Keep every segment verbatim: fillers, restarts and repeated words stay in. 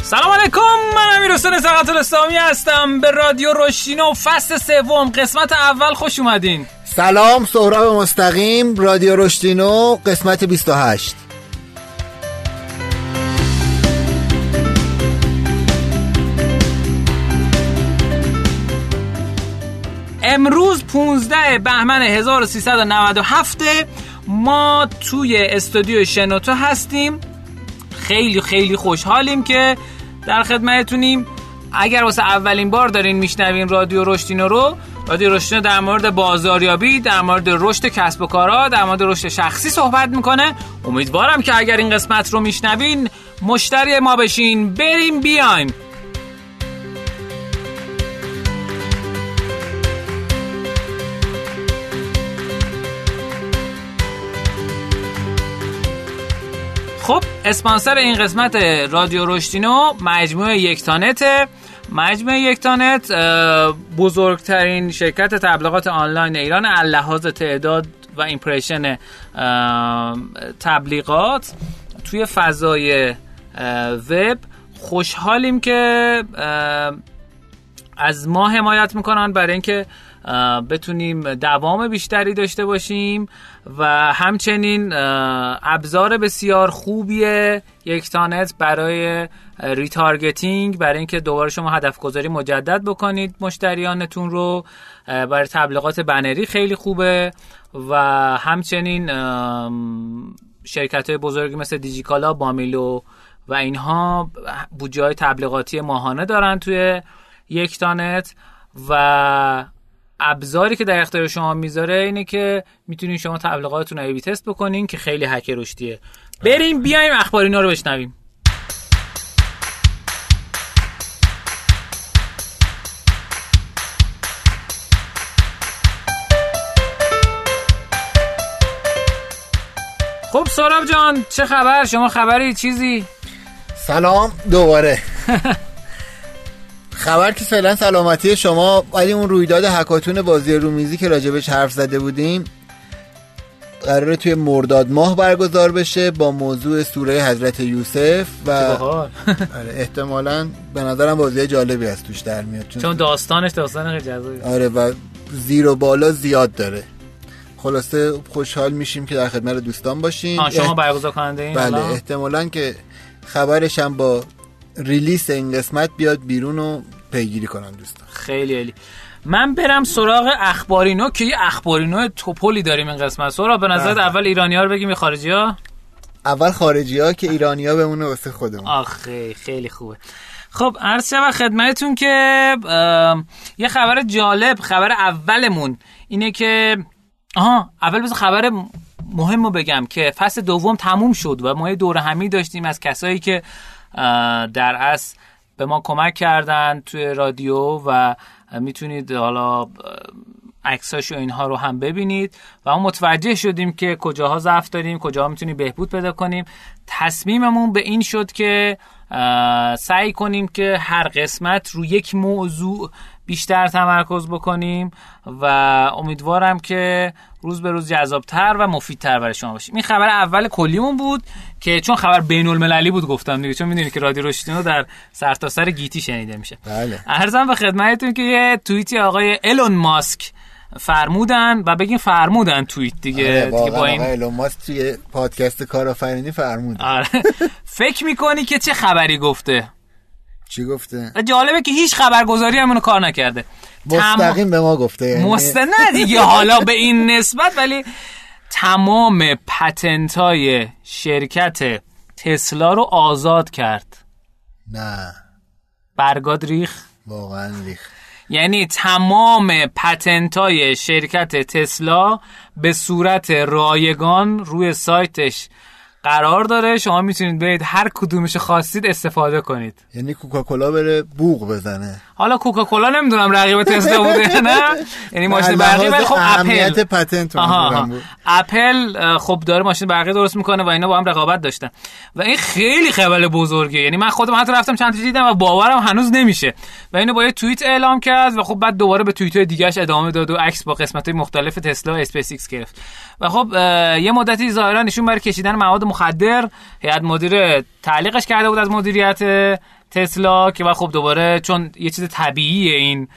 سلام علیکم، من امیر حسین سقط الاسلامی هستم. به رادیو رشتینو فصل سوم قسمت اول خوش اومدین. سلام، سهراب مستقیم، رادیو رشتینو قسمت بیست و هشت. امروز پانزده بهمن هزار و سیصد و نود و هفت ما توی استودیو شنوتو هستیم. خیلی خیلی خوشحالیم که در خدمتتونیم. اگر واسه اولین بار دارین میشنوین رادیو رشتینو رو، رادیو رشتینو در مورد بازاریابی، در مورد رشد کسب و کارها، در مورد رشد شخصی صحبت میکنه. امیدوارم که اگر این قسمت رو میشنوین مشتری ما بشین. بریم بیاین. خب اسپانسر این قسمت رادیو رشتینو مجموعه یکتانت. مجموعه یکتانت بزرگترین شرکت تبلیغات آنلاین ایران از لحاظ تعداد و ایمپرشن تبلیغات توی فضای وب. خوشحالیم که از ما حمایت میکنن برای اینکه بتونیم دوام بیشتری داشته باشیم و همچنین ابزار بسیار خوبیه یکتانت برای ریتارگتینگ، برای اینکه دوباره شما هدف گذاری مجدد بکنید مشتریانتون رو. برای تبلیغات بنری خیلی خوبه و همچنین شرکت‌های بزرگی مثل دیجیکالا، بامیلو و اینها بودجه‌های تبلیغاتی ماهانه دارن توی یکتانت و ابزاری که در اختیار شما میذاره اینه که میتونین شما تبلیغاتتون رو ای بی تست بکنین که خیلی هک رشدیه. بریم بیایم اخبارینا رو بشنویم. خب سهراب جان چه خبر؟ شما خبری چیزی؟ سلام دوباره. خبر که فعلا سلامتی شما، ولی اون رویداد هکاتون بازی رومیزی که راجبش حرف زده بودیم قراره توی مرداد ماه برگزار بشه با موضوع سوره حضرت یوسف و احتمالاً به نظرم بازی جالبی از توش در میاد چون داستانش داستان خیلی جذابه. آره و زیر و بالا زیاد داره. خلاصه خوشحال میشیم که در خدمت دوستان باشیم. آه شما برگزار کننده این؟ بله احتمالاً که خبرش هم با ریلیس این قسمت بیاد بیرون و پیگیری کنن دوستان. خیلی عالی. من برم سراغ اخبارینو که یه اخبارینو توپولی داریم این قسمت. سورا به نظرت اول ایرانی‌ها رو بگیم یا خارجی‌ها؟ اول خارجی‌ها که ایرانی‌ها بمونه واسه خودمون. آخه خیلی خوبه. خب عرض شود خدمتتون که یه خبر جالب، خبر اولمون اینه که آها اول بذار خبر مهمو بگم که فصل دوم تموم شد و ما یه دوره همی داشتیم از کسایی که در اصل به ما کمک کردن توی رادیو و میتونید حالا عکساش و اینها رو هم ببینید و ما متوجه شدیم که کجاها ضعف داریم، کجاها میتونیم بهبود پیدا کنیم. تصمیممون به این شد که سعی کنیم که هر قسمت رو یک موضوع بیشتر تمرکز بکنیم و امیدوارم که روز به روز جذابتر و مفیدتر برای شما باشه. این خبر اول کلیمون بود که چون خبر بین المللی بود گفتم دیگه، چون میدونید که رادیو رشتینو در سرتاسر گیتی شنیده میشه. بله. عرضم به خدمتتون که یه توییتی آقای ایلون ماسک فرمودن و بگیم فرمودن توییت دیگه. آره دیگه با این ایلون ماسک توی پادکست کارآفرینی فرمود. آره. فکر میکنی که چه خبری گفته؟ چی گفته؟ جالبه که هیچ خبرگزاری همونو کار نکرده. مستقیم تم... به ما گفته یعنی مستند دیگه حالا به این نسبت، ولی تمام پتنت‌های شرکت تسلا رو آزاد کرد. نه برگاد ریخ. واقعا ریخ. یعنی تمام پتنت‌های شرکت تسلا به صورت رایگان روی سایتش قرار داره. شما میتونید برید هر کدومش خواستید استفاده کنید. یعنی کوکاکولا بره بوق بزنه. حالا کوکاکولا نمیدونم رقیب تسلا بوده نه، یعنی ماشین برقی، ولی خب اپل پتنت بود. اپل خب داره ماشین برقی درست میکنه و اینا با هم رقابت داشتن و این خیلی خبر بزرگه. یعنی من خودم حتی رفتم چند تا دیدم و باورم هنوز نمیشه و اینو با یه توییت اعلام کرد و خب بعد دوباره به توییت‌های دیگه‌اش ادامه داد و عکس با قسمت‌های مختلف تسلا و اسپیس ایکس گرفت و خب یه مدتی ظاهرا نشون برای کشیدن مواد مخدر هیئت مدیره تعلیقش کرده بود از مدیریت تسلا که خب دوباره چون یه چیز طبیعیه این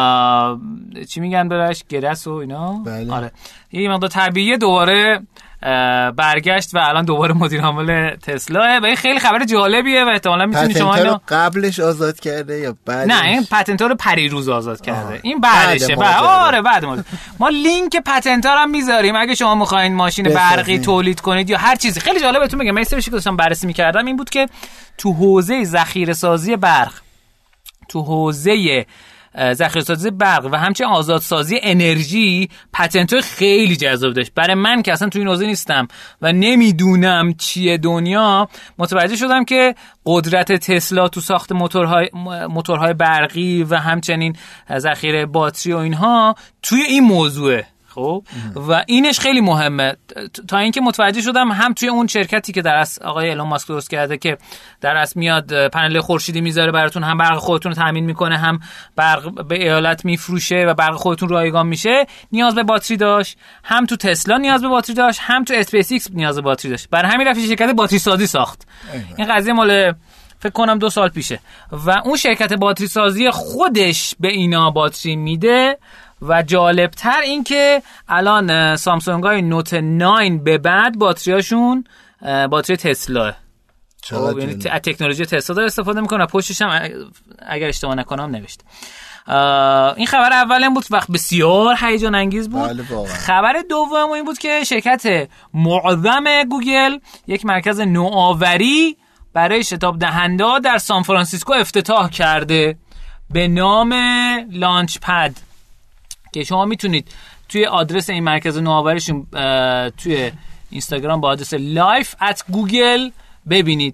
چی میگن براش گرس و اینا بله. آره یه مقدار طبیعیه دوباره برگشت و الان دوباره مدیر عامل تسلا و این خیلی خبر جالبیه و احتمالاً میتونید شما اینو قبلش آزاد کرده یا بعدش؟ نه این پتنت رو پریروز آزاد کرده آه. این بعدشه بعد آره بعد ما ما لینک پتنت ها رو میذاریم اگه شما میخواین ماشین برقی تولید کنید یا هر چیزی. خیلی جالب بهتون میگم من این سریشی که داشتم بررسی میکردم این بود که تو حوزه ذخیره سازی برق تو حوزه ذخیره سازی برق و همچنین آزادسازی انرژی پتنت خیلی جذاب داشت. برای من که اصلا تو این حوزه نیستم و نمیدونم چیه دنیا متوجه شدم که قدرت تسلا تو ساخت موتورهای موتورهای برقی و همچنین ذخیره باتری و اینها توی این موضوعه. خب و اینش خیلی مهمه تا اینکه متوجه شدم هم توی اون شرکتی که در اصل آقای ایلون ماسک درست کرده که در اصل میاد پنل خورشیدی میذاره براتون هم برق خودتون رو تامین میکنه هم برق به ایالت میفروشه و برق خودتون رایگان میشه نیاز به باتری داشت. هم تو تسلا نیاز به باتری داشت هم تو اسپیس ایکس نیاز به باتری داشت. برای همین رفت شرکت باتری سازی ساخت. این قضیه مال فکر کنم دو سال پیشه و اون شرکت باتری سازی خودش به اینا باتری میده. و جالبتر این که الان سامسونگ های نوت نه به بعد باتریاشون باتری تسلا خب یعنی از تکنولوژی تسلا داره استفاده میکنه و پشتش هم اگر اشتباه نکنم نوشته. این خبر اولم بود وقت بسیار هیجان انگیز بود. خبر دوم این بود که شرکت معظم گوگل یک مرکز نوآوری برای شتاب دهنده در سان فرانسیسکو افتتاح کرده به نام لانچ پد که شما میتونید توی آدرس این مرکز نوآوریشون توی اینستاگرام با آدرس لایف ات گوگل ببینید.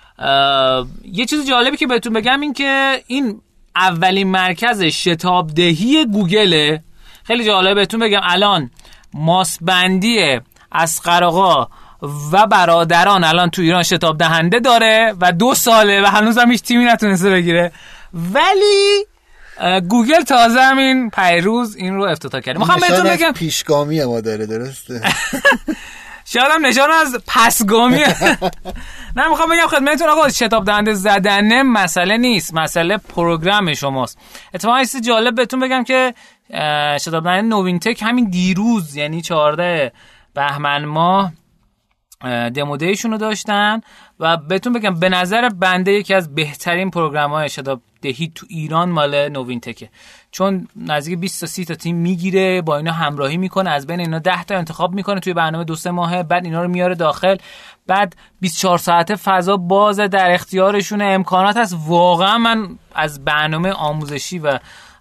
یه چیز جالبی که بهتون بگم این که این اولین مرکز شتاب دهی گوگله. خیلی جالبه بهتون بگم الان ماسبندی اصغر آقا و برادران الان تو ایران شتاب دهنده داره و دو ساله و هنوز هم هیچ تیمی نتونسته بگیره ولی گوگل تازه همین پیروز این رو افتتاح کرده. میخوام بهتون بگم پیشگامی ما داره درسته شاید هم نشان از پسگامیه. نه میخوام بگم خدمتتون آقا شتاب دهنده زدن مسئله نیست مسئله پروگرام شماست. اتفاقا یه چیز جالب بهتون بگم که شتاب دهنده نوین تک همین دیروز یعنی چهارده بهمن ماه دمو دیشون رو داشتن و بهتون بگم به نظر بنده یکی از بهترین پروگرام‌های شتاب دهی تو ایران مال نوین تکه چون نزدیک بیست تا سی تا تیم میگیره با اینا همراهی میکنه از بین اینا ده تا انتخاب میکنه توی برنامه دو سه ماهه بعد اینا رو میاره داخل بعد بیست و چهار ساعته فضا باز در اختیارشونه امکانات هست. واقعا من از برنامه آموزشی و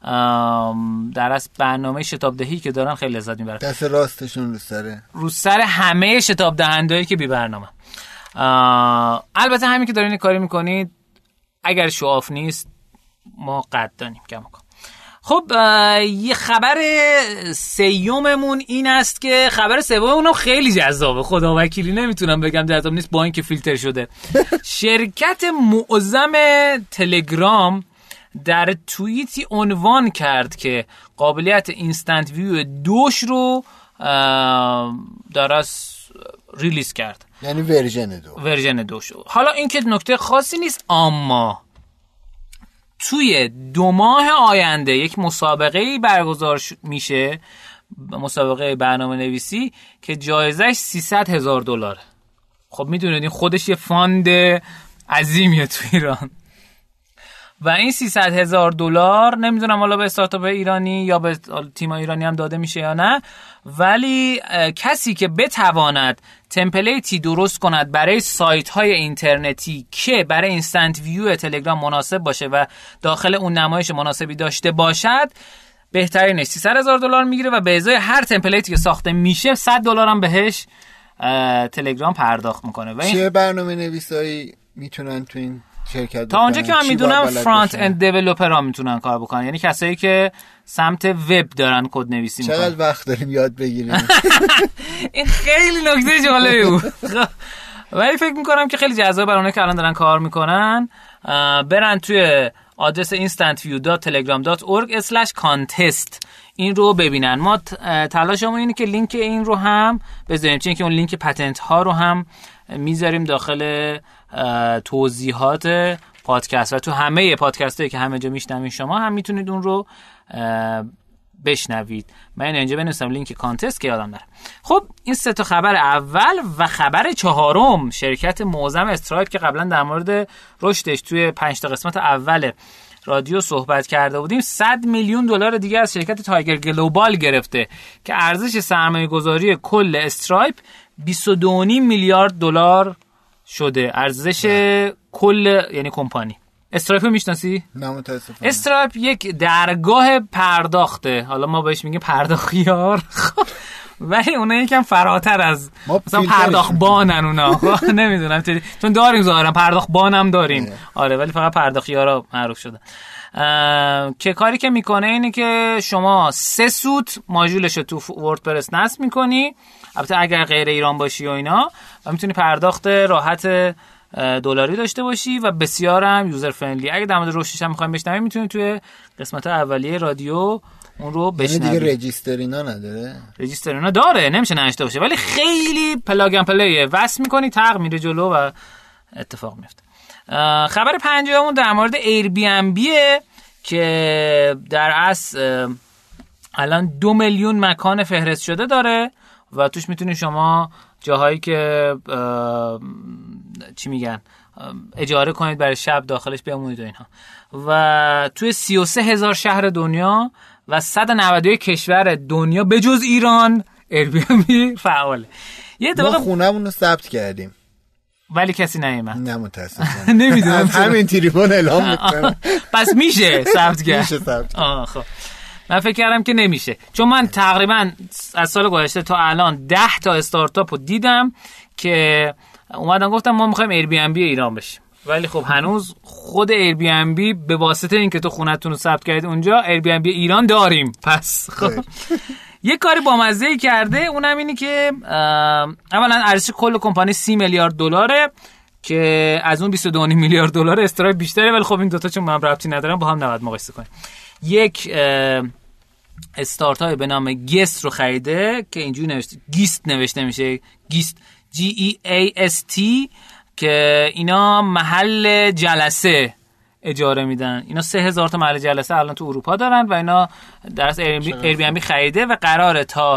در از برنامه شتاب دهی که دارن خیلی لذت میبرم. دست راستشون رو سره رو سر همه شتاب دهندهایی که بی برنامه. البته همین که دارین کاری میکنید اگر شواف نیست ما قدردانیم کم کن. خب یه خبر سیوممون این است که خبر سوممون خیلی جذابه خدا وکیلی نمیتونم بگم جذاب نیست با اینکه فیلتر شده. شرکت معظم تلگرام در توییتی عنوان کرد که قابلیت اینستنت ویو دوش رو درست ریلیز کرد یعنی ورژن دو ورژن دوش. حالا این که نکته خاصی نیست اما توی دو ماه آینده یک مسابقه برگزار میشه مسابقه برنامه نویسی که جایزش سیصد هزار دلاره. خب میدونید این خودش یه فاند عظیمیه تو ایران و این سیصد هزار دلار نمیدونم حالا به استارتاپ ایرانی یا به تیم ایرانی هم داده میشه یا نه ولی کسی که بتواند تمپلیتی درست کند برای سایت های اینترنتی که برای اینستنت ویو تلگرام مناسب باشه و داخل اون نمایش مناسبی داشته باشد بهترینش سیصد هزار دلار میگیره و به ازای هر تمپلیتی که ساخته میشه صد دلار هم بهش تلگرام پرداخت میکنه. و چه برنامه نویسایی میتونن تو این شرکت تا اونجا که من میدونم فرانت اند دیولپرها میتونن کار بکنن یعنی کسایی که سمت وب دارن کد نویسی میکنن. چقدر وقت داریم یاد بگیریم. این خیلی نکته جالبی بود ولی فکر میکنم که خیلی جذاب برای اونایی که الان دارن کار میکنن برن توی آدرس اینستنت ویو دات تلگرام دات اورگ اسلش کانتست این رو ببینن. ما تلاشمون اینه که لینک این رو هم بذاریم چون که اون لینک پتنت ها رو هم میذاریم داخل توضیحات پادکست و تو همه پادکستایی که همه جا میشنوین شما هم میتونید اون رو بشنوید. من اینجا بنویسم لینک کانتست که یادم نره. خب این سه تا خبر اول و خبر چهارم، شرکت معظم استرایپ که قبلا در مورد رشدش توی پنج تا قسمت اول رادیو صحبت کرده بودیم، صد میلیون دلار دیگه از شرکت تایگر گلوبال گرفته که ارزش سرمایه گذاری کل استرایپ بیست و دو و نیم میلیارد دلار شده. ارزش ده. کل یعنی کمپانی استرایپ رو میشناسی؟ نه متاسفم. استرایپ یک درگاه پرداخته، حالا ما بهش میگیم پرداختیار، ولی اونا یکم فراتر از مثلا پرداخت بانن اونا. نمیدونم چون داریم ظاهرا پرداخت بانم داریم نه. آره ولی فقط پرداختیارا معروف شده. که کاری که میکنه اینه که شما سه سوت ماژولش رو تو وردپرس نصب میکنی، البته اگر غیر ایران باشی و اینا، و میتونی پرداخت راحت دلاری داشته باشی و بسیار هم یوزر فرندلی. اگه در مورد رشدش هم می‌خوایم بشنویم میتونید توی قسمت اولیه رادیو اون رو بشنوید. دیگه رجیستر اینا نداره؟ رجیستر اینا داره، نمیشه نشته باشه، ولی خیلی پلاگ اند پلیه، وصل می‌کنی تق میره جلو و اتفاق میفته. خبر پنجمون در مورد ایر بی ام بیه که در اصل الان دو میلیون مکان فهرست شده داره و توش میتونی شما جاهایی که چی میگن اجاره کنید برای شب داخلش بمونید و اینها، و توی سی و سه هزار شهر دنیا و صد و نود و یک کشور دنیا به جز ایران ایر بی ام بی فعاله. یه اتفاق ما خونمون رو ثبت کردیم ولی کسی نیومد. نه متاسفم. نمیدونم همین تریبون اعلام میکنم. پس میشه ثبت کرد. میشه ثبت. آه خب من فکر کردم که نمیشه، چون من تقریبا از سال گذشته تا الان ده تا استارتاپ رو دیدم که اومدن گفتم ما میخوایم ایر بی ام بی ایران بشیم، ولی خب هنوز خود ایر بی ام بی به واسطه اینکه تو خونتون رو ثبت کردید اونجا ایر بی ام بی ایران داریم. پس خب یه کاری بامزه‌ای کرده، اونم اینه که اولا ارزش کل کمپانی سی میلیارد دلاره که از اون بیست و دو میلیارد دلار استرایپ بیشتره، ولی خب این دوتا چون من ربطی ندارم با هم نباید مقایسه کنیم. یک استارتاپ به نام گست رو خریده که اینجوری نوشته گیست نوشته میشه، گیست جی ای ای اس تی، که اینا محل جلسه اجاره میدن. اینا سه هزار تا محل جلسه الان تو اروپا دارن و اینا در ایر بی ام بی خریده و قراره تا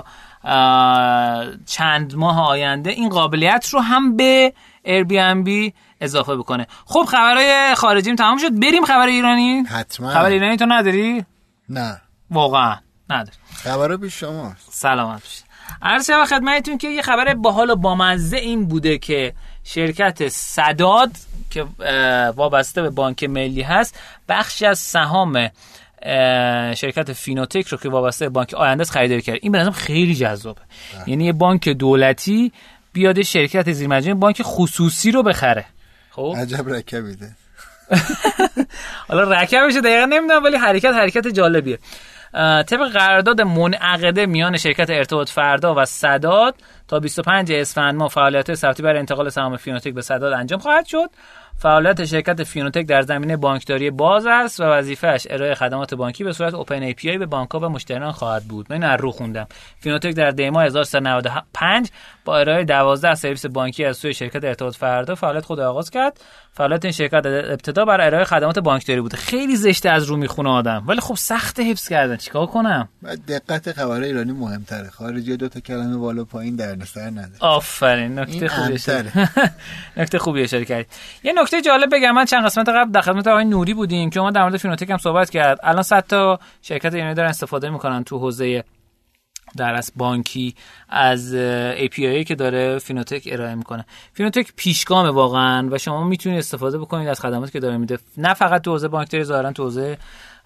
چند ماه آینده این قابلیت رو هم به ایر بی ام بی اضافه بکنه. خب خبرهای خارجیم تمام شد، بریم خبر ایرانی. حتما. خبر ایرانی تو نداری؟ نه واقعا نداری. خبر پیش شماست. سلامت باشید. عرض شود خدمتتون که یه خبر باحال و بامزه این بوده که شرکت سداد که وابسته به بانک ملی هست بخشی از سهام شرکت فینوتک رو که وابسته به بانک آینده است خریداری کرد. این به نظرم خیلی جذابه. یعنی یه بانک دولتی بیاد شرکت زیر مجموعه بانک خصوصی رو بخره. خب عجب رکبیده. حالا رکبش دقیقاً نمیدونم ولی حرکت حرکت جالبیه. طبق قرارداد منعقده میان شرکت ارتباط فردا و سداد تا بیست و پنجم اسفند ماه فعالیت ثبتی برای انتقال سهام فینوتک به سداد انجام خواهد شد. فعالیت شرکت فینوتک در زمینه بانکداری باز است و وظیفه‌اش ارائه خدمات بانکی به صورت اوپن ای پی آی به بانک‌ها و مشتریان خواهد بود. من از رو خوندم. فینوتک در دی ماه هزار و سیصد و نود و پنج با ارائه دوازده سرویس بانکی از سوی شرکت ارتباط فردا فعالیت خود آغاز کرد. فعالیت این شرکت ابتدا برای ارائه خدمات بانکداری بود. خیلی زشته از رو میخونه آدم، ولی خب سخت حفظ کردن. چیکار کنم؟ دقت خبرهای ایرانی مهم‌تره. خارجی دو تا کلمه بالا پایین دردسر نداره. آفرین، نکته خوبیه. نکته خوبیه اشاره کردید. یه نکته جالب بگم، من چند قسمت قبل در خدمت آقای نوری بودیم که ما در مورد فینوتک هم صحبت کرد. الان صد تا شرکت ایرانی دارن استفاده میکنن تو حوزه در اصل بانکی از ای پی آی که داره فینوتک ارائه میکنه. فینوتک پیشگامه واقعا و شما میتونید استفاده بکنید از خدماتی که داره میده، نه فقط تو حوزه بانکداری، ظاهرا تو حوزه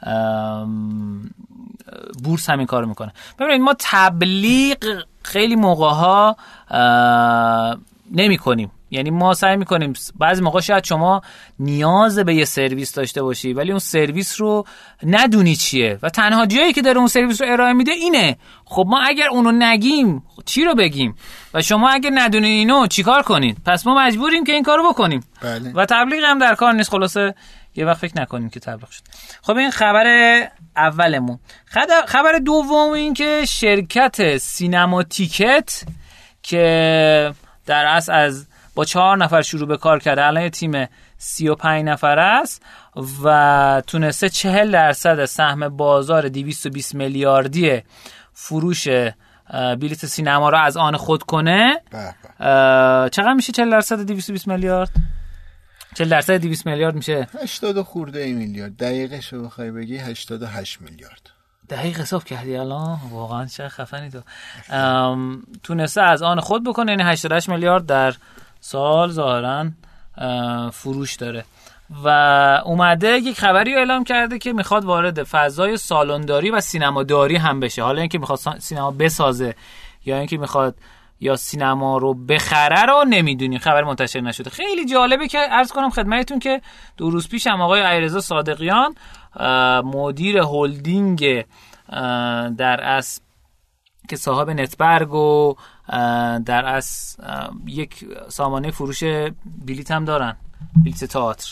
بورس همین کارو میکنه. ببینید ما تبلیغ خیلی موقع‌ها نمی‌کنیم، یعنی ما سعی میکنیم بعضی موقع شاید شما نیاز به یه سرویس داشته باشی ولی اون سرویس رو ندونی چیه و تنها جایی که داره اون سرویس رو ارائه میده اینه. خب ما اگر اونو نگیم چی رو بگیم و شما اگر ندونین اینو چیکار کنین؟ پس ما مجبوریم که این کارو بکنیم. بله. و تبلیغ هم در کار نیست. خلاصه یه وقت فکر نکنیم که تبلیغ شد. خب این خبر اولمون. خبر دوم این که شرکت سینما تیکت که در اصل از با چهار نفر شروع به کار کرده، الان یه تیم سی و پنج نفر است و تونسته چهل درصد سهم بازار دویست و بیست میلیاردی فروش بلیت سینما رو از آن خود کنه. چقدر میشه چهل درصد دویست و بیست میلیارد؟ چهل درصد دویست میلیارد میشه هشتاد خورده ای میلیارد. دقیقه شو بخوای بگی هشتاد و هشت میلیارد. دقیق حساب کردی الان؟ واقعا چه خفنی تو. تونسته از آن خود بکنه، یعنی هشتاد و هشت میلیارد در سال ظاهرا فروش داره و اومده یک خبری رو اعلام کرده که میخواد وارد فضای سالنداری و سینماداری هم بشه. حالا اینکه میخواد سینما بسازه یا اینکه میخواد یا سینما رو بخره رو نمیدونیم، خبر منتشر نشده. خیلی جالبه که عرض کنم خدمتتون که دو روز پیش هم آقای علیرضا صادقیان مدیر هلدینگ در اصل که صاحب نتبرگ و در اصل یک سامانه فروش بلیت هم دارن، بلیت تئاتر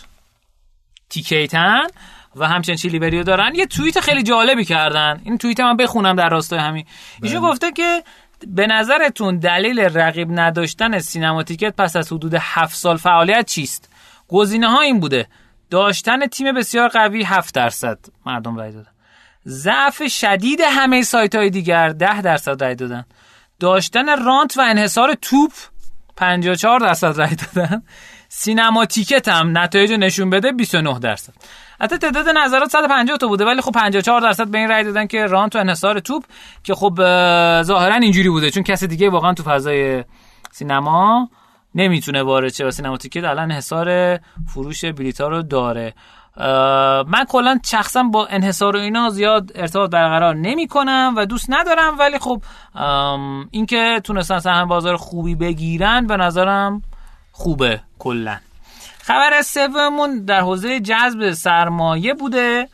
تیکیتن و همچنین چیلی بریو دارن، یه توییت خیلی جالبی کردن. این توییت من بخونم در راستای همین. ایشون گفته که به نظرتون دلیل رقیب نداشتن سینما تیکت پس از حدود هفت سال فعالیت چیست؟ گزینه ها این بوده: داشتن تیم بسیار قوی هفت درصد مردم رای دادن، ضعف شدید همه سایت های دیگر ده درصد رای دادن، داشتن رانت و انحصار توپ پنجاه و چهار درصد رای دادن، سینما تیکت هم نتایج نشون بده بیست و نه درصد. حتی تعداد نظرات صد و پنجاه تا بوده ولی خب پنجاه و چهار درصد به این رای دادن که رانت و انحصار توپ، که خب ظاهرا اینجوری بوده چون کسی دیگه واقعا تو فضای سینما نمیتونه وارد شه و سینما تیکت الان انحصار فروش بلیط‌ها رو داره. من کلا شخصا با انحصار و اینا زیاد ارتباط برقرار نمی‌کنم و دوست ندارم، ولی خب اینکه تونستن سهم بازار خوبی بگیرن به نظرم خوبه. کلا خبر سوممون در حوزه جذب سرمایه بوده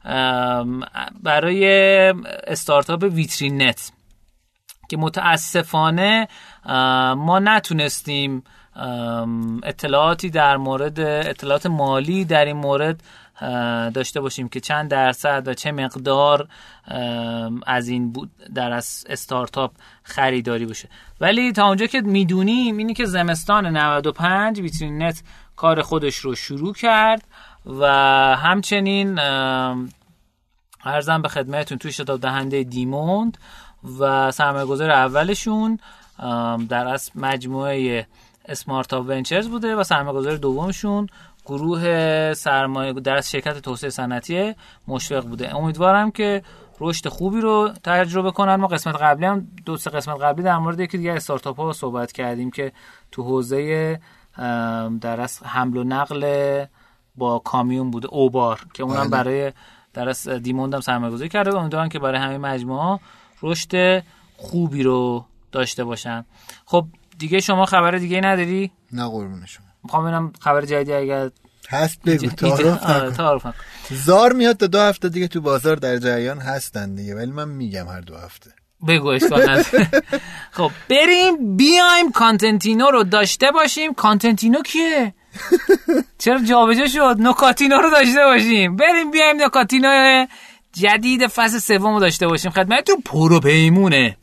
برای استارتاپ ویترین نت که متاسفانه ما نتونستیم اطلاعاتی در مورد اطلاعات مالی در این مورد داشته باشیم که چند درصد و چه مقدار از این بود در استارتاپ خریداری بشه. ولی تا اونجا که میدونیم اینی که زمستان نود و پنج ویترین نت کار خودش رو شروع کرد و همچنین عرضم به خدمتتون توی شتاب دهنده دیموند و سرمایه‌گذار اولشون در اصل مجموعه اسمارتاپ ونچرز بوده و سرمایه‌گذار دومشون گروه سرمایه در شرکت توسعه صنعتی مشفق بوده. امیدوارم که رشد خوبی رو تجربه کنن. ما قسمت قبلی هم دو سه قسمت قبلی در مورد یکی دیگه استارتاپ ها صحبت کردیم که تو حوزه در اصل حمل و نقل با کامیون بوده، اوبار، که اونم برای در اصل دیموند هم سرمایه‌گذاری کرده و امیدوارم که برای همین مجموعه رشد خوبی رو داشته باشن. خب دیگه شما خبر دیگه نداری؟ نه قربون شما. میخوام ببینم خبر جدیدی اگر هست بگو. تعارف نکن. زار میاد تا دو هفته دیگه تو بازار در جریان هستن دیگه، ولی من میگم هر دو هفته. بگو اشکال نداره. خب بریم بیایم کانتنتینو رو داشته باشیم. کانتنتینو کیه؟ چرا جابجا شد؟ نوکاتینو رو داشته باشیم. بریم بیایم نوکاتینو جدید فصل سوم رو داشته باشیم. خدمتتون پرو پیمونه.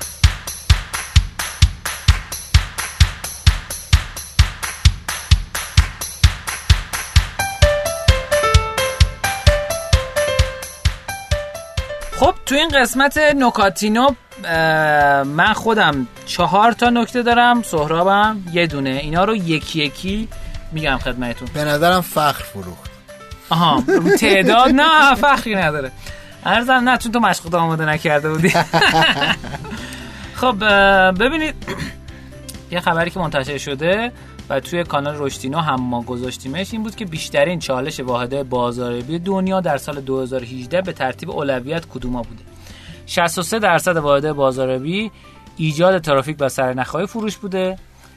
خب تو این قسمت نوکاتینو من خودم چهار تا نکته دارم، سهرابم یه دونه. اینا رو یکی یکی میگم خدمتتون. به نظرم فخر فروخت. آها تعداد نه فخری نداره. عرضم نه چون تو مشق آماده نکرده بودی. خب ببینید یه خبری که منتشر شده و توی کانال رشدینو هم ما گذاشتیمش این بود که بیشترین چالش واحدهای بازاریابی دنیا در سال دو هزار و هجده به ترتیب اولویت کدوما بوده؟ شصت و سه درصد واحدهای بازاریابی ایجاد ترافیک و سرنخ‌های فروش بوده،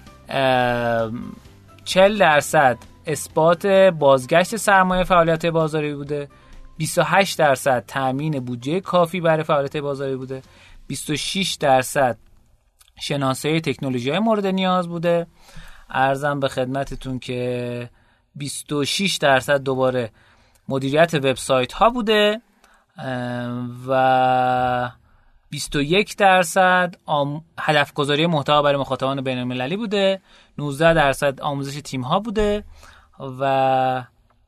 چهل درصد اثبات بازگشت سرمایه فعالیت بازاریابی بوده، بیست و هشت درصد تامین بودجه کافی برای فعالیت بازاریابی بوده، بیست و شش درصد شناسایی تکنولوژی‌های مورد نیاز بوده. عرضم به خدمتتون که بیست و شش درصد دوباره مدیریت وبسایت ها بوده و بیست و یک درصد آم... هدف گذاری محتوا برای مخاطبان بین‌المللی بوده، نوزده درصد آموزش تیم‌ها بوده و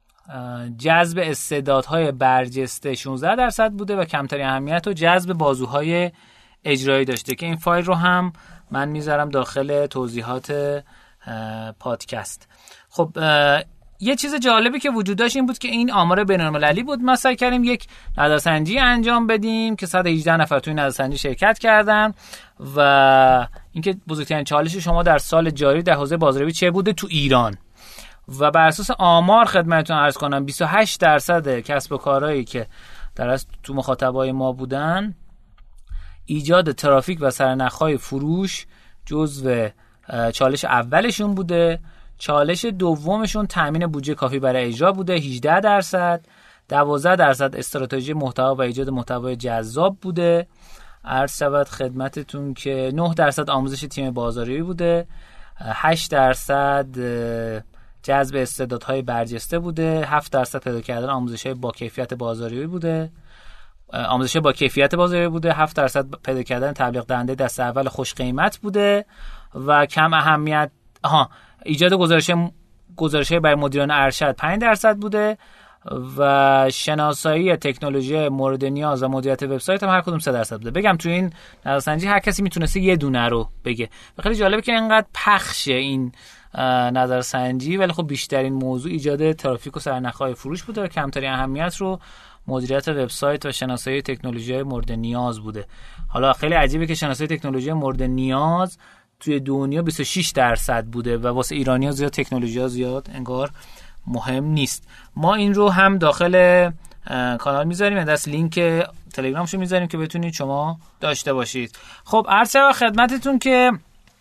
جذب استعدادهای برجسته شانزده درصد بوده و کمترین اهمیت و جذب بازوهای اجرایی داشته که این فایل رو هم من میذارم داخل توضیحات پادکست. خب یه چیز جالبی که وجود داشت این بود که این آمار بین‌المللی بود. ما سعی کردیم یک نظرسنجی انجام بدیم که صد و هجده نفر توی نظرسنجی شرکت کردن و اینکه بزرگترین چالش شما در سال جاری در حوزه بازاریابی چه بوده تو ایران. و بر اساس آمار خدمتتون عرض کنم بیست و هشت درصد کسب و کارهایی که در اصل تو مخاطبای ما بودن ایجاد ترافیک و سرنخ‌های فروش جزو چالش اولشون بوده. چالش دومشون تامین بودجه کافی برای اجرا بوده هجده درصد. دوازده درصد استراتژی محتوا و ایجاد محتوای جذاب بوده. عرض شود خدمتتون که نه درصد آموزش تیم بازاریابی بوده. هشت درصد جذب استعدادهای برجسته بوده. هفت درصد پیدا کردن آموزش‌های با کیفیت بازاریابی بوده. آموزش با کیفیت بازاریابی بوده. هفت درصد پیدا کردن تبلیغ دهنده دست اول خوش قیمت بوده و کم اهمیت آها ایجاد گزارش گزارش‌های برای مدیران ارشد پنج درصد بوده و شناسایی تکنولوژی مورد نیاز و مدیریت وبسایت هم هر کدوم سه درصد بوده. بگم تو این نظرسنجی هر کسی میتونسته یه دونه رو بگه و خیلی جالبه که اینقدر پخش این نظرسنجی، ولی خب بیشترین موضوع ایجاد ترافیک و سرنخ‌های فروش بوده و کمترین اهمیت رو مدیریت وبسایت و شناسایی تکنولوژی مورد نیاز بوده. حالا خیلی عجیبه که شناسایی تکنولوژی مورد نیاز توی دنیا بیست و شش درصد بوده و واسه ایرانی‌ها زیاد تکنولوژی‌ها زیاد انگار مهم نیست. ما این رو هم داخل کانال میذاریم، دست لینک تلگرامشو میذاریم که بتونید شما داشته باشید. خب عرض شود خدمتتون که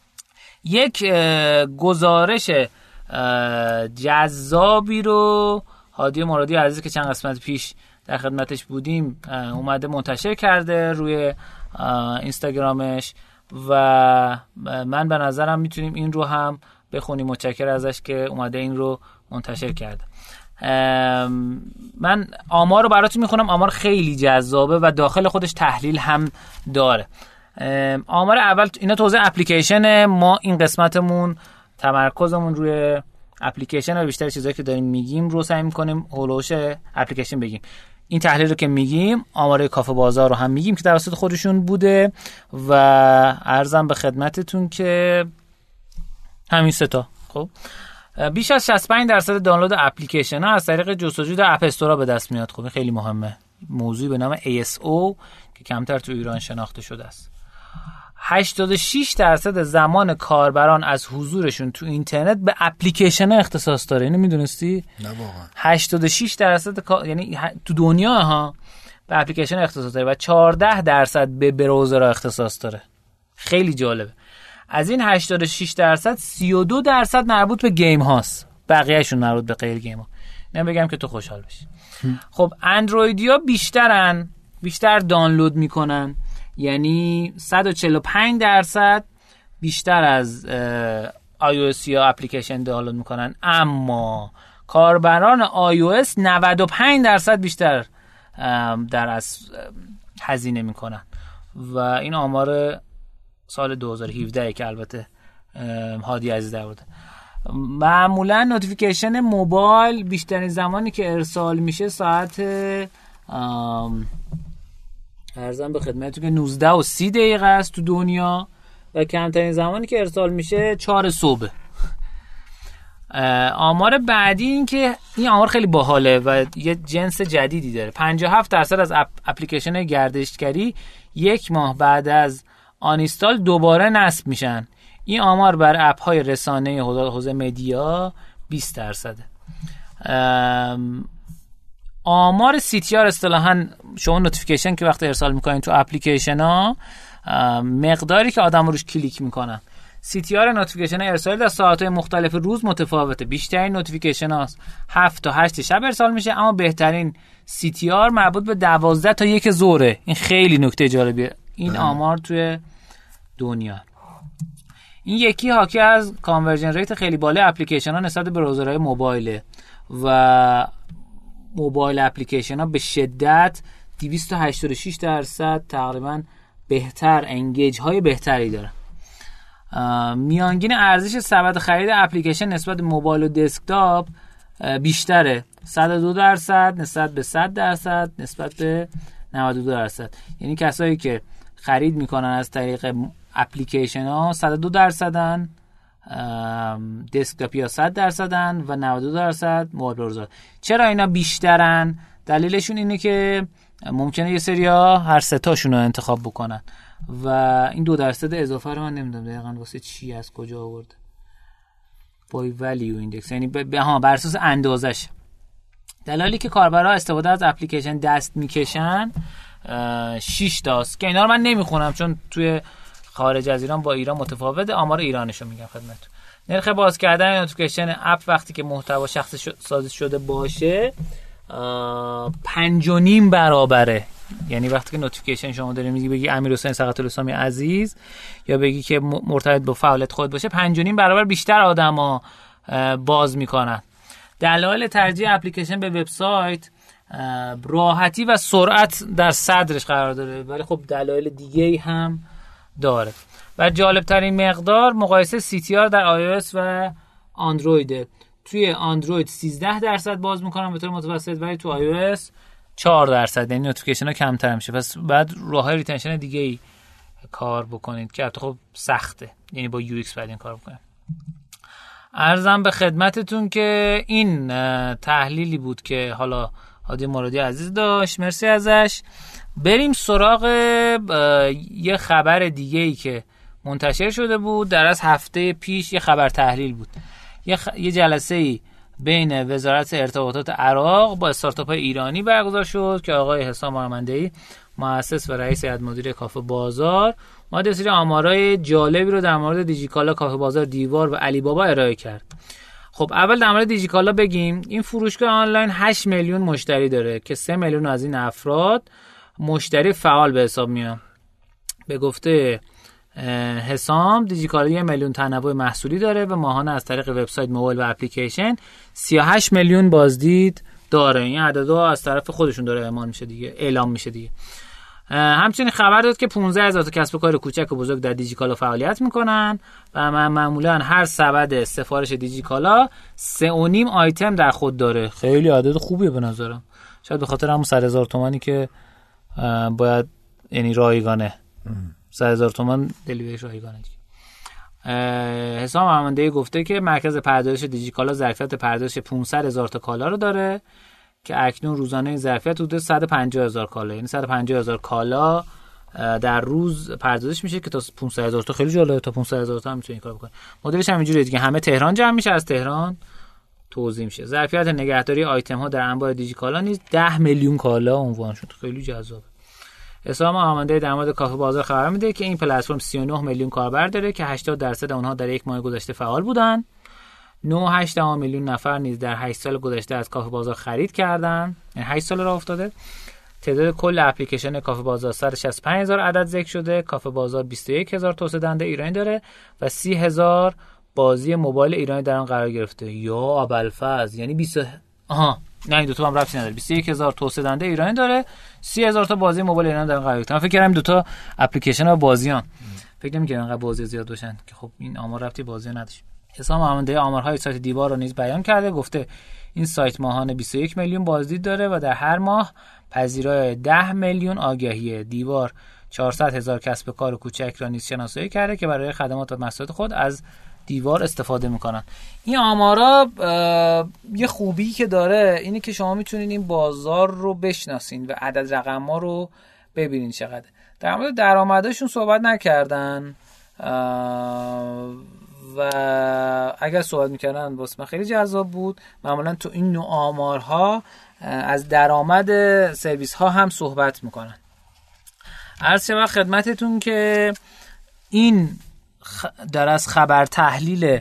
یک گزارش جذابی رو هادی مرادی عزیز که چند قسمت پیش در خدمتش بودیم اومده منتشر کرده روی اینستاگرامش و من به نظرم میتونیم این رو هم بخونیم. متشکرم ازش که اومده این رو منتشر کرده. من آمار رو براتون میخونم. آمار خیلی جذابه و داخل خودش تحلیل هم داره. آمار اول اینا توضیح اپلیکیشن ما، این قسمتمون تمرکزمون روی اپلیکیشن و بیشتر چیزایی که داریم میگیم رو سعی میکنیم هولوش اپلیکیشن بگیم. این تحلیل رو که میگیم آمار کافه بازار رو هم میگیم که توسط خودشون بوده و عرضم به خدمتتون که همین سه تا. خب بیش از شصت و پنج درصد دانلود اپلیکیشن ها از طریق جستجو در اپ استور به دست میاد. خب خیلی مهمه. موضوعی به نام ای اس او که کمتر تو ایران شناخته شده است. هشتاد و شش درصد زمان کاربران از حضورشون تو اینترنت به اپلیکیشن اختصاص داره. اینو میدونستی؟ نه واقعا. هشتاد و شش درصد کا... یعنی تو دنیا ها به اپلیکیشن اختصاص داره و چهارده درصد به براوزر اختصاص داره. خیلی جالبه. از این هشتاد و شش درصد سی و دو درصد مربوط به گیم هاست، بقیه‌شون مربوط به غیر گیم ها. من بگم که تو خوشحال بشی. خب اندرویدیا بیشترن، بیشتر دانلود میکنن، یعنی صد و چهل و پنج درصد بیشتر از آی او اس یا اپلیکیشن دانلود میکنن، اما کاربران آی او اس نود و پنج درصد بیشتر در از هزینه میکنن و این آمار سال دو هزار و هفده که البته هادی عزیز در بوده. معمولا نوتیفیکیشن موبایل بیشترین زمانی که ارسال میشه ساعت ارزم به خدمتتون که نوزده و سی دقیقه است تو دنیا و کمترین زمانی که ارسال میشه چهار صبح. آمار بعدی این که این آمار خیلی باحاله و یه جنس جدیدی داره. پنجاه و هفت درصد از اپ اپلیکیشن گردشگری یک ماه بعد از آنینستال دوباره نصب میشن. این آمار بر اپ های رسانه حوزه مدیا بیست درصده. آمار سی تی آر اصطلاحاً شما نوتیفیکیشن که وقتی ارسال میکنین تو اپلیکیشن ها مقداری که آدم روش کلیک میکنن، سی تی آر نوتیفیکیشن ارسال در ساعت‌های مختلف روز متفاوته. بیشترین نوتیفیکیشن ها هفت تا هشت شب ارسال میشه، اما بهترین سی تی آر مربوط به دوازده تا یک ظهره. این خیلی نکته جالبیه. این آمار توی دنیا. این یکی حاکی از کانورژن ریت خیلی بالای اپلیکیشن ها نسبت به براوزرهای موبایله و موبایل اپلیکیشن ها به شدت دویست و هشتاد و شش درصد تقریبا بهتر، انگیج های بهتری داره. میانگین ارزش سبد خرید اپلیکیشن نسبت موبایل و دسکتاپ بیشتره، صد و دو درصد نسبت به صد درصد نسبت به نود و دو درصد. یعنی کسایی که خرید میکنن از طریق اپلیکیشن ها صد و دو درصدن، دسکتاپ یا صد درصدن و نود و دو درصد موبایل بازار. چرا اینا بیشترن؟ دلیلشون اینه که ممکنه یه سریا هر سه تاشون رو انتخاب بکنن و این دو درصد اضافه رو من نمیدونم دقیقاً واسه چی از کجا آورده. بای ولیو ایندکس، یعنی به ها بر اساس اندازش. دلالی که کاربرا استفاده از اپلیکیشن دست میکشن شش تاست که اینا رو من نمیخونم چون توی خارج از ایران با ایران متفاوته. آمار ایرانشو میگم خدمتتون. نرخ باز کردن نوتیفیکیشن اپ وقتی که محتوا شخصی سازی شده باشه پنج و نیم برابره. یعنی وقتی که نوتیفیکیشن شما داری میگی بگی امیرحسین سقط‌الاسلامی عزیز یا بگی که مرتبط با فعالیت خود باشه، پنج و نیم برابر بیشتر آدما باز میکنن. دلایل ترجیح اپلیکیشن به وبسایت راحتی و سرعت در صدرش قرار داره، ولی خب دلایل دیگه هم داره. و جالب ترین مقدار مقایسه سی تی آر در iOS و اندروید. توی اندروید سیزده درصد باز میکنن به طور متوسط، ولی تو iOS چهار درصد، یعنی نوتیفیکیشن ها کمتر میشه. پس بعد راههای ریتنشن دیگه ای کار بکنید که البته خب سخته، یعنی با یو ایکس باید این کار بکنید. عرضم به خدمتتون که این تحلیلی بود که حالا هادی مرادی عزیز داشت، مرسی ازش. بریم سراغ یه خبر دیگه ای که منتشر شده بود در از هفته پیش. یه خبر تحلیل بود، یه, خ... یه جلسه ای بین وزارت ارتباطات عراق با استارتاپ های ایرانی برگزار شد که آقای حسام محمدی مؤسس و رئیس هیئت مدیره کافه بازار ما یه سری آمارای جالبی رو در مورد دیجیکالا، کافه بازار، دیوار و علی بابا ارائه کرد. خب اول در مورد دیجیکالا بگیم. این فروشگاه آنلاین هشت میلیون مشتری داره که سه میلیون از این افراد مشتری فعال به حساب میان. به گفته حسام دیجیکالا یک میلیون تنوع محصولی داره و ماهانه از طریق وبسایت، موبایل و اپلیکیشن سی و هشت میلیون بازدید داره. این عددها از طرف خودشون داره اعلام میشه دیگه اعلام میشه دیگه. همچنین خبر داد که پانزده هزار تا کسب و کار کوچک و بزرگ در دیجیکالا فعالیت میکنن و معمولا هر سبد سفارش دیجیکالا سه و نیم آیتم در خود داره. خیلی عدد خوبیه به نظرم. شاید به خاطر همون صد هزار تومانی که باید، یعنی رایگانه صد هزار تومان دلیوری رایگانه دیگه. حسام محمدی گفته که مرکز پردازش دیجیکالا ظرفیت پردازش پانصد هزار تا کالا رو داره که اکنون روزانه ظرفیت حدود صد و پنجاه هزار کالا، یعنی صد و پنجاه هزار کالا در روز پردازش میشه که تا پانصد هزار تا خیلی جالبه. تا پانصد هزار تا هم میتونه این کار بکنه. مدلش همینجوریه دیگه، همه تهران جمع میشه، از تهران توزیع میشه. ظرفیت نگهداری آیتم ها در انبار دیجیکالا نیز ده میلیون کالا عنوان شد. خیلی جذابه. حسام محمدی در مورد کافه بازار خبر میده که این پلتفرم سی و نه میلیون کاربر داره که هشتاد درصد اونها در یک ماه گذشته فعال بودن. نه و هشت دهم میلیون نفر نیز در هشت سال گذشته از کافه بازار خرید کردن، یعنی هشت سال راه افتاده. تعداد کل اپلیکیشن کافه بازار صد و شصت و پنج هزار عدد ذکر شده. کافه بازار بیست و یک هزار توسعه دهنده ایرانی داره و سی هزار بازی موبایل ایرانی در آن قرار گرفته. یا ابوالفضل، یعنی بیست آها نه این دو تا هم ربطی نداره. بیست و یک هزار توسعه دهنده ایرانی داره، سی هزار تا بازی موبایل ایرانی در آن قرار گرفته. من فکر کردم دو تا اپلیکیشن و بازیان، فکر نمی‌کردم انقدر بازی زیاد باشن که خب این آمار ربطی بازی نداشت. حسام محمدی آمارهای سایت دیوار رو نیز بیان کرده. گفته این سایت ماهانه بیست و یک میلیون بازدید داره و در هر ماه پذیرای ده میلیون آگاهیه. دیوار چهارصد هزار کسب و کار کوچک را نیز شناسایی کرده که برای خدمات و محصولات خود از دیوار استفاده میکنن. این آمارا یه خوبی که داره اینه که شما میتونین این بازار رو بشناسین و عدد رقم‌ها رو ببینین چقدر. در مورد درآمدشون صحبت نکردن و اگر صحبت میکردن واسه من خیلی جذاب بود. معمولا تو این نوع آمارها از درآمد سرویس ها هم صحبت میکنن. عرض شود خدمتتون که این در از خبر تحلیل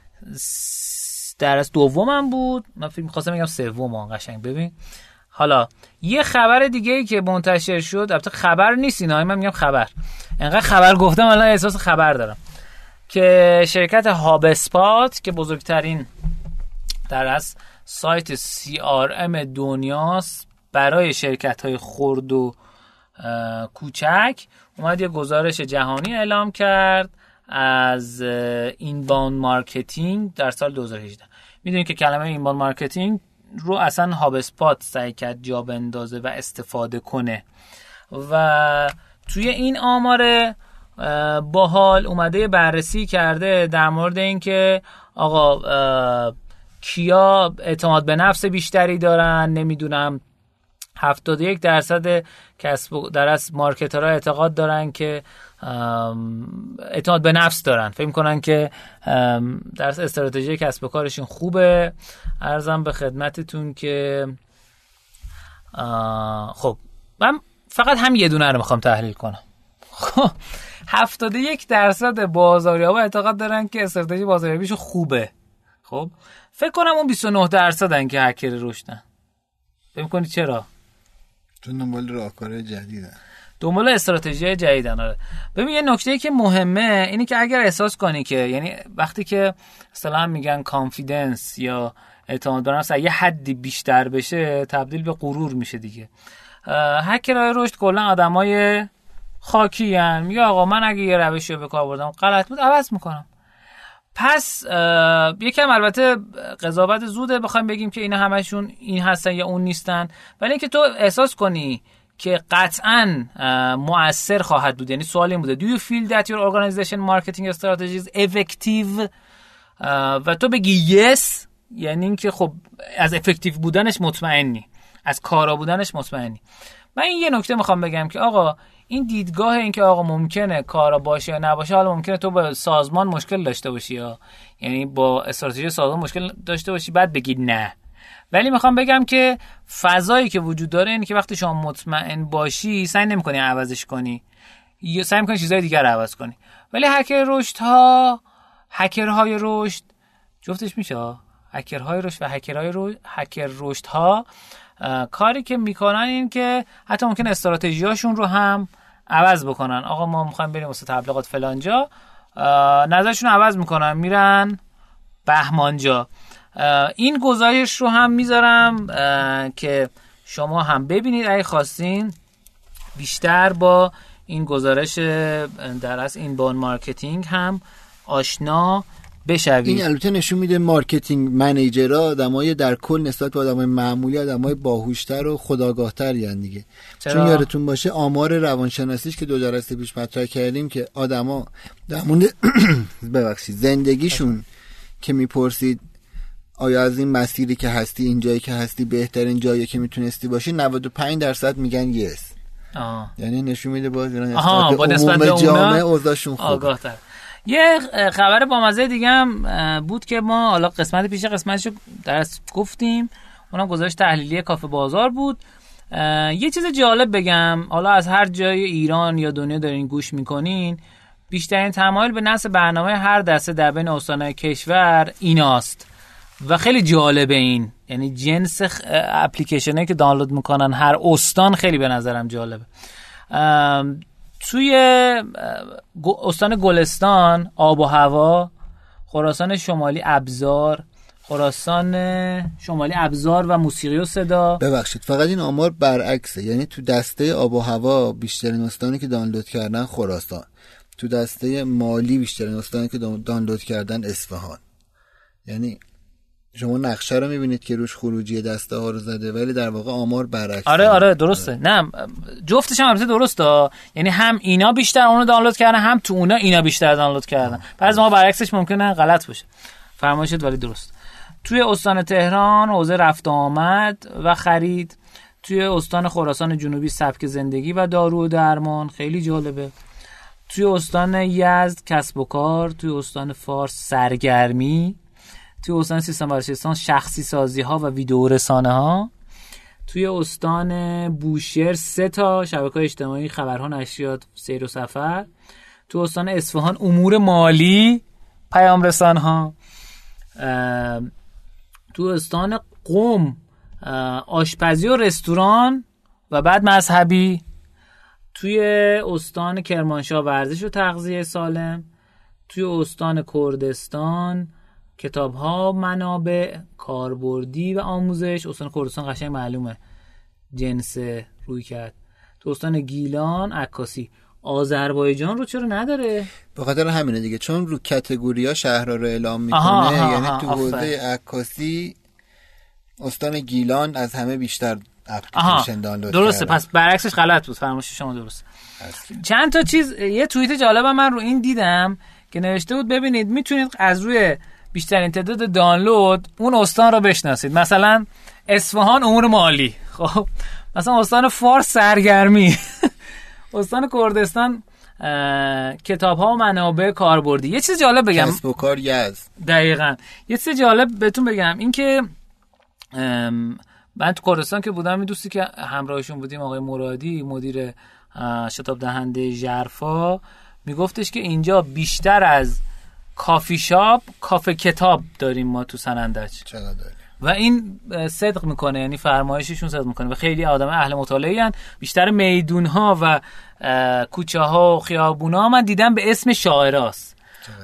در از دومم بود. من فکر می‌خواستم بگم سوم. قشنگ ببین. حالا یه خبر دیگه ای که منتشر شد، البته خبر نیست اینا، من میگم خبر. انقدر خبر گفتم الان احساس خبر دارم که شرکت هاب اسپات که بزرگترین در از سایت سی آر ام دنیاست برای شرکت‌های خرد و کوچک اومد یه گزارش جهانی اعلام کرد از اینباوند مارکتینگ در سال دو هزار و هجده. میدونید که کلمه اینباوند مارکتینگ رو اصلا هاب اسپات سعی کرد جا بندازه و استفاده کنه و توی این آمار باحال اومده بررسی کرده در مورد این که آقا کیا اعتماد به نفس بیشتری دارن. نمیدونم هفتاد و یک درصد کسب در از مارکترها اعتقاد دارن که اعتماد به نفس دارن، فکر می‌کنن که در استراتژی کسب و کارشون خوبه. عرضم به خدمتتون که خب من فقط هم یه دونه رو میخوام تحلیل کنم. خب هفتاد و یک درصد بازاریابا اعتقاد دارن که استراتژی بازاریابیشون خوبه. خب فکر کنم اون بیست و نه درصدن که هکر رشدن. فکر می‌کنی چرا؟ چون دنبال راهکارهای جدیدن، دنبال استراتژی جدیدن. آره ببین یه نکته‌ای که مهمه اینی که اگر احساس کنی که یعنی وقتی که اصطلاحاً میگن کانفیدنس یا اعتماد به نفس یه حدی بیشتر بشه تبدیل به غرور میشه دیگه. هکرهای رشد کلا آدمای خاکی ان. میگه آقا من اگه یه روشی رو به کار بردم غلط بود عوض میکنم. پس یکم البته قضاوت زوده بخوایم بگیم که اینا همشون این هستن یا اون نیستن، ولی اینکه تو احساس کنی که قطعاً مؤثر خواهد بود. یعنی سوال این بوده Do you feel that your organization marketing strategy is effective و تو بگی yes، یعنی اینکه خب از افکتیو بودنش مطمئنی، از کارا بودنش مطمئنی. من این یه نکته میخوام بگم که آقا این دیدگاه این که آقا ممکنه کارا باشه یا نباشه، حالا ممکنه تو با سازمان مشکل داشته باشی یا یعنی با استراتژی سازمان مشکل داشته باشی بعد بگی نه، ولی میخوام بگم که فضایی که وجود داره اینه که وقتی شما مطمئن باشی سعی نمی‌کنی عوضش کنی یا سعی می‌کنی چیزای دیگر رو عوض کنی. ولی هکر رشد ها هکرهای رشد جفتش میشه هکرهای رشد و هکرهای رشد هکر رشد ها کاری که میکنن این که حتی ممکن استراتژیاشون رو هم عوض بکنن. آقا ما میخوایم بریم واسه تبلیغات فلانجا، نظرشون عوض میکنن میرن بهمانجا. این گزارش رو هم میذارم که شما هم ببینید اگه خواستین بیشتر با این گزارش در از اینباوند مارکتینگ هم آشنا بشوید. این البته نشون میده مارکتینگ منیجرها آدمای در کل نسبت به آدمای معمولی آدمای باهوشتر و خودآگاه‌تر یعنی دیگه. چرا؟ چون یادتون باشه آمار روانشناسیش که دو جلسه پیش مطرح کردیم که آدما در مورد ببخشید زندگیشون که میپرسید آیا از این مسیری که هستی این جایی که هستی بهترین جایی که میتونستی باشی، نود و پنج درصد میگن یس. آه. یعنی نشون میده باز با نسبت به جامعه اوضاعشون خوبه. آگاه‌تر. یه خبر بامزه دیگه هم بود که ما حالا قسمت پیش قسمتشو درست گفتیم، اونم گزارش تحلیلی کافه بازار بود. یه چیز جالب بگم، حالا از هر جای ایران یا دنیا دارین گوش میکنین، بیشترین تمایل به نصب برنامه هر دسته در بین استان‌های کشور ایناست و خیلی جالبه این، یعنی جنس اپلیکیشنایی که دانلود میکنن هر استان خیلی به نظرم جالبه. توی استان گلستان آب و هوا، خراسان شمالی ابزار، خراسان شمالی ابزار و موسیقی و صدا. ببخشید فقط این آمار برعکسه، یعنی تو دسته آب و هوا بیشترین استانی که دانلود کردن خراسان، تو دسته مالی بیشترین استانی که دانلود کردن اصفهان. یعنی شما نقشه رو میبینید که روش خروجی دسته ها رو زده ولی در واقع آمار برعکسه. آره آره درسته. آره. نه جفتش هم البته درسته، یعنی هم اینا بیشتر اونو دانلود کردن هم تو اونا اینا بیشتر دانلود کردن. بعضی ما برعکسش ممکنه غلط باشه. فرمایشت ولی درست. توی استان تهران حوزه رفت آمد و خرید، توی استان خراسان جنوبی سبک زندگی و دارو و درمان، خیلی جالبه. توی استان یزد کسب و کار، توی استان فارس سرگرمی، توی استان سیستان بلوچستان شخصی سازی ها و ویدیو رسانه ها، توی استان بوشهر سه تا شبکه‌های اجتماعی، خبرها، نشریات، سیر و سفر، توی استان اصفهان امور مالی، پیام رسان ها، توی استان قم آشپزی و رستوران و بعد مذهبی، توی استان کرمانشاه ورزش و تغذیه سالم، توی استان کردستان کتاب‌ها، منابع کاربردی و آموزش. استان کردستان قشنگ معلومه جنس روی کرد. تو استان گیلان عکاسی. آذربایجان رو چرا نداره؟ به خاطر همینه دیگه، چون رو کاتگوریا شهرها رو اعلام میکنه. آها آها یعنی آها تو حوزه عکاسی استان گیلان از همه بیشتر اپلیکیشن دانلود درسته کرده. پس برعکسش غلط بود، فرمایش شما درست. چند تا چیز، یه توییت جالبم من رو این دیدم که نوشته بود ببینید میتونید از روی بیشترین تعداد دانلود اون استان رو بشناسید. مثلا اصفهان امور مالی، خب مثلا استان فارس سرگرمی استان کردستان کتاب ها و منابع کاربردی. یه چیز جالب بگم، کسب و کار یزد. دقیقاً یه چیز جالب بهتون بگم، این که من تو کردستان که بودم، این دوستی که همراهشون بودیم آقای مرادی مدیر شتاب دهنده ژرفا میگفتش که اینجا بیشتر از کافی شاپ کافه کتاب داریم ما تو سنندج. چقدر داریم؟ و این صدق میکنه، یعنی فرمایششون صدق میکنه و خیلی آدم اهل مطالعه ان. بیشتر میدون ها و کوچه ها و خیابون ها من دیدم به اسم شاعراست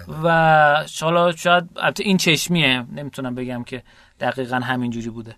و حالا شاید البته این چشمیه، نمیتونم بگم که دقیقاً همینجوری بوده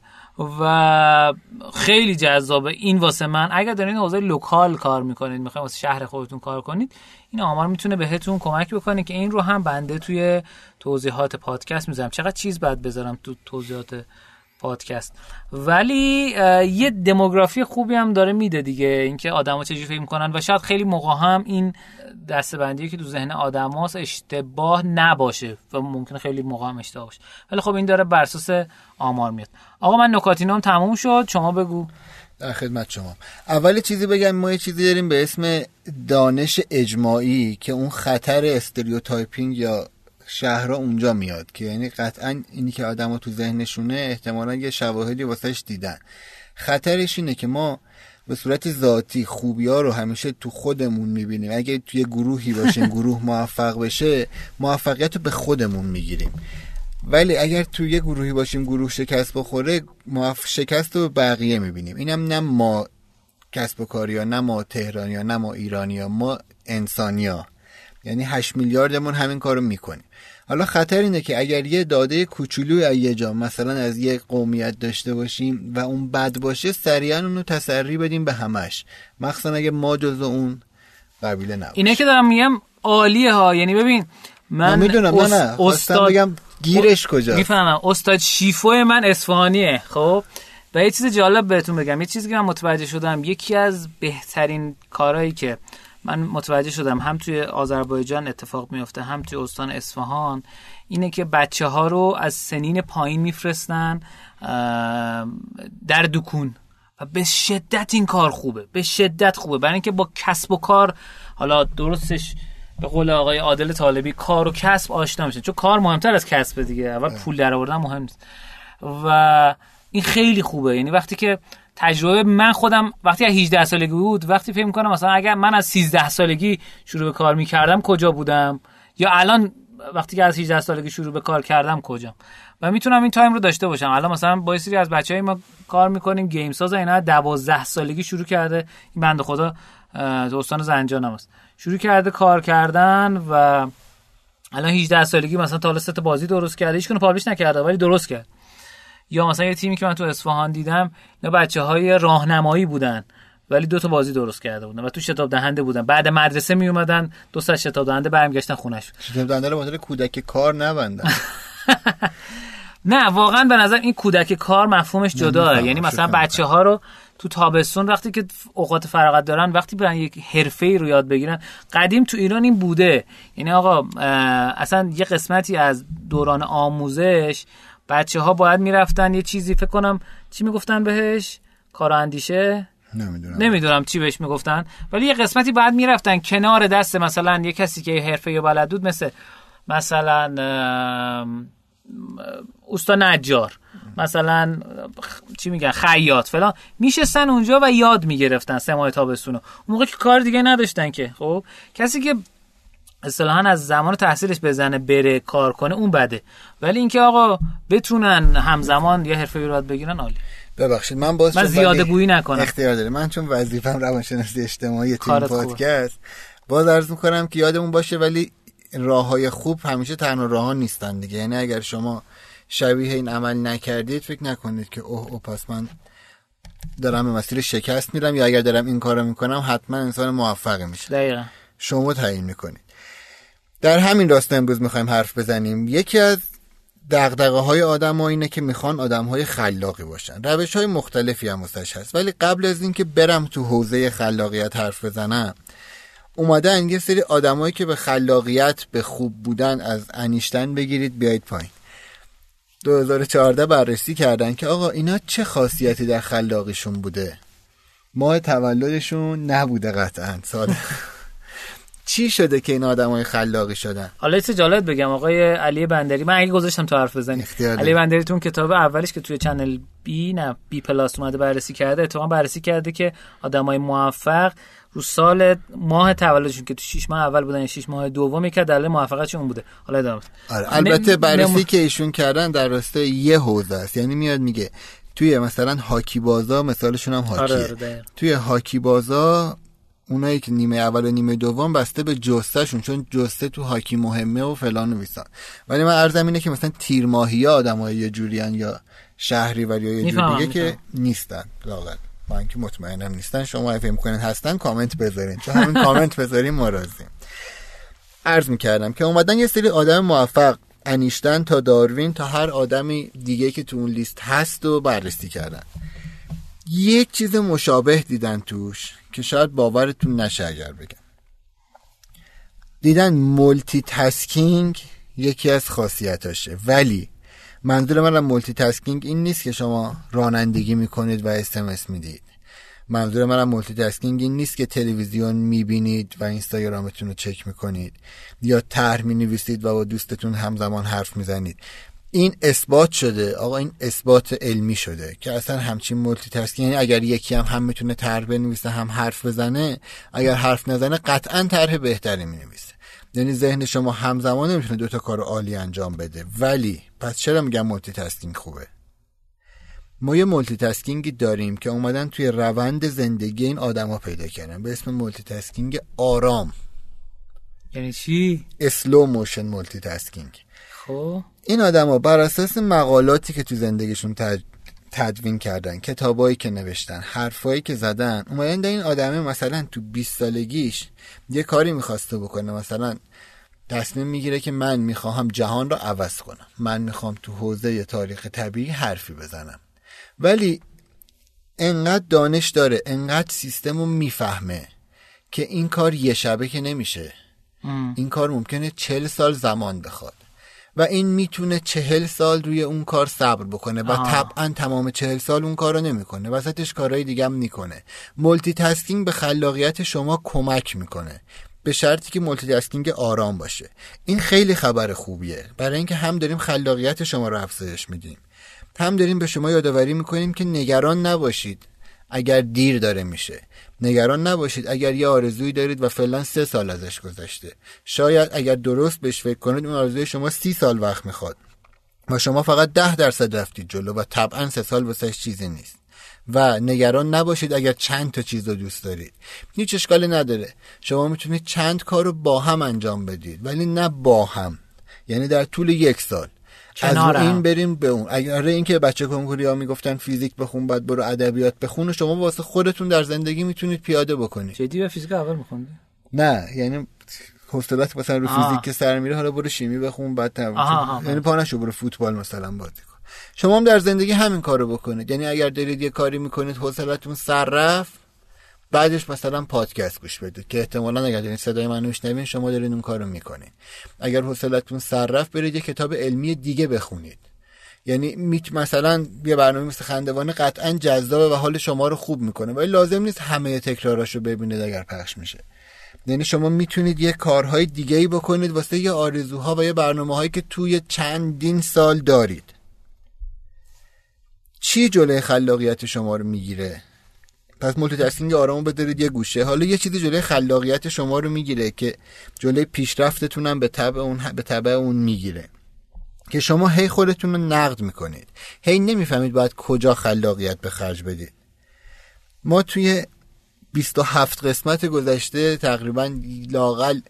و خیلی جذابه این واسه من. اگر دارین حوزه لوکال کار میکنید، میخواین واسه شهر خودتون کار کنید، این آمار میتونه بهتون کمک بکنه که این رو هم بنده توی توضیحات پادکست میذارم. چقدر چیز باید بذارم تو توضیحات پادکست، ولی یه دموگرافی خوبی هم داره میده دیگه، اینکه آدما چجوری فکر میکنن و شاید خیلی موقع هم این دسته‌بندی که تو ذهن آدماست اشتباه نباشه و ممکنه خیلی موقع هم اشتباه باشه، ولی خب این داره بر اساس آمار میاد. آقا من نکاتینام تموم شد، شما بگو. در خدمت شما. اول چیزی بگم، ما یه چیزی داریم به اسم دانش اجماعی که اون خطر استریوتایپینگ یا شهرها اونجا میاد، که یعنی قطعا اینی که آدم‌ها تو ذهنشونه احتمالاً یه شواهدی واسش دیدن. خطرش اینه که ما به صورت ذاتی خوبی‌ها رو همیشه تو خودمون می‌بینیم. اگه توی گروهی باشیم گروه موفق بشه، موفقیت رو به خودمون می‌گیریم. ولی اگر توی یه گروهی باشیم گروه شکست بخوره، موفق شکست رو به بقیه می‌بینیم. اینم نه ما کسب و کاریا، نه ما تهرانیا، نه ما ایرانیا، ما انسانیا، یعنی هشت میلیاردمون همین کارو میکنیم. حالا خطر اینه که اگر یه داده کوچولوی از یه جا مثلا از یه قومیت داشته باشیم و اون بد باشه، سریعا اونو تسری بدیم به همش، مخصوصا اگه ما جزو اون قبیله نباشیم. اینه که دارم میگم عالیه ها، یعنی ببین من میدونم نه نه استاد بگم گیرش کجاست. میفهمم. استاد شیفوی من اصفهانیه. خب و یه چیز جالب بهتون بگم، یه چیزی که من متوجه شدم، یکی از بهترین کارهایی که من متوجه شدم هم توی آذربایجان اتفاق میفته هم توی استان اصفهان، اینه که بچه ها رو از سنین پایین میفرستن در دکون و به شدت این کار خوبه، به شدت خوبه، برای اینکه با کسب و کار، حالا درستش به قول آقای عادل طالبی، کار و کسب آشنا میشه، چون کار مهمتر از کسب دیگه، اول پول در آوردن مهم نیست و این خیلی خوبه. یعنی وقتی که تجربه من خودم وقتی از هجده سالگی بود، وقتی فکر می‌کنم مثلا اگر من از سیزده سالگی شروع به کار می‌کردم کجا بودم، یا الان وقتی که از هجده سالگی شروع به کار کردم کجام، و میتونم این تایم رو داشته باشم. الان مثلا با یه سری از بچه‌های ما کار می‌کنیم، گیم ساز اینا دوازده سالگی شروع کرده، این بنده خدا دوستان زنجان هم هست، شروع کرده کار کردن و الان هجده سالگی مثلا تا حالا سه تا بازی درست کرده، هیچ کنه پابلش نکرده ولی درست کرد. یا مثلا یه تیمی که من تو اصفهان دیدم، اینا بچه‌های راهنمایی بودن ولی دو تا بازی درست کرده بودن و تو شتاب دهنده بودن، بعد مدرسه می اومدن دو تا شتاب دهنده برمیگشتن خونه‌شون. شتاب دهنده رو مثلا کودک کار نبندن. نه واقعا به نظر این کودک کار مفهومش جداه. یعنی مثلا بچه‌ها رو تو تابستون وقتی که اوقات فراغت دارن، وقتی برن یک حرفه‌ای رو یاد بگیرن، قدیم تو ایران این بوده. یعنی آقا اصلا یه قسمتی از دوران آموزش بچه ها باید میرفتن یه چیزی، فکر کنم چی میگفتن بهش، کاراندیشه، نمیدونم نمیدونم چی بهش میگفتن، ولی یه قسمتی باید میرفتن کنار دست مثلا یه کسی که حرفه یا بلد بود، مثل مثلا اوستا نجار، مثلا چی میگن خیاط فلان، میشستن اونجا و یاد میگرفتن سه ماه تابستونو. اون موقع که کار دیگه نداشتن که، خب کسی که اصطلاحاً از زمان تحصیلش بزنه بره کار کنه اون بده، ولی اینکه آقا بتونن همزمان یه حرفه یاد بگیرن عالی. ببخشید من باز من زیاده گویی نکنم، اختیار داره، من چون وظیفه‌ام روانشناسی اجتماعی تیم پادکست، باز عرض می‌کنم که یادمون باشه ولی راه‌های خوب همیشه تنها راه‌ها نیستن دیگه. یعنی اگر شما شبیه این عمل نکردید فکر نکنید که اوه او پس من دارم به مسیر شکست میرم یا اگر دارم این کارو میکنم حتما انسان موفقی میشه. دقیقاً شما تعیین میکنید. در همین راستا امروز میخوایم حرف بزنیم. یکی از دغدغه‌های آدم‌ها اینه که میخوان آدم‌های خلاقی باشن. روش‌های مختلفی هم واسش هست، ولی قبل از اینکه برم تو حوزه خلاقیت حرف بزنم، اومدن یه سری آدمایی که به خلاقیت، به خوب بودن از انیشتن بگیرید بیایید پایین. دو هزار و چهارده بررسی کردن که آقا اینا چه خاصیتی در خلاقیشون بوده. ماه تولدشون نبوده قطعاً سال چی شده که این آدمای خلاقی شدن؟ حالا چه جالب بگم آقای علی بندری، من اگه گذاشتم تو حرف بزنی. علی بندری تو کتاب اولش که توی چنل بی نه بی پلاس اومده بررسی کرده، اتفاقا بررسی کرده که آدمای موفق رو سال ماه تولدشون که تو شش ماه اول بودن یا شش ماه دوم یک دلیل موفقیتشون اون بوده. حالا ادامه. آره البته بررسی نم... که ایشون کردن در راستای یه حوزه است. یعنی میاد میگه توی مثلا هاکی بازا، مثالشون هم هاکیه. آره آره توی هاکی بازا اونایی که نیمه اول و نیمه دوم بسته به جستهشون، چون جسته تو هاکی مهمه و فلان و بیسان. ولی من عرضم اینه که مثلا تیرماهی ها آدمای یه جوریان یا شهری ولی یا یه جور دیگه که نیستن لااقل. من که مطمئنم نیستن. شما اگه فکر می‌کنین هستن کامنت بذارین، چون همین کامنت بذارین ما راضییم. عرض می‌کردم که اومدن یه سری آدم موفق، انیشتن تا داروین تا هر آدمی دیگه که تو اون لیست هست و بررسی کردن. یک چیز مشابه دیدن توش که شاید باورتون نشه اگر بگم. دیدن مولتی تاسکینگ یکی از خاصیتاشه، ولی منظور من از مولتی تاسکینگ این نیست که شما رانندگی میکنید و اس ام اس میدید. منظور من از مولتی تاسکینگ این نیست که تلویزیون میبینید و اینستاگرامتون رو چک میکنید یا طرح مینویسید و با دوستتون همزمان حرف میزنید. این اثبات شده آقا، این اثبات علمی شده که اصلا همچین مولتی تاسکینگ، یعنی اگر یکی هم هم میتونه طرح بنویسه هم حرف بزنه، اگر حرف نزنه قطعا طرح بهتری مینویسه. یعنی ذهن شما همزمان نمیتونه دوتا کار عالی انجام بده. ولی پس چرا میگم مولتی تاسکینگ خوبه؟ ما یه مولتی تاسکینگی داریم که اومدن توی روند زندگی این آدما پیدا کردن به اسم مولتی تاسکینگ آرام. یعنی چی؟ اسلو موشن مولتی تاسکینگ. خب این آدما بر اساس مقالاتی که تو زندگیشون تد... تدوین کردن، کتابایی که نوشتن، حرفایی که زدن، اومدن در این آدمه مثلا تو بیست سالگیش یه کاری میخواسته بکنه، مثلا تصمیم میگیره که من میخواهم جهان رو عوض کنم، من میخوام تو حوزه تاریخ طبیعی حرفی بزنم. ولی انقدر دانش داره، انقدر سیستم رو میفهمه که این کار یه شبه که نمیشه. ام. این کار ممکنه چهل سال زمان بخواد و این میتونه چهل سال روی اون کار صبر بکنه و آه. طبعا تمام چهل سال اون کار رو نمیکنه، وسطش کارهای دیگه هم میکنه. مولتی تاسکینگ به خلاقیت شما کمک میکنه به شرطی که مولتی تاسکینگ آرام باشه. این خیلی خبر خوبیه، برای اینکه هم داریم خلاقیت شما رو افزایش میدیم، هم داریم به شما یادآوری میکنیم که نگران نباشید اگر دیر داره میشه، نگران نباشید اگر یه آرزویی دارید و فعلا سه سال ازش گذشته، شاید اگر درست بهش فکر کنید اون آرزوی شما سی سال وقت میخواد و شما فقط ده درصد رفتید جلو و طبعا سه سال واسش چیزی نیست. و نگران نباشید اگر چند تا چیز رو دوست دارید، هیچ اشکالی نداره. شما میتونید چند کار رو با هم انجام بدید، ولی نه با هم، یعنی در طول یک سال از این بریم به اون. اگر این که بچه کنکوری ها میگفتن فیزیک بخون بعد برو ادبیات بخون، شما واسه خودتون در زندگی میتونید پیاده بکنید. جدی به فیزیک اول میخوندی؟ نه یعنی حوصله‌ات مثلا رو فیزیک که سر میره، حالا برو شیمی بخون بعد تمام، یعنی پا نشو برو فوتبال مثلا بازی کن. شما هم در زندگی همین کارو بکنید. یعنی اگر دارید یه کاری میکنید حوصله‌تون سر رفت، بعدش مثلا پادکست گوش بدید که احتمالاً اگر دارین صدای منو میشنوین شما دارین اون کارو میکنین. اگر حوصله‌تون سر رفت برید یه کتاب علمی دیگه بخونید. یعنی میت مثلا یه برنامه مثل خندوانه قطعاً جذابه و حال شما رو خوب میکنه، ولی لازم نیست همه تکراراشو ببینید اگر پخش میشه. یعنی شما میتونید یه کارهای دیگه‌ای بکنید واسه یه آرزوها و یه برنامه‌هایی که توی چندین سال دارید. چی جلوی خلاقیت شما رو میگیره؟ پس مولتی تاسکینگ آرامو بذارید یه گوشه. حالا یه چیزی جلوی خلاقیت شما رو میگیره که جلوی پیشرفتتون هم به تبع اون به تبع اون میگیره، که شما هی خودتون رو نقد میکنید، هی نمیفهمید باید کجا خلاقیت به خرج بدید. ما توی بیست و هفت قسمت گذشته تقریبا لااقل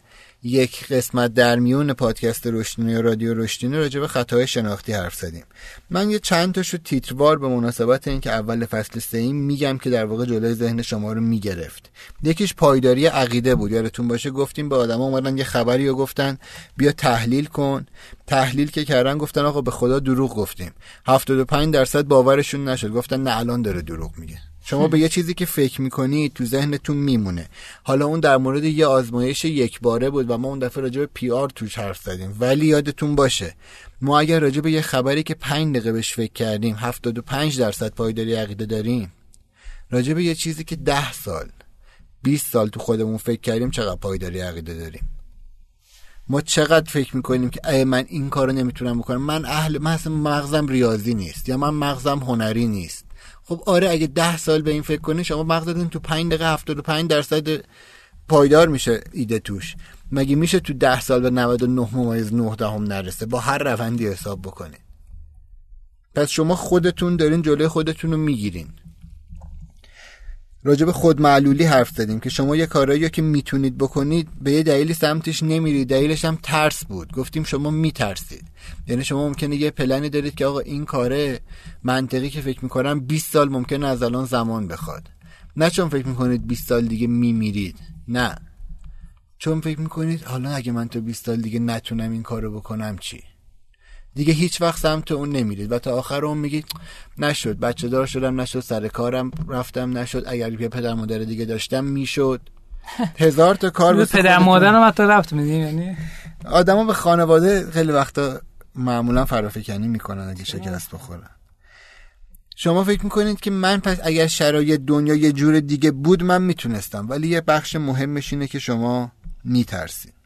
یک قسمت در میون پادکست رشدینو یا رادیو رشدینو راجع به خطاهای شناختی حرف زدیم. من یه چند تاشو تیتروار به مناسبت این که اول فصل سه ایم میگم که در واقع جلوی ذهن شما رو میگرفت. یکیش پایداری عقیده بود. یادتون باشه گفتیم به آدما اومدن یه خبری رو گفتن بیا تحلیل کن. تحلیل که کردن گفتن آقا به خدا دروغ گفتیم. هفتاد و پنج درصد باورشون نشد. گفتن نه الان داره دروغ میگه. شما به یه چیزی که فکر میکنی تو ذهنتون میمونه. حالا اون در مورد یه آزمایش یک باره بود و ما اون دفعه راجع به پی آر توش حرف زدیم، ولی یادتون باشه ما اگر راجع به یه خبری که پنج دقیقه بهش فکر کردیم هفتاد و پنج درصد پایداری عقیده داریم، راجع به یه چیزی که ده سال بیست سال تو خودمون فکر کردیم چقدر پایداری عقیده داریم؟ ما چقدر فکر میکنیم که ای من این کارو نمیتونم بکنم، من اهل من اصلا مغزم ریاضی نیست یا من مغزم هنری نیست. خب آره اگه ده سال به این فکر کنی شما مغزتون تو پنج دقیقه هفتاد و پنج درصد پایدار میشه ایده توش. مگه میشه تو ده سال به نود و نه ممیز نه دهم نرسه با هر روندی حساب بکنید؟ پس شما خودتون دارین جلوی خودتون رو میگیرین. راجع به خودمعلولی حرف زدیم که شما یه کارایی که میتونید بکنید به یه دلیلی سمتش نمیرید، دلیلش هم ترس بود. گفتیم شما میترسید، یعنی شما ممکنه یه پلنی دارید که آقا این کاره منطقی که فکر میکنم بیست سال ممکنه از الان زمان بخواد، نه چون فکر میکنید بیست سال دیگه میمیرید، نه چون فکر میکنید حالا اگه من تو بیست سال دیگه نتونم این کارو بکنم چی؟ دیگه هیچ وقت سمت اون نمیرید و تا آخر اون میگید نشد، بچه دار شدم نشد، سر کارم رفتم نشد، اگر یه پدر مادر دیگه داشتم میشد. هزار تا کار به پدر مادرم حتی رفت میدین. یعنی آدما به خانواده خیلی وقتا معمولا فرافکنی میکنن اگه شکست بخورن. شما فکر میکنید که من پس اگر شرایط دنیا یه جور دیگه بود من میتونستم، ولی یه بخش مهمش اینه که شما میترسید.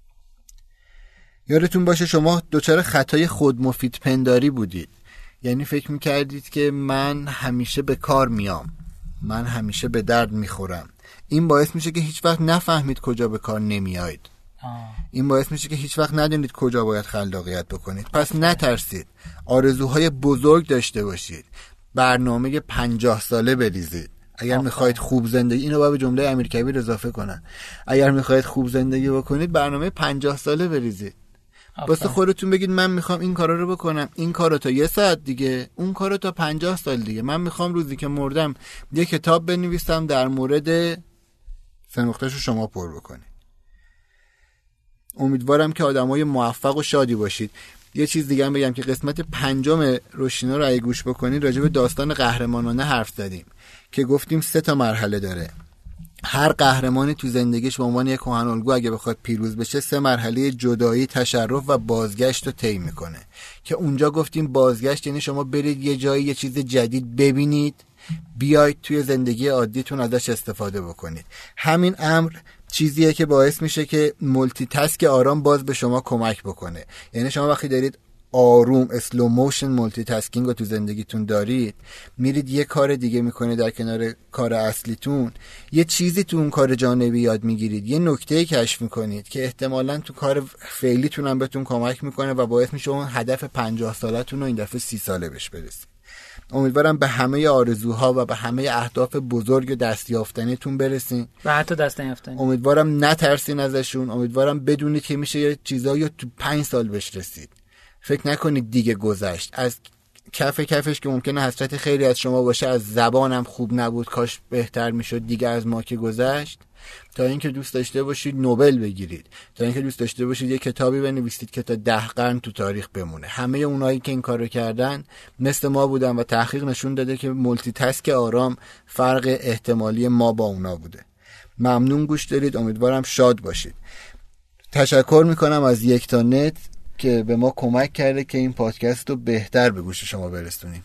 یادتون باشه شما دوچار خطای خودمفید پنداری بودید، یعنی فکر میکردید که من همیشه به کار میام، من همیشه به درد میخورم. این باعث میشه که هیچ وقت نفهمید کجا به کار نمیایید. این باعث میشه که هیچ وقت ندونید کجا باید خلاقیت بکنید. پس نترسید، آرزوهای بزرگ داشته باشید، برنامه پنجاه ساله بریزید. اگر میخواید خوب زندگی، اینو باید به جمله امیرکبیر اضافه کنن، اگر میخواید خوب زندگی بکنید برنامه پنجاه ساله بریزید. واسه خودتون بگید من میخوام این کارا رو بکنم، این کارو تا یه ساعت دیگه، اون کارو تا پنجاه سال دیگه. من میخوام روزی که مردم یه کتاب بنویسم در مورد سه نقطه‌شو شما پر بکنید. امیدوارم که آدمای موفق و شادی باشید. یه چیز دیگه هم بگم که قسمت پنجم رشدینو رو اگه گوش بکنید راجع به داستان قهرمانانه حرف زدیم که گفتیم سه تا مرحله داره. هر قهرمانی تو زندگیش به عنوان یک کهن‌الگو اگه بخواد پیروز بشه سه مرحله جدایی، تشرف و بازگشت رو طی میکنه که اونجا گفتیم بازگشت یعنی شما برید یه جایی یه چیز جدید ببینید، بیاید توی زندگی عادیتون ازش استفاده بکنید. همین امر چیزیه که باعث میشه که مولتی تاسک آرام باز به شما کمک بکنه. یعنی شما وقتی دارید آروم اسلو موشن مولتی تاسکینگ رو تو زندگیتون دارید، میرید یه کار دیگه میکنید در کنار کار اصلیتون، یه چیزی تو اون کار جانبی یاد میگیرید، یه نکته‌ای کشف میکنید که احتمالاً تو کار فعلیتون هم بهتون کمک میکنه و باعث میشه اون هدف پنجاه سالتون رو این دفعه سی ساله بهش برسید. امیدوارم به همه آرزوها و به همه اهداف بزرگ و دستیافتنیتون برسین و حتی دست نیافتنی. امیدوارم نترسین ازشون. امیدوارم بدونید که میشه یه چیزایی تو پنج سال بهش رسید. فکر نکنید دیگه گذشت. از کف کفش که ممکنه حسرت خیلی از شما باشه، از زبانم خوب نبود کاش بهتر میشد، دیگه از ما که گذشت، تا اینکه دوست داشته باشید نوبل بگیرید، تا اینکه دوست داشته باشید یه کتابی بنویسید که تا ده قرن تو تاریخ بمونه. همه اونایی که این کارو کردن مثل ما بودن و تحقیق نشون داده که مولتی تاسک آرام فرق احتمالی ما با اونا بوده. ممنون گوش دارید. امیدوارم شاد باشید. تشکر میکنم از یک تا نت که به ما کمک کرده که این پادکست رو بهتر به گوش شما برسونیم.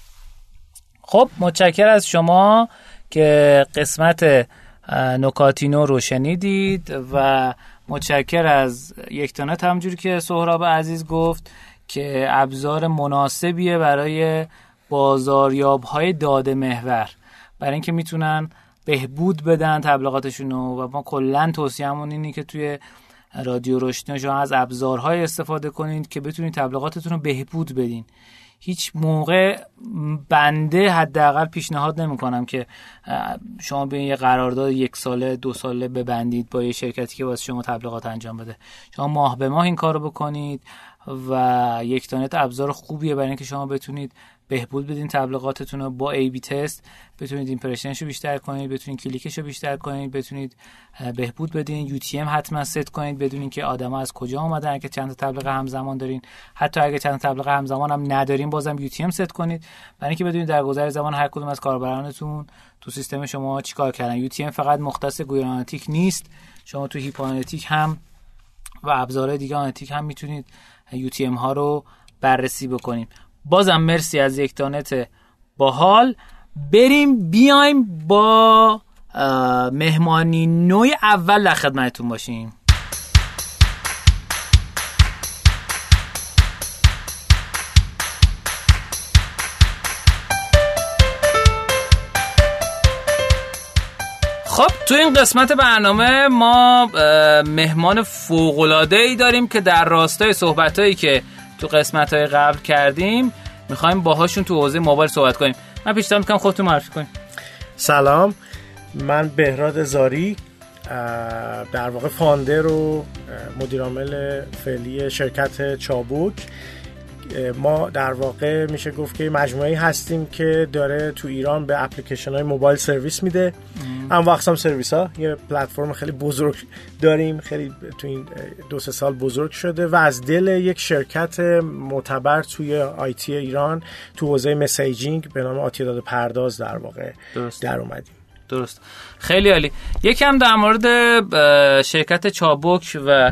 خب متشکر از شما که قسمت نکاتینو رو شنیدید و متشکر از یک تا نت همونجوری که سهراب عزیز گفت که ابزار مناسبیه برای بازاریاب‌های داده محور، برای اینکه میتونن بهبود بدن تبلیغاتشون و ما کلا توصیه‌مون اینه که توی رادیو رشدینو شما از ابزارهای استفاده کنید که بتونید تبلیغاتتون رو بهبود بدین. هیچ موقع بنده حداقل پیشنهاد نمیکنم که شما بیاین یه قرارداد یک ساله دو ساله ببندید با یه شرکتی که واسه شما تبلیغات انجام بده. شما ماه به ماه این کارو بکنید و یک تانت ابزار خوبیه برای اینکه شما بتونید بهبود بدین تبلیغاتتون رو با ای بی تست، بتونید ایمپرشنشو بیشتر کنید، بتونید کلیکشو بیشتر کنید، بتونید بهبود بدین. یو تی ام حتما ست کنید بدونین که آدما از کجا اومدن. اگه چند تا تبلیغ همزمان دارین، حتی اگه چند تا تبلیغ همزمان هم ندارین، بازم یو تی ام ست کنید برای اینکه بدونید در گذر زمان هر کدوم از کاربرانتون تو سیستم شما چیکار کردن. یو تی ام فقط مختص گوگل آنالیتیک نیست، شما تو هیپ آنالیتیک هم و ابزارهای دیگه آنالیتیک هم میتونید یو تی ام ها رو بررسی بکنیم. بازم مرسی از یک تانت باحال. بریم بیایم با مهمانی نوع اول در خدمتتون باشیم. خب تو این قسمت برنامه ما مهمان فوق‌العاده‌ای داریم که در راستای صحبتایی که تو قسمت‌های قبل کردیم می‌خوایم باهاشون تو حوزه موبایل صحبت کنیم. من پیشنهاد می‌کنم خودتون معرفی کنید. سلام، من بهراد زاری، در واقع فاندر و مدیر عامل فعلی شرکت چابوک. ما در واقع میشه گفت که مجموعه‌ای هستیم که داره تو ایران به اپلیکیشن های موبایل سرویس میده. هم وقت هم سرویس ها یه پلتفرم خیلی بزرگ داریم، خیلی تو این دو سه سال بزرگ شده و از دل یک شرکت معتبر توی آیتی ایران تو حوزه مسیجینگ به نام آتیه داده پرداز در واقع درست. در اومدیم. درست، خیلی عالی. یکم در مورد شرکت چابوک و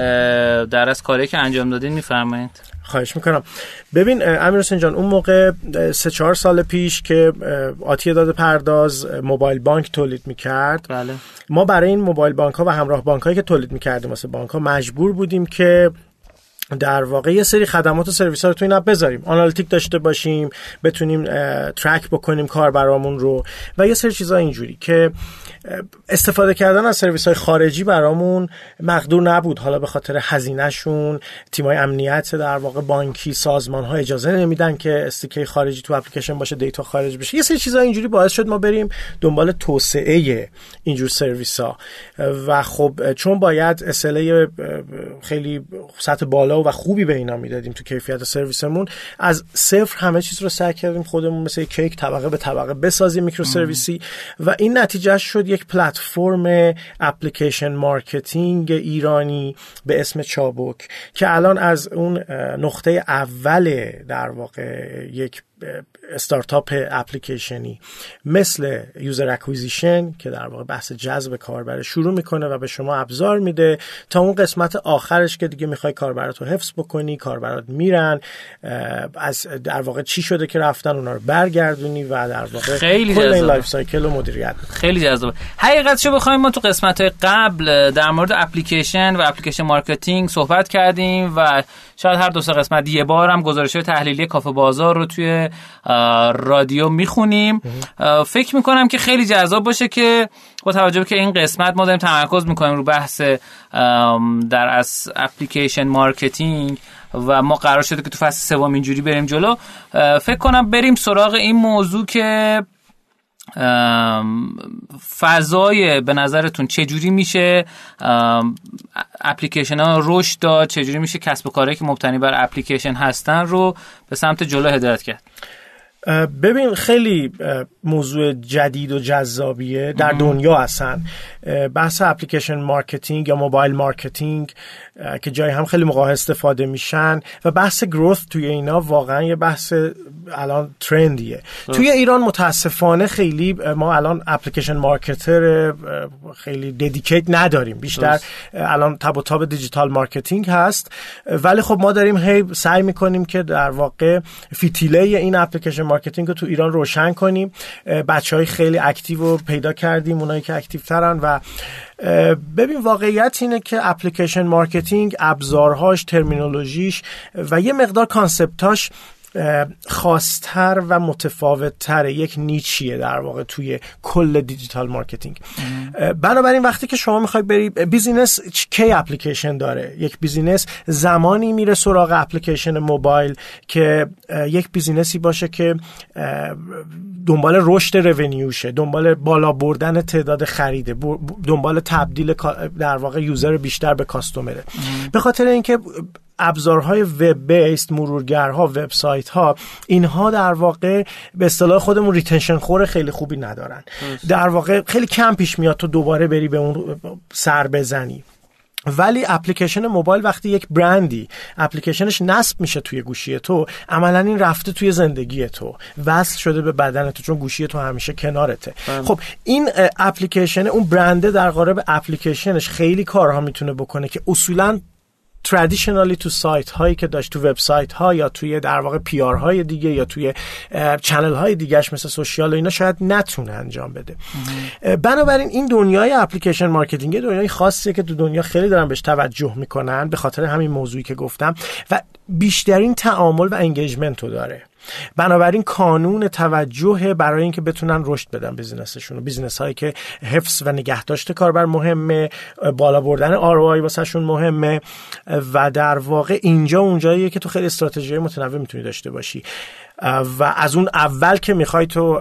در از کاری که انجام دادین میفرمایید؟ خواهش میکنم. ببین امیر حسین جان، اون موقع سه چهار سال پیش که آتیه داده پرداز موبایل بانک تولید میکرد، بله. ما برای این موبایل بانک ها و همراه بانک هایی که تولید میکردیم واسه بانک ها مجبور بودیم که در واقع یه سری خدمات و سرویس ها رو تو این اپ بذاریم، آنالیتیک داشته باشیم، بتونیم ترک بکنیم کاربرامون رو و یه سری چیزا اینجوری که استفاده کردن از سرویس های خارجی برامون مقدور نبود. حالا به خاطر هزینه شون، تیمای امنیت در واقع بانکی، سازمان ها اجازه نمیدن که استیکر خارجی تو اپلیکیشن باشه، دیتا خارج بشه. یه سری چیزا اینجوری باعث شد ما بریم دنبال توسعه اینجور سرویس ها و خب چون باید اس ال ای خیلی سطح بالا و خوبی به اینا میدادیم تو کیفیت سرویسمون، از صفر همه چیز رو سعی کردیم خودمون مثل کیک طبقه به طبقه بسازیم میکرو سرویسی و این نتیجه شد یک پلتفرم اپلیکیشن مارکتینگ ایرانی به اسم چابوک که الان از اون نقطه اول در واقع یک استارتاپ اپلیکیشنی مثل یوزر اکویزیشن که در واقع بحث جذب کاربر شروع میکنه و به شما ابزار میده تا اون قسمت آخرش که دیگه میخوای کاربرات رو حفظ بکنی، کاربرات میرن از در واقع چی شده که رفتن اونا رو برگردونی و در واقع خیلی کل این لایف سایکل رو مدیریت کنی. خیلی جذابه. حقیقتشو بخوایم ما تو قسمت‌های قبل در مورد اپلیکیشن و اپلیکیشن مارکتینگ صحبت کردیم و شاید هر دو سه قسمت یه بار هم گزارش‌های تحلیلی کافه بازار رو توی رادیو میخونیم. فکر میکنم که خیلی جذاب باشه که با توجه به که این قسمت ما داریم تمرکز میکنیم رو بحث در از اپلیکیشن مارکتینگ و ما قرار شده که تو فصل سوم اینجوری بریم جلو، فکر کنم بریم سراغ این موضوع که فضای به نظرتون چجوری میشه اپلیکیشن ها رشد داد، چجوری میشه کسب و کارهایی که مبتنی بر اپلیکیشن هستن رو به سمت جلو هدایت کرد. ببین خیلی موضوع جدید و جذابیه در دنیا اصلا بحث اپلیکیشن مارکتینگ یا موبایل مارکتینگ که جای هم خیلی موقع استفاده میشن و بحث گروث توی اینا واقعا یه بحث الان ترندیه. توی ایران متاسفانه خیلی ما الان اپلیکیشن مارکتر خیلی ددیکیت نداریم، بیشتر الان تب و تاب دیجیتال مارکتینگ هست، ولی خب ما داریم هی سعی میکنیم که در واقع فتیله این اپلیکیشن مارکتینگ رو تو ایران روشن کنیم. بچهای خیلی اکتیو رو پیدا کردیم، اونایی که اکتیو ترن و ببین واقعیت اینه که اپلیکیشن مارکتینگ ابزارهاش، ترمینولوژیش و یه مقدار کانسپتاش خاص‌تر و متفاوت‌تر، یک نیچیه در واقع توی کل دیجیتال مارکتینگ. بنابراین وقتی که شما میخوای بری بیزینس کی اپلیکیشن داره، یک بیزینس زمانی میره سراغ اپلیکیشن موبایل که یک بیزینسی باشه که دنبال رشد رونیوشه، دنبال بالا بردن تعداد خریده، دنبال تبدیل در واقع یوزر بیشتر به کاستومره. به خاطر اینکه ابزارهای وب بیسد، مرورگرها، وبسایت‌ها، اینها در واقع به اصطلاح خودمون ریتنشن خور خیلی خوبی ندارن. در واقع خیلی کم پیش میاد تو دوباره بری به اون سر بزنی. ولی اپلیکیشن موبایل وقتی یک برندی اپلیکیشنش نصب میشه توی گوشی تو، عملا این رفته توی زندگی تو، وصل شده به بدن تو، چون گوشی تو همیشه کنارته. بند. خب این اپلیکیشن، اون برنده در قالب اپلیکیشنش خیلی کارها میتونه بکنه که اصولاً ترادیشنالی تو سایت هایی که داشت، تو وبسایت ها یا توی در واقع پی آر های دیگه یا توی چنل های دیگهش مثل سوشیال و اینا شاید نتونه انجام بده. بنابراین این دنیای اپلیکیشن مارکتینگ دنیای خاصیه که تو دنیا خیلی دارن بهش توجه میکنن به خاطر همین موضوعی که گفتم و بیشترین تعامل و انگیجمنت رو داره. بنابراین کانون توجه برای اینکه بتونن رشد بدن بیزینسشون، بیزینس هایی که حفظ و نگهداشت کاربر مهمه، بالا بردن آر او آی واسهشون مهمه و در واقع اینجا اونجاییه که تو خیلی استراتژی متنوع میتونی داشته باشی و از اون اول که میخوای تو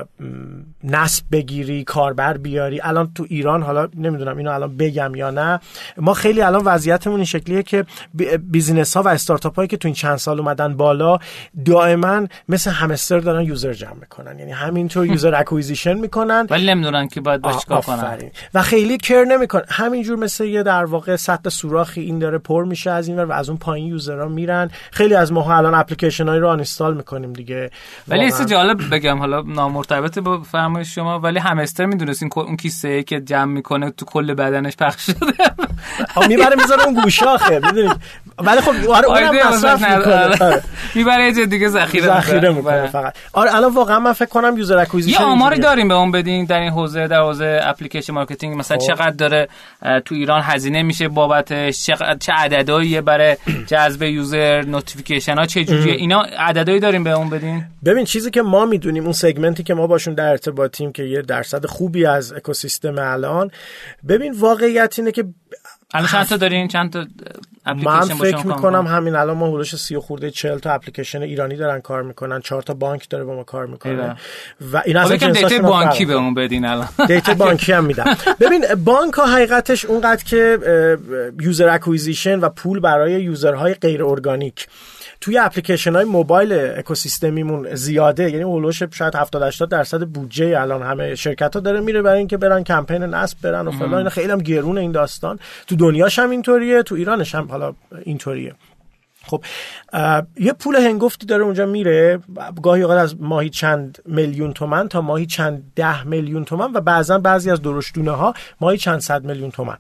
نصب بگیری، کاربر بیاری. الان تو ایران، حالا نمیدونم اینو الان بگم یا نه، ما خیلی الان وضعیتمون این شکلیه که بیزینس ها و استارتاپ هایی که تو این چند سال اومدن بالا دائما مثل همستر دارن یوزر جمع میکنن، یعنی همینطور یوزر اکویزیشن میکنن ولی نمیدونن که باید باش چیکار کنن و خیلی کر نمیکنن. همینجور مثل یه در واقع سطح سوراخی این داره پر میشه از این ور و از اون پایین یوزرها میرن. خیلی از ماها الان اپلیکیشن هایی رو آنینستال میکنیم دیگه. ولی ایسه جالب بگم، حالا نامرتبط با فرمایش شما، ولی همستر میدونستین اون کیسه که جمع میکنه تو کل بدنش پخش شده میبره میذاره اون گوشاخه، میدونید. ولی خب آره اونم مصرف میکنه، میبره یه جای دیگه ذخیره ذخیره میکنه فقط. آره الان واقعا من فکر کنم یوزر اکویزیشن یه آماری داریم به اون بدین در این حوزه، در حوزه اپلیکیشن مارکتینگ مثلا خوب. چقدر داره تو ایران هزینه میشه بابتش، چه عدداییه برای جذب یوزر، نوتیفیکیشن ها چه جوریه، اینا عددایی داریم به اون بدین؟ ببین چیزی که ما میدونیم، اون سگمنتی که ما باشون در ارتباطیم که یه درصد خوبی از اکوسیستم الان، ببین واقعیت اینه که الان چند تا دارین؟ چند تا اپلیکیشن من فکر میکنم همین الان ما حدود سی خورده چهل تا اپلیکیشن ایرانی دارن کار میکنن، چهار تا بانک داره با ما کار میکنه و این اصلا دیتا بانکی بهمون بدین. الان دیتا بانکی هم میدم. ببین بانک ها حقیقتش اونقدر که یوزر اکویزیشن و پول برای یوزرهای غیر ارگانیک توی اپلیکیشن های موبایل اکوسیستمیمون زیاده، یعنی اولوش شاید هفتاد هشتاد درصد بودجه الان همه شرکت ها داره میره برای اینکه برن کمپین نصب برن و فلان. اینا خیلی هم گرونه این داستان، تو دنیاش هم اینطوریه، تو ایرانش هم حالا اینطوریه. خب یه پول هنگفتی داره اونجا میره، گاهی اوقات از ماهی چند میلیون تومان تا ماهی چند ده میلیون تومان و بعضا بعضی از درشتونه ها ماهی چند صد میلیون تومان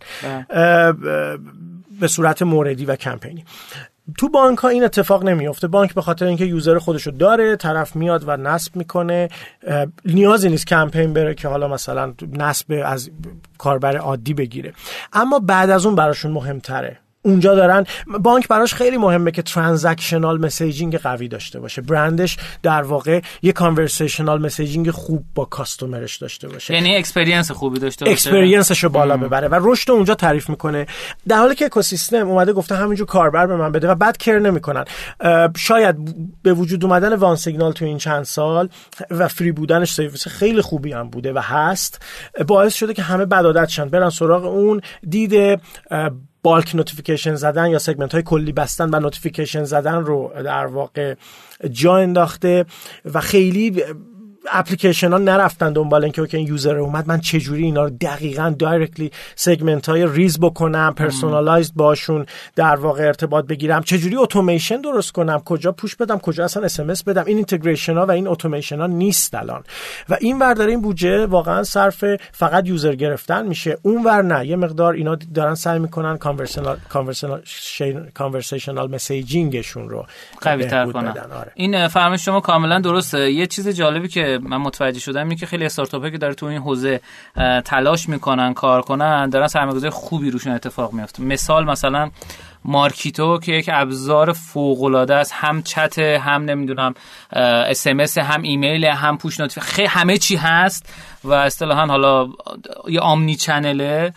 به صورت موردی و کمپینی. تو بانک ها این اتفاق نمیفته. بانک به خاطر اینکه یوزر خودشو داره، طرف میاد و نصب میکنه، نیازی نیست کمپین بره که حالا مثلا نصب از کاربر عادی بگیره. اما بعد از اون براشون مهمتره. اونجا دارن، بانک براش خیلی مهمه که ترانزکشنال مسیجینگ قوی داشته باشه، برندش در واقع یه کانورسیشنال مسیجینگ خوب با کاستومرش داشته باشه، یعنی اکسپریانس خوبی داشته باشه، اکسپریانسشو بالا ببره و رشد اونجا تعریف میکنه، در حالی که اکوسیستم اومده گفته همینجور کاربر به من بده و بعد کر نمیکنن. شاید به وجود اومدن وان سیگنال تو این چند سال و فری بودنش، سرویس خیلی خوبی هم بوده و هست، باعث شده که همه بد عادت شن برن سراغ اون دید بالک نوتیفیکیشن زدن یا سگمنت های کلی بستن و نوتیفیکیشن زدن رو در واقع جا انداخته و خیلی اپلیکیشن ها نرفتن دنبال اینکه اوکی این یوزر اومد من چجوری اینا رو دقیقاً دایرکتلی سگمنت های ریز بکنم، پرسونالایزد باشون در واقع ارتباط بگیرم، چجوری اتوماسیون درست کنم، کجا پوش بدم، کجا اصلا اس ام اس بدم. این اینتگریشن ها و این اتوماسیون ها نیست الان و این ور داره این بودجه واقعا صرف فقط یوزر گرفتن میشه، اون ور نه، یه مقدار اینا دارن سعی میکنن کانورسیونال کانورسیونال کانورسیشنال مسیجینگشون رو قوی تر کنن. آره. این فرمایش شما کاملا درسته. یه چیز جالبی که من متوجه شدم اینه که خیلی استارتاپی که داره تو این حوزه تلاش میکنن کار کنن، دارن سرمایه‌گذاری خوبی روشون اتفاق میفته. مثال مثلا مارکیتو که یک ابزار فوق العاده است، هم چت، هم نمیدونم اس ام اس، هم ایمیل، هم پوش نوتیفیکیشن، همه چی هست و اصطلاحاً حالا یه آمنی چنله،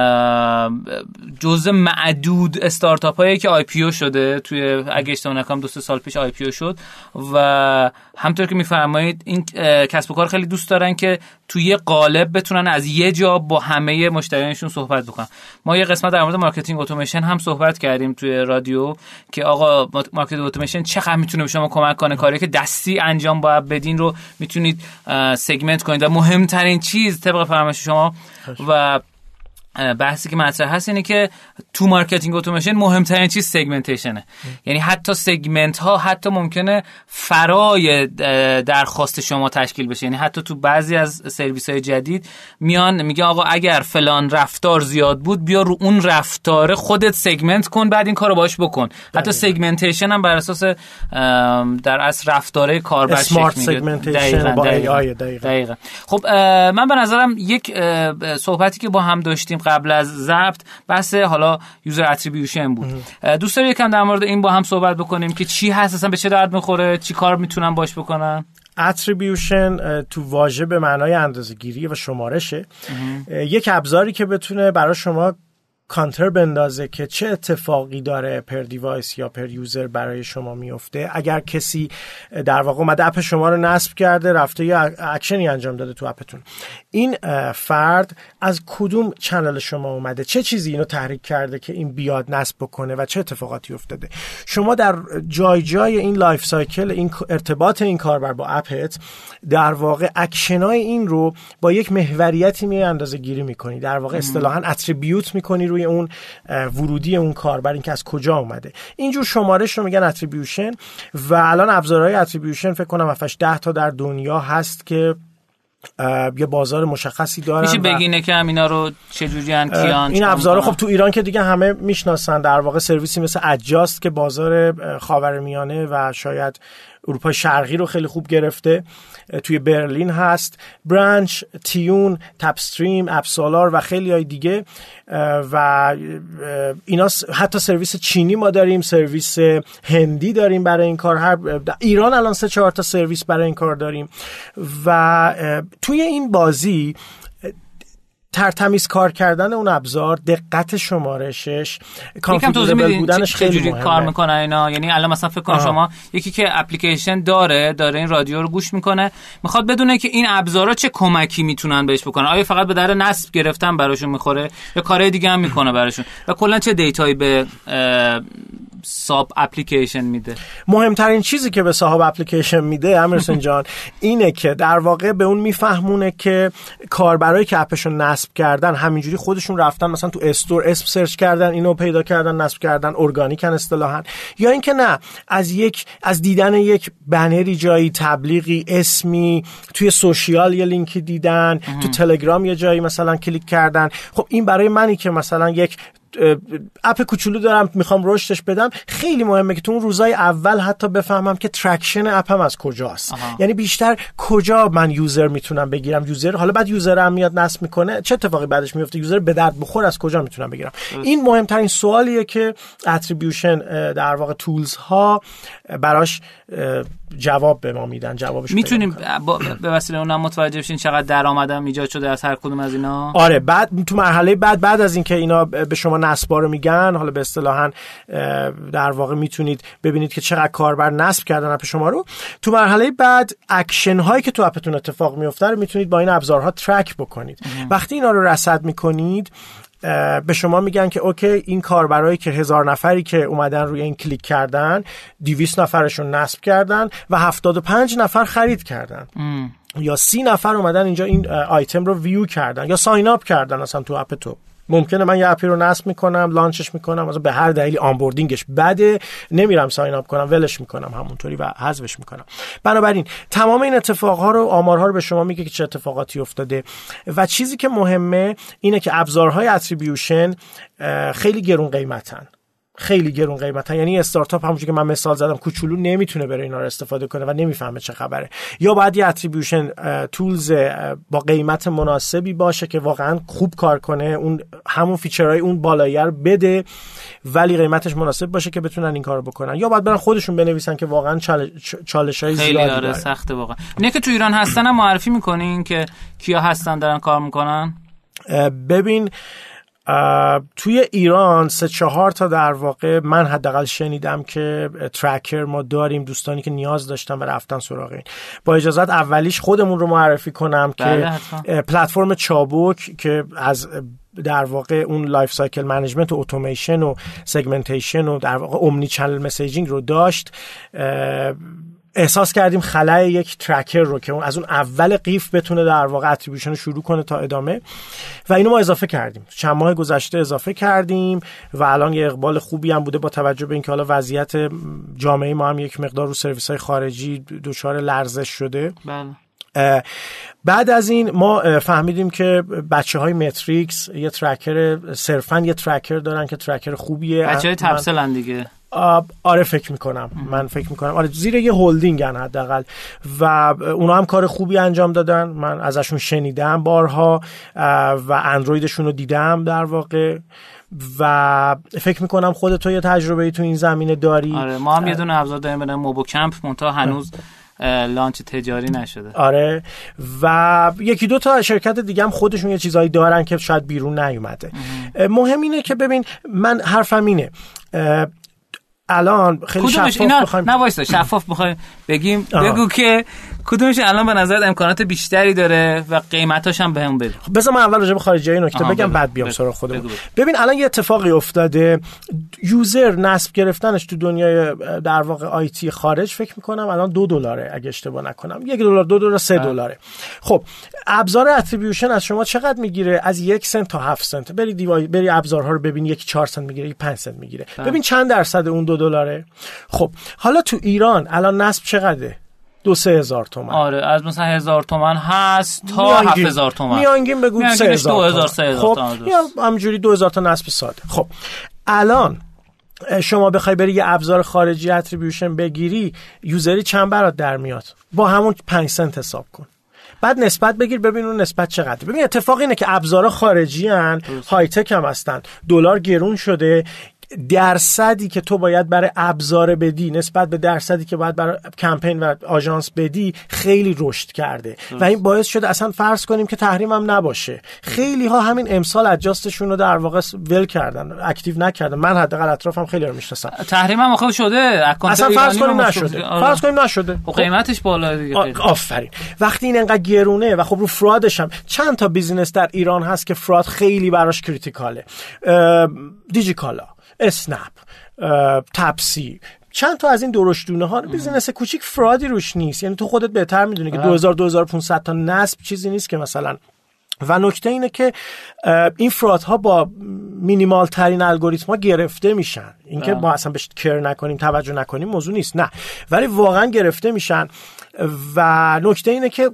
جزء معدود استارتاپ هایی که آی پی او شده توی، اگه اشتباه نکنم دو سه سال پیش آی پی او شد و همونطور که میفرمایید این کسب و کار خیلی دوست دارن که توی یه قالب بتونن از یه جا با همه مشتریانشون صحبت بکنن. ما یه قسمت در مورد مارکتینگ اتوماسیون هم صحبت کردیم توی رادیو که آقا مارکتینگ اتوماسیون چقدر میتونه به شما کمک کنه، کاری که دستی انجام باید بدین رو میتونید سگمنت کنید و مهمترین چیز طبق فرمایش شما و بحثی که مطرح هست اینه که تو مارکتینگ اتوماسیون مهمترین چیز سگمنتیشنه. یعنی حتی سگمنت ها حتی ممکنه فرای درخواست شما تشکیل بشه. یعنی حتی تو بعضی از سرویس های جدید میان میگه آقا اگر فلان رفتار زیاد بود بیا رو اون رفتار خودت سگمنت کن بعد این کارو باش بکن. حتی سگمنتیشن هم بر اساس در اصل رفتاره کاربر شکل میگیره. دقیقاً دقیقاً. دقیقاً. خب من به نظرم یک صحبتی که با هم داشتیم قبل از ضبط بحث حالا یوزر اتریبیوشن بود. دوست دارم یکم در مورد این با هم صحبت بکنیم که چی هست اصلا، به چه درد میخوره، چی کار میتونن باش بکنن. اتریبیوشن تو واژه به معنای اندازه‌گیری و شمارشه. یک ابزاری که بتونه برای شما کانتر بندازه که چه اتفاقی داره پر دیوایس یا پر یوزر برای شما میفته. اگر کسی در واقع اومده اپ شما رو نصب کرده، رفته یا اکشنی انجام داده تو اپتون، این فرد از کدوم چنل شما اومده، چه چیزی اینو تحریک کرده که این بیاد نصب بکنه و چه اتفاقاتی افتاده. شما در جای جای این لایف سایکل، این ارتباط این کاربر با اپت، در واقع اکشنای این رو با یک محوریتی می اندازه گیری میکنی، در واقع اصطلاحاً اتریبیوت میکنی روی اون ورودی اون کاربر، این که از کجا اومده. اینجور شمارش رو میگن اتریبیوشن و الان ابزارهای اتریبیوشن فکر کنم هفت ده تا در دنیا هست که یه بازار مشخصی دارن. میشه بگینه که هم اینا رو چجوری ان کیان این ابزارا خب تو ایران که دیگه همه میشناسن، در واقع سرویسی مثل اجاست که بازار خاورمیانه و شاید اروپای شرقی رو خیلی خوب گرفته، توی برلین هست، برانچ، تیون، تپستریم، اپسالار و خیلی های دیگه و اینا. حتی سرویس چینی ما داریم، سرویس هندی داریم برای این کار، هر ایران الان سه چهار تا سرویس برای این کار داریم و توی این بازی ترتمیز کار کردن اون ابزار، دقت شمارشش، کانفیگوربل بودنش خیلی مهمه. کار میکنه اینا. یعنی الان مثلا فکر کن شما یکی که اپلیکیشن داره داره این رادیو رو گوش میکنه، میخواد بدونه که این ابزارا چه کمکی میتونن بهش بکنن، آیا فقط به در نصب گرفتن براشون میخوره یا کارهای دیگه هم میکنه براشون و کلا چه دیتایی به ساب اپلیکیشن میده. مهمترین چیزی که به صاحب اپلیکیشن میده امرسون جان اینه که در واقع به اون میفهمونه که کاربرایی که اپشون نصب کردن همینجوری خودشون رفتن مثلا تو استور اسم سرچ کردن، اینو پیدا کردن، نصب کردن، ارگانیکن اصطلاحاً، یا اینکه نه از یک از دیدن یک بنری جایی، تبلیغی، اسمی، توی سوشیال یه لینکی دیدن، اه. تو تلگرام یه جایی مثلا کلیک کردن. خب این برای منی که مثلا یک اپ کوچولو دارم میخوام رشدش بدم، خیلی مهمه که تو اون روزای اول حتی بفهمم که ترکشن اپم از کجاست. آها. یعنی بیشتر کجا من یوزر میتونم بگیرم، یوزر حالا بعد یوزرم میاد نصب میکنه چه اتفاقی بعدش میفته، یوزر به درد بخور از کجا میتونم بگیرم. اه. این مهمترین سوالیه که اتریبیوشن در واقع تولز ها براش جواب به ما میدن. جوابش میتونیم به وسیله اونم متوجه بشین چقدر درآمدم ایجاد شده از هر کدوم از اینا. آره بعد تو مرحله بعد بعد از اینکه اینا به شما نصبا رو میگن، حالا به اصطلاحاً در واقع میتونید ببینید که چقدر کاربر نصب کردن اپ شما رو. تو مرحله بعد اکشن هایی که تو اپتون اتفاق میفته رو میتونید با این ابزارها ترک بکنید. ام. وقتی اینا رو رصد میکنید به شما میگن که اوکی این کاربرایی که هزار نفری که اومدن روی این کلیک کردن، دویست نفرشون نصب کردن و هفتاد و پنج نفر خرید کردن. ام. یا سی نفر اومدن اینجا این آیتم رو ویو کردن یا ساین اپ کردن اصلا تو اپ تو. ممکنه من یه اپی رو نصب میکنم، لانچش میکنم، مثلا به هر دلیلی آنبوردینگش بده، نمیرم ساین اپ کنم، ولش میکنم همونطوری و حذفش میکنم. بنابراین تمام این اتفاقها رو، آمارها رو به شما میگه که چه اتفاقاتی افتاده و چیزی که مهمه اینه که ابزارهای اتریبیوشن خیلی گرون قیمتن. خیلی گرون قیمتن. یعنی استارتاپ همونجوری که من مثال زدم کوچولو نمیتونه بره اینا رو استفاده کنه و نمیفهمه چه خبره، یا باید یه اتریبیوشن تولز با قیمت مناسبی باشه که واقعا خوب کار کنه، اون همون فیچرهای اون بالایی رو بده ولی قیمتش مناسب باشه که بتونن این کارو بکنن، یا باید برن خودشون بنویسن که واقعا چالش‌های زیادی داره. خیلی آره سخته واقعا. نه که تو ایران هستن هم معرفی میکنین که کیا هستن دارن کار میکنن؟ ببین توی ایران سه چهار تا در واقع من حداقل شنیدم که ترکر ما داریم، دوستانی که نیاز داشتن و رفتن سراغ این. با اجازت اولیش خودمون رو معرفی کنم که پلتفرم چابک که از در واقع اون لایف سایکل منیجمنت و اتوماسیون و سگمنتیشن و در واقع اومنی چنل مسیجینگ رو داشت، احساس کردیم خلای یک ترکر رو که اون از اون اول قیف بتونه در واقع اتریبیوشن رو شروع کنه تا ادامه و اینو ما اضافه کردیم. چند ماه گذشته اضافه کردیم و الان یه اقبال خوبی هم بوده با توجه به اینکه حالا وضعیت جامعه ما هم یک مقدار رو سرویس‌های خارجی دچار لرزش شده. بله. بعد از این ما فهمیدیم که بچه‌های متریکس یه ترکر صرفاً یه ترکر دارن که ترکر خوبیه. بچه‌های تپسلن دیگه. آره فکر میکنم من فکر میکنم آره زیر یه هولدینگن حداقل و اونا هم کار خوبی انجام دادن، من ازشون شنیدم بارها و اندرویدشون رو دیدم در واقع و فکر میکنم خودت تو یه تجربه‌ای تو این زمینه داری. آره ما هم یه دونه ابزار داریم به نام موبو کمپ، منتها هنوز لانچ تجاری نشده. آره و یکی دو تا شرکت دیگه هم خودشون یه چیزایی دارن که شاید بیرون نیومده. مهم اینه که ببین من حرفم اینه الان خیلی شفاف بخوایم، نه وایسا شفاف بخوایم بگیم آه. بگو که کدومش الان به نظرت امکانات بیشتری داره و قیمتاش هم بهم بگو. بذار من اول راجع به خارجیای نکته بگم بگو. بعد بیام سراغ خودمون. ببین الان یه اتفاقی افتاده، یوزر نصب گرفتنش تو دنیای در واقع آیتی خارج فکر میکنم الان دو دلاره اگه اشتباه نکنم، یک دلار دو دلار سه دلاره. خب ابزار اتریبیوشن از شما چقدر میگیره؟ از یک سنت تا هفت سنت. بری دیوای بری ابزارها رو ببین، یکی چهار سنت میگیره، یکی پنج سنت میگیره. ببین چند درصد اون دو دلاره. خب حالا تو ایران الان نصب چقدره؟ دو سه هزار تومان. آره از مثلا هزار تومان هست تا هفت هزار تومان. میانگین بگو سه هزار. خب یا همجوری دو هزار تا نصب ساده. خب الان شما بخوای بری یه ابزار خارجی اتریبیوشن بگیری، یوزری چند برات در میاد؟ با همون پنج سنت حساب کن. بعد نسبت بگیر ببین اون نسبت چقدره. ببین اتفاق اینه که ابزارا خارجی ان، های تک هم هستن، دلار گرون شده، درصدی که تو باید برای ابزار بدی نسبت به درصدی که باید برای کمپین و آژانس بدی خیلی رشد کرده و این باعث شده اصلا فرض کنیم که تحریم هم نباشه. خیلی ها همین امسال ادجاستشون رو در واقع ول کردن، اکتیو نکردن. من حداقل اطرافم خیلی رو میشناسم. تحریم هم آخه شده، اصلا فرض کنیم نشده. فرض کنیم نشده. خب قیمتش بالا دیگه. آفرین. وقتی این انقدر گرونه و خب رو فرادش هم چند تا بیزینس در ایران هست که فراد خیلی براش کریتیکاله. دیجیکالا، اسنپ، تپسی، چند تا از این درشتونه ها بیزینس کوچیک فرادی روش نیست. یعنی تو خودت بهتر میدونی که دو هزار دو هزار و پانصد تا نصب چیزی نیست که مثلا. و نکته اینه که این فرادها با مینیمال ترین الگوریتم ها گرفته میشن. اینکه ما اصلا بهش کر نکنیم، توجه نکنیم موضوع نیست، نه، ولی واقعا گرفته میشن. و نکته اینه که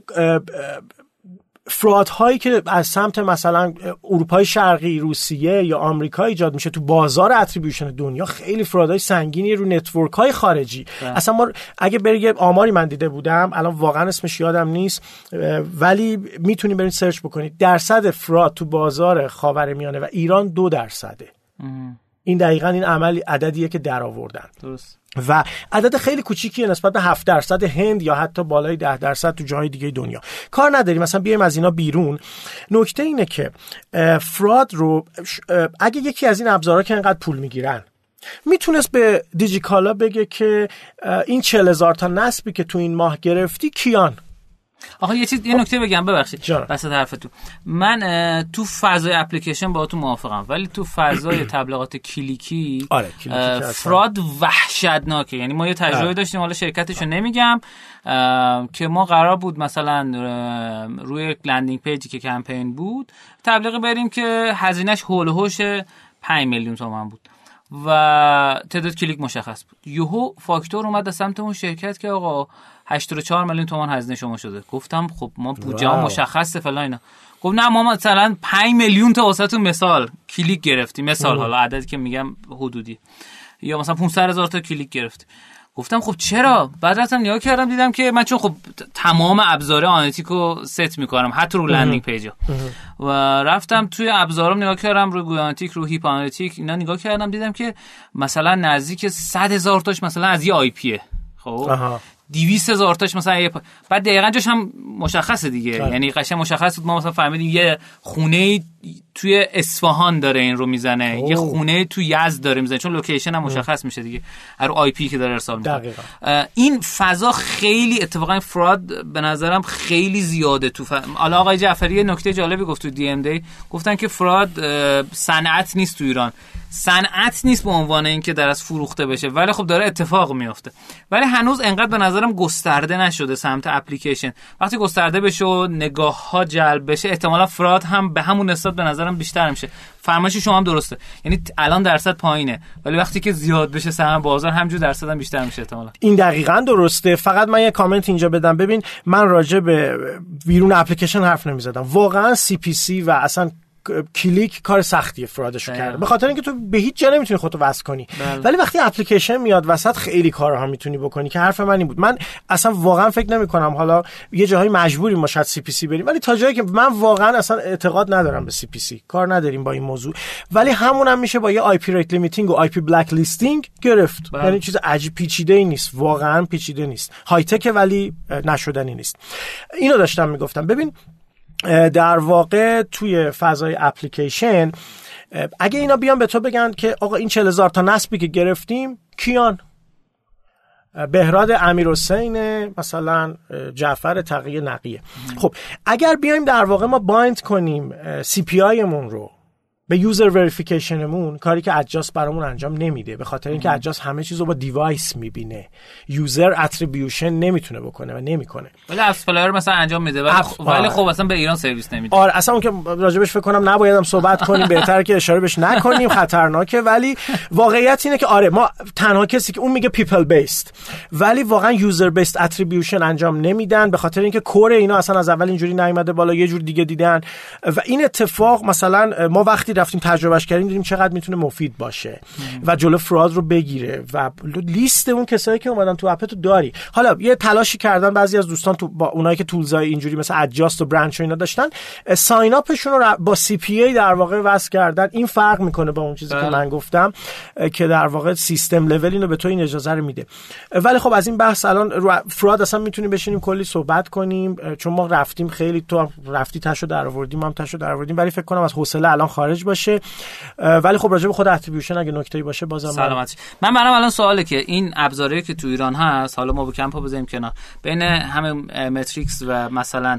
فراد هایی که از سمت مثلا اروپای شرقی، روسیه یا آمریکا ایجاد میشه تو بازار اتریبیوشن دنیا، خیلی فرادهای سنگینی رو نتورک های خارجی. ده. اصلا ما اگه بریم آماری من دیده بودم، الان واقعا اسمش یادم نیست، ولی میتونید برید سرچ بکنید، درصد فراد تو بازار خاورمیانه و ایران دو درصده. ام. این دقیقاً این عملی عددیه که در آوردن. درست. و عدد خیلی کوچیکیه نسبت به هفت درصد هند یا حتی بالای ده درصد تو جاهای دیگه دنیا. کار نداریم مثلا بیایم از اینا بیرون. نکته اینه که فراد رو اگه یکی از این ابزارها که انقدر پول میگیرن میتونست به دیجیکالا بگه که این چهل هزار تا نصبی که تو این ماه گرفتی کیان. آخه یه چیز یه نکته بگم ببخشید وسط حرفتون. من تو فضای اپلیکیشن باهاتون موافقم، ولی تو فضای تبلیغات کلیکی آره کلیکی فراد وحشتناکه. یعنی ما یه تجربه آره. داشتیم، حالا شرکتشو نمیگم، که ما قرار بود مثلا روی لندینگ پیجی که کمپین بود تبلیغ بریم که هزینه‌اش هول و هوش پنج میلیون تومان بود و تعداد کلیک مشخص بود. یهو فاکتور اومد از سمت اون شرکت که آقا هشتاد و چهار میلیون تومان هزینه شما شده. گفتم خب ما بودجه مشخصه فلان اینا. گفت نه ما مثلا پنج میلیون تا واسهتون مثال کلیک گرفتیم، مثال حالا عددی که میگم حدودی، یا مثلا پانصد هزار تا کلیک گرفتیم. گفتم خب چرا؟ بعد رفتم نگاه کردم دیدم که من چون خب تمام ابزار آنالیتیکو ست میکنم حتی رو لندینگ پیجا، و رفتم توی ابزارم نگاه کردم، رو گوگل آنالیتیک، رو هیپ آنالیتیک اینا نگاه کردم، دیدم که مثلا نزدیک صد هزار تاش مثلا از یه آی پیه، خب دویست هزار تاش مثلا یه پ... بعد دقیقاً جاش هم مشخصه دیگه، آه. یعنی قشنگ مشخص بود. ما مثلا فهمیدیم یه خونه توی اصفهان داره این رو میزنه، اوه. یه خونه توی یزد داره میزنه، چون لوکیشن هم مشخص اوه. میشه دیگه رو آی پی که داره ارسال میکنه. این فضا خیلی اتفاقا فراد به نظرم خیلی زیاده تو ف... حالا آقای جعفری نکته جالبی گفت تو دی ام دی، گفتن که فراد صنعت نیست تو ایران، صنعت نیست به عنوان اینکه در از فروخته بشه، ولی خب داره اتفاق میفته، ولی هنوز انقدر به نظرم گسترده نشده سمت اپلیکیشن. وقتی گسترده بشه و نگاه ها جلب بشه، احتمالا فراد هم به همون نسبت به نظرم بیشتر میشه. فرمایش شما هم درسته، یعنی الان درصد پایینه، ولی وقتی که زیاد بشه سهم بازار همجور درصد هم بیشتر میشه احتمالا. این دقیقاً درسته. فقط من یه کامنت اینجا بدم. ببین من راجع به بیرون اپلیکیشن حرف نمیزدم، واقعا سی پی سی و اصلا کلیک کار سختیه فرادشو کرده، به خاطر اینکه تو به هیچ جا نمیتونی خودتو وصل کنی. بله. ولی وقتی اپلیکیشن میاد وسط خیلی کارها میتونی بکنی که حرف من این بود. من اصلا واقعا فکر نمیکنم، حالا یه جاهای مجبوریم ما شاید سی پی سی بریم، ولی تا جایی که من واقعا اصلا اعتقاد ندارم به سی پی سی، کار نداریم با این موضوع، ولی همون هم میشه با یه آی پی ریت لیمیتینگ و آی پی بلک لیستینگ گرفت. بله. یعنی چیز عجیب پیچیده ای نیست، واقعا پیچیده نیست، های تک ولی نشدنی نیست. اینو داشتم میگفتم. ببین در واقع توی فضای اپلیکیشن اگه اینا بیان به تو بگن که آقا این چهل هزار تا نصبی که گرفتیم کیان؟ بهراد امیرحسین، مثلا جعفر تقی نقیه. خب اگر بیایم در واقع ما بایند کنیم سی پی آی مون رو به یوزر وریفیکیشنمون، کاری که اجاس برامون انجام نمیده، به خاطر اینکه اجاس همه چیزو با دیوایس میبینه، یوزر اتریبیوشن نمیتونه بکنه و نمیکنه، ولی اپس پلایر مثلا انجام میده، ولی خب ولی خب اصلا به ایران سرویس نمیده. آره اصلا اون که راجبش فکر کنم نبایدم صحبت کنیم، بهتره که اشاره بهش نکنیم، خطرناکه. ولی واقعیت اینه که آره ما تنها کسی که اون میگه پیپل بیسد، ولی واقعا یوزر بیسد اتریبیوشن انجام نمیدن، به خاطر اینکه کور اینا اصلا از اول اینجوری نیومده بالا، یه جور دیگه دیدن. و این اتفاق مثلا ما وقتی رفتیم تجربهش کردیم دیدیم چقدر میتونه مفید باشه و جلو فراد رو بگیره و لیست اون کسایی که اومدن تو اپتو داری. حالا یه تلاشی کردن بعضی از دوستان تو با اونایی که تولزای اینجوری مثلا ادجاست و برانچ و اینا داشتن، ساین اپشون رو با سی پی ای در واقع وصل کردن. این فرق میکنه با اون چیزی بله. که من گفتم که در واقع سیستم لول اینو به تو این اجازه رو میده. ولی خب از این بحث الان رو فراد اصلا میتونیم بشینیم کلی صحبت کنیم، چون ما رفتیم خیلی، تو رفتی تاشو در آوردیم، ما هم تاشو در آوردیم، ولی فکر کنم از حوصله الان خارج باشه. ولی خب راجع به خود اتریبیوشن اگه نکته‌ای باشه بازم سلامتی. من برام الان سواله که این ابزاری که تو ایران هست، حالا ما با کمپا بزنیم کنار، بین همه متریکس و مثلا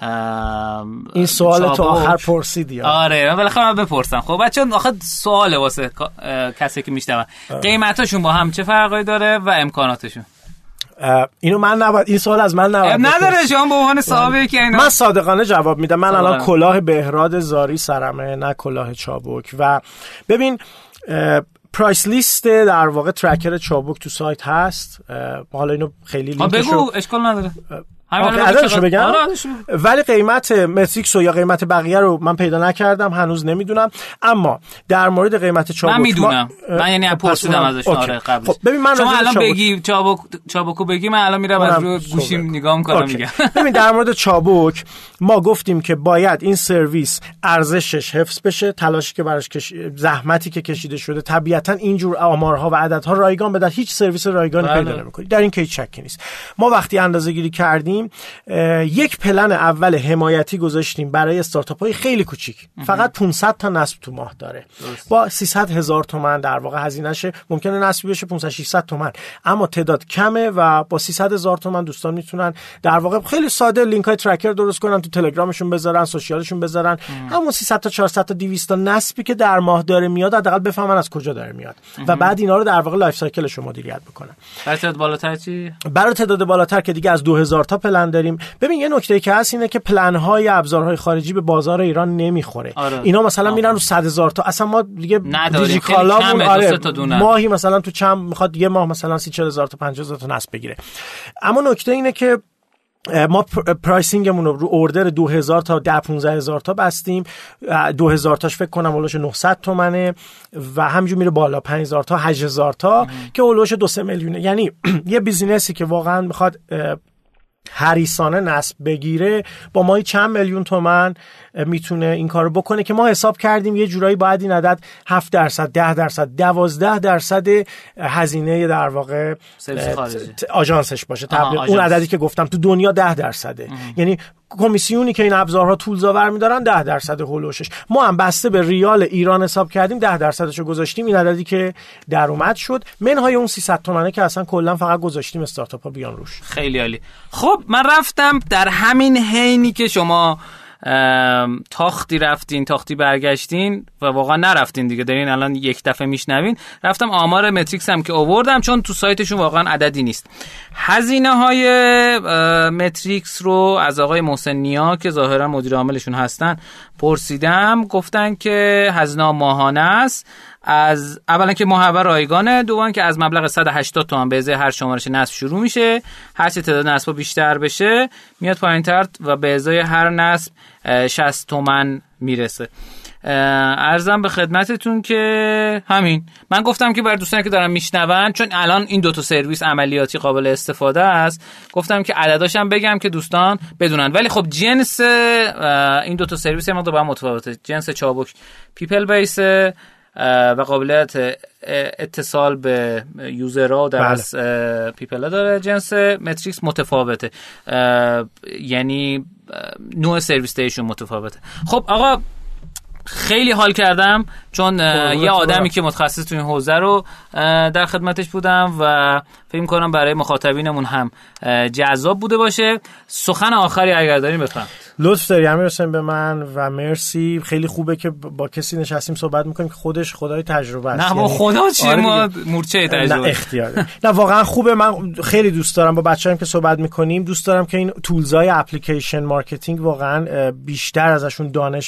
این سوال تو آخر پرسیدی. آره من بالاخره من بپرسم. خب بچه‌ها آخه سواله واسه کسی که میشنون، قیمتاشون با هم چه فرقی داره و امکاناتشون؟ اینو من نباید، این سوال از من نباید نداره، شما به عنوان صاحب که اینا من صادقانه جواب میدم. من الان کلاه بهراد زاری سرمه، نه کلاه چابک. و ببین پرایس لیست در واقع ترکر چابک تو سایت هست، حالا اینو خیلی لینکشو بگو اشکال نداره عددشو بگم، ولی قیمت متریکس یا قیمت بقیه رو من پیدا نکردم، هنوز نمیدونم. اما در مورد قیمت چابک من میدونم، ما... من یعنی پرسیدم ازش. آره قبلش. خب ببین من شما الان چابک... بگی چابک چابکو بگی، من الان میرم از روی گوشیم نگاه میکنم میگم. ببین در مورد چابک ما گفتیم که باید این سرویس ارزشش حفظ بشه، تلاشی که براش کش... زحمتی که کشیده شده طبیعتا اینجور آمارها و عددها رایگان بدن، هیچ سرویس رایگانی پیدا نمی‌کنی، در این که هیچ شکی نیست. ما وقتی اندازه‌گیری کردیم یک پلن اول حمایتی گذاشتیم برای استارتاپ‌های خیلی کوچیک، فقط پانصد تا نصب تو ماه داره، با سیصد هزار تومان در واقع هزینه‌شه، ممکنه نصبی بشه پانصد ششصد تومان، اما تعداد کمه و با سیصد هزار تومان دوستان میتونن در واقع خیلی ساده لینک‌های ترکر درست کنن، تو تلگرامشون بذارن، سوشیالشون بذارن، همون سیصد تا چهارصد تا دویست تا نصبی که در ماه داره میاد حداقل بفهمن از کجا داره میاد و بعد اینا رو در واقع لایف سایکل شما مدیریت بکنن. برای تعداد بالاتر چی؟ برای تعداد بالاتر که دیگه از دو هزار تا پلن داریم. ببین یه نکته که هست اینه که پلن‌های ابزارهای خارجی به بازار ایران نمیخوره. آره. اینا مثلا آه. میرن رو صد هزار تا، اصلا ما دیگه دیجیکالامون آره ماهی مثلا تو چند میخواد یه ماه مثلا سی چهل هزار تا پنجاه هزار تا نصب بگیره. اما نکته اینه که ما پرایسینگمون رو رو اوردر دو هزار تا ده پانزده هزار تا بستیم. دو هزار تاش فکر کنم اولش نهصد تومنه و همینجور میره بالا پنج هزار تا هشت هزار تا ام. که اولش دو سه میلیونه. یعنی یه بیزینسی که واقعا میخواد حریصانه نصب بگیره با مایی چند میلیون تومن میتونه این کارو بکنه که ما حساب کردیم یه جورایی باید این عدد هفت درصد ده درصد دوازده درصد هزینه در واقع آژانسش باشه. تبلیغ اون عددی که گفتم تو دنیا ده درصده. یعنی کمیسیونی که این ابزارها تولز آور میدارن ده درصد هولوشش. ما هم بسته به ریال ایران حساب کردیم ده درصدشو گذاشتیم. این عددی که در اومد شد منهای اون سیصد تومنه که اصلا کلا فقط گذاشتیم استارتاپ ها بیان روش. خیلی عالی. خب من رفتم در همین حینی که شما تاختی رفتین تاختی برگشتین و واقعا نرفتین دیگه، دارین الان یک دفعه میشنوین، رفتم آمار متریکس هم که آوردم چون تو سایتشون واقعا عددی نیست. هزینه های متریکس رو از آقای محسن نیا که ظاهرا مدیر عاملشون هستن پرسیدم، گفتن که هزینه ماهانه است. از اولا که محور رایگانه، دوم که از مبلغ صد و هشتاد تومان به ازای هر شمارش نصب شروع میشه، هر چه تعداد نصب‌ها بیشتر بشه میاد پایین‌تر و به ازای هر نصب شصت تومان میرسه. عرضم به خدمتتون که همین. من گفتم که برای دوستانی که دارن میشنون، چون الان این دوتا سرویس عملیاتی قابل استفاده است، گفتم که عدداشم بگم که دوستان بدونن. ولی خب جنس این دوتا سرویس هم با هم متفاوته. جنس چابک پیپل بیس و قابلیت اتصال به یوزرها در از پیپل داره. جنس متریکس متفاوته، یعنی نوع سرویس دیشون متفاوته. خب آقا خیلی حال کردم چون یه آدمی که متخصص تو این حوزه رو در خدمتش بودم و فکر می‌کنم برای مخاطبینمون هم جذاب بوده باشه. سخن آخری اگر دارین بفرمایید. لطف داری امیر حسین به من و مرسی. خیلی خوبه که با کسی نشستیم صحبت می‌کنیم که خودش خدای تجربه است. نه ما خدا چیه، ما مورچه تجربه. نه اختیاره. نه واقعا خوبه. من خیلی دوست دارم با بچه‌ام که صحبت می‌کنیم، دوست دارم که این تولزهای اپلیکیشن مارکتینگ واقعا بیشتر ازشون دانش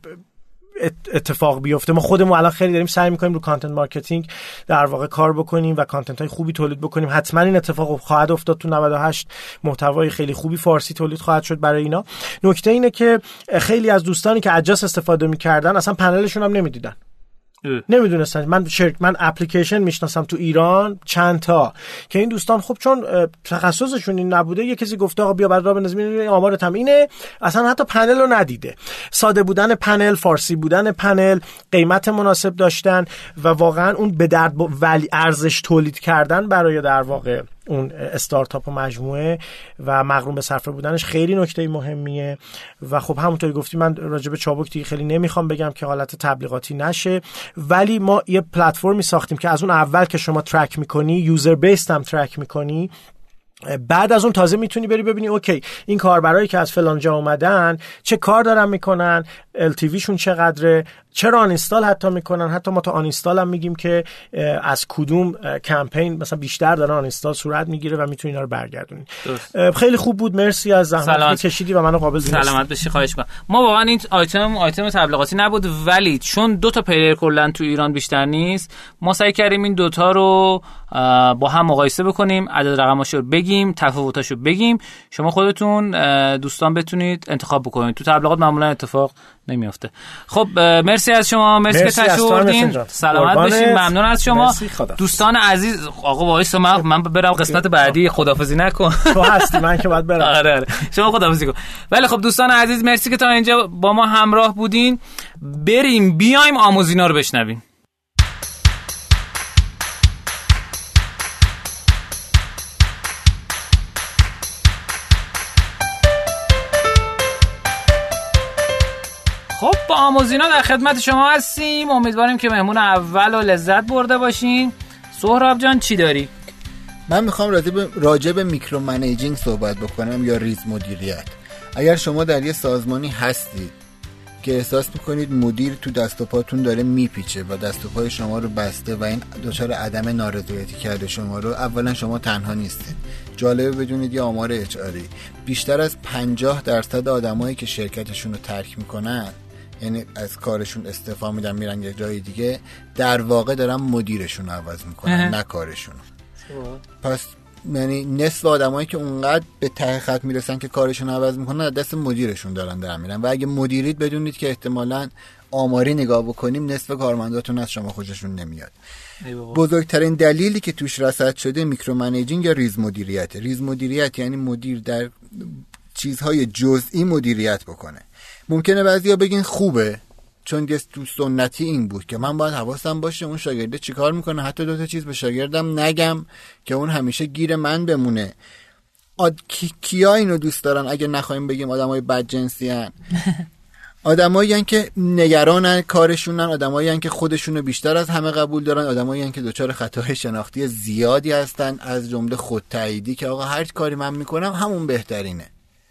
اتفاق بیفته. ما خودمون الان خیلی داریم سعی می‌کنیم رو کانتنت مارکتینگ در واقع کار بکنیم و کانتنت‌های خوبی تولید بکنیم. حتما این اتفاق خواهد افتاد. تو نود و هشت محتوای خیلی خوبی فارسی تولید خواهد شد برای اینا. نکته اینه که خیلی از دوستانی که اجاس استفاده می‌کردن اصلا پنلشون هم نمی‌دیدن. نمیدونستن. من شرک من اپلیکیشن میشناسم تو ایران چند تا که این دوستان خب چون تخصصشون این نبوده، یه کسی گفته آقا بیا بعد را بنظم آمارت هم اینه، اصلا حتی پنل رو ندیده. ساده بودن پنل، فارسی بودن پنل، قیمت مناسب داشتن و واقعا اون به درد ولی ارزش تولید کردن برای در واقع اون استارتاپ و مجموعه و مغروم به صرفه بودنش خیلی نکته مهمیه. و خب همونطوری گفتی من راجع به چابک دیگه خیلی نمیخوام بگم که حالت تبلیغاتی نشه، ولی ما یه پلتفرمی ساختیم که از اون اول که شما ترک میکنی، یوزر بیس هم ترک میکنی، بعد از اون تازه میتونی بری ببینی اوکی این کاربرایی که از فلان جا اومدن چه کار دارن میکنن، ال تی ویشون چقدره، چرا آن اینستال حتی میکنن. حتی ما تا آن اینستال هم میگیم که از کدوم کمپین مثلا بیشتر داره آن اینستال صورت میگیره و میتونی اینا رو برگردونی. خیلی خوب بود. مرسی از زحمت که کشیدی و منو قابل دونستی. سلامت بشی. خواهش می‌کنم. ما واقعا این آیتم آیتم تبلیغاتی نبود، ولی چون دو تا پلیر کلا تو ایران بیشتر نیست، ما سعی کردیم این دوتا رو با هم مقایسه بکنیم، عدد رقماشو رو بگیم، تفاوتاشو بگیم، شما خودتون دوستان بتونید انتخاب بکنید. تو تبلیغات معمولا اتفاق نمیافته. خب مرسی از شما، مرسی, مرسی که تشریف آوردین. سلامت باشین. ممنون از شما دوستان عزیز. آقا وایس من من برم قسمت بعدی، خداحافظی نکن. تو هستی، من که باید برم. آره آره شما خداحافظی کن. ولی خب دوستان عزیز مرسی که تا اینجا با ما همراه بودین. بریم بیایم آموزینا رو بشنویم. خب با آموزینا در خدمت شما هستیم. امیدواریم که مهمون اول و لذت برده باشین. سهراب جان چی داری؟ من میخوام راجع به میکرو منیجینگ صحبت بکنم یا ریز مدیریت. اگر شما در یه سازمانی هستید که احساس میکنید مدیر تو دست و پاتون داره میپیچه و دست و پای شما رو بسته و این دچار عدم نارضایتی کرده شما رو، اولا شما تنها نیستید. جالبه بدونید یه آمار اچ آری بیشتر از پنجاه درصد آدمایی که شرکتشون رو ترک میکنن، یعنی از کارشون استعفا میدن میرن یه جای دیگه، در واقع دارن مدیرشون رو عوض میکنن نه کارشون. پس یعنی نصف آدمایی که اونقدر به ته خط میرسن که کارشون عوض میکنن از دست مدیرشون دارن در میرن. و اگه مدیریت بدونید که احتمالاً آماری نگاه بکنیم نصف کارمنداتون از شما خوششون نمیاد. بزرگترین دلیلی که توش رصد شده میکرو منیجینگ یا ریز مدیریت. ریز مدیریت یعنی مدیر در چیزهای جزئی مدیریت بکنه. ممکنه بعضیا بگین خوبه چون که تو سنتی این بود که من باید حواسم باشه اون شاگرده چیکار میکنه، حتی دو تا چیز به شاگردم نگم که اون همیشه گیر من بمونه. آد... کی... کیا اینو دوست دارن اگه نخوایم بگیم آدمای بدجنسی ان؟ آدمایی ان که نگرانن کارشونن، آدمایی ان که خودشونو بیشتر از همه قبول دارن، آدمایی ان که دچار خطاهای شناختی زیادی هستن از جمله خودتاییدی که آقا هر کاری من میکنم همون بهترینه.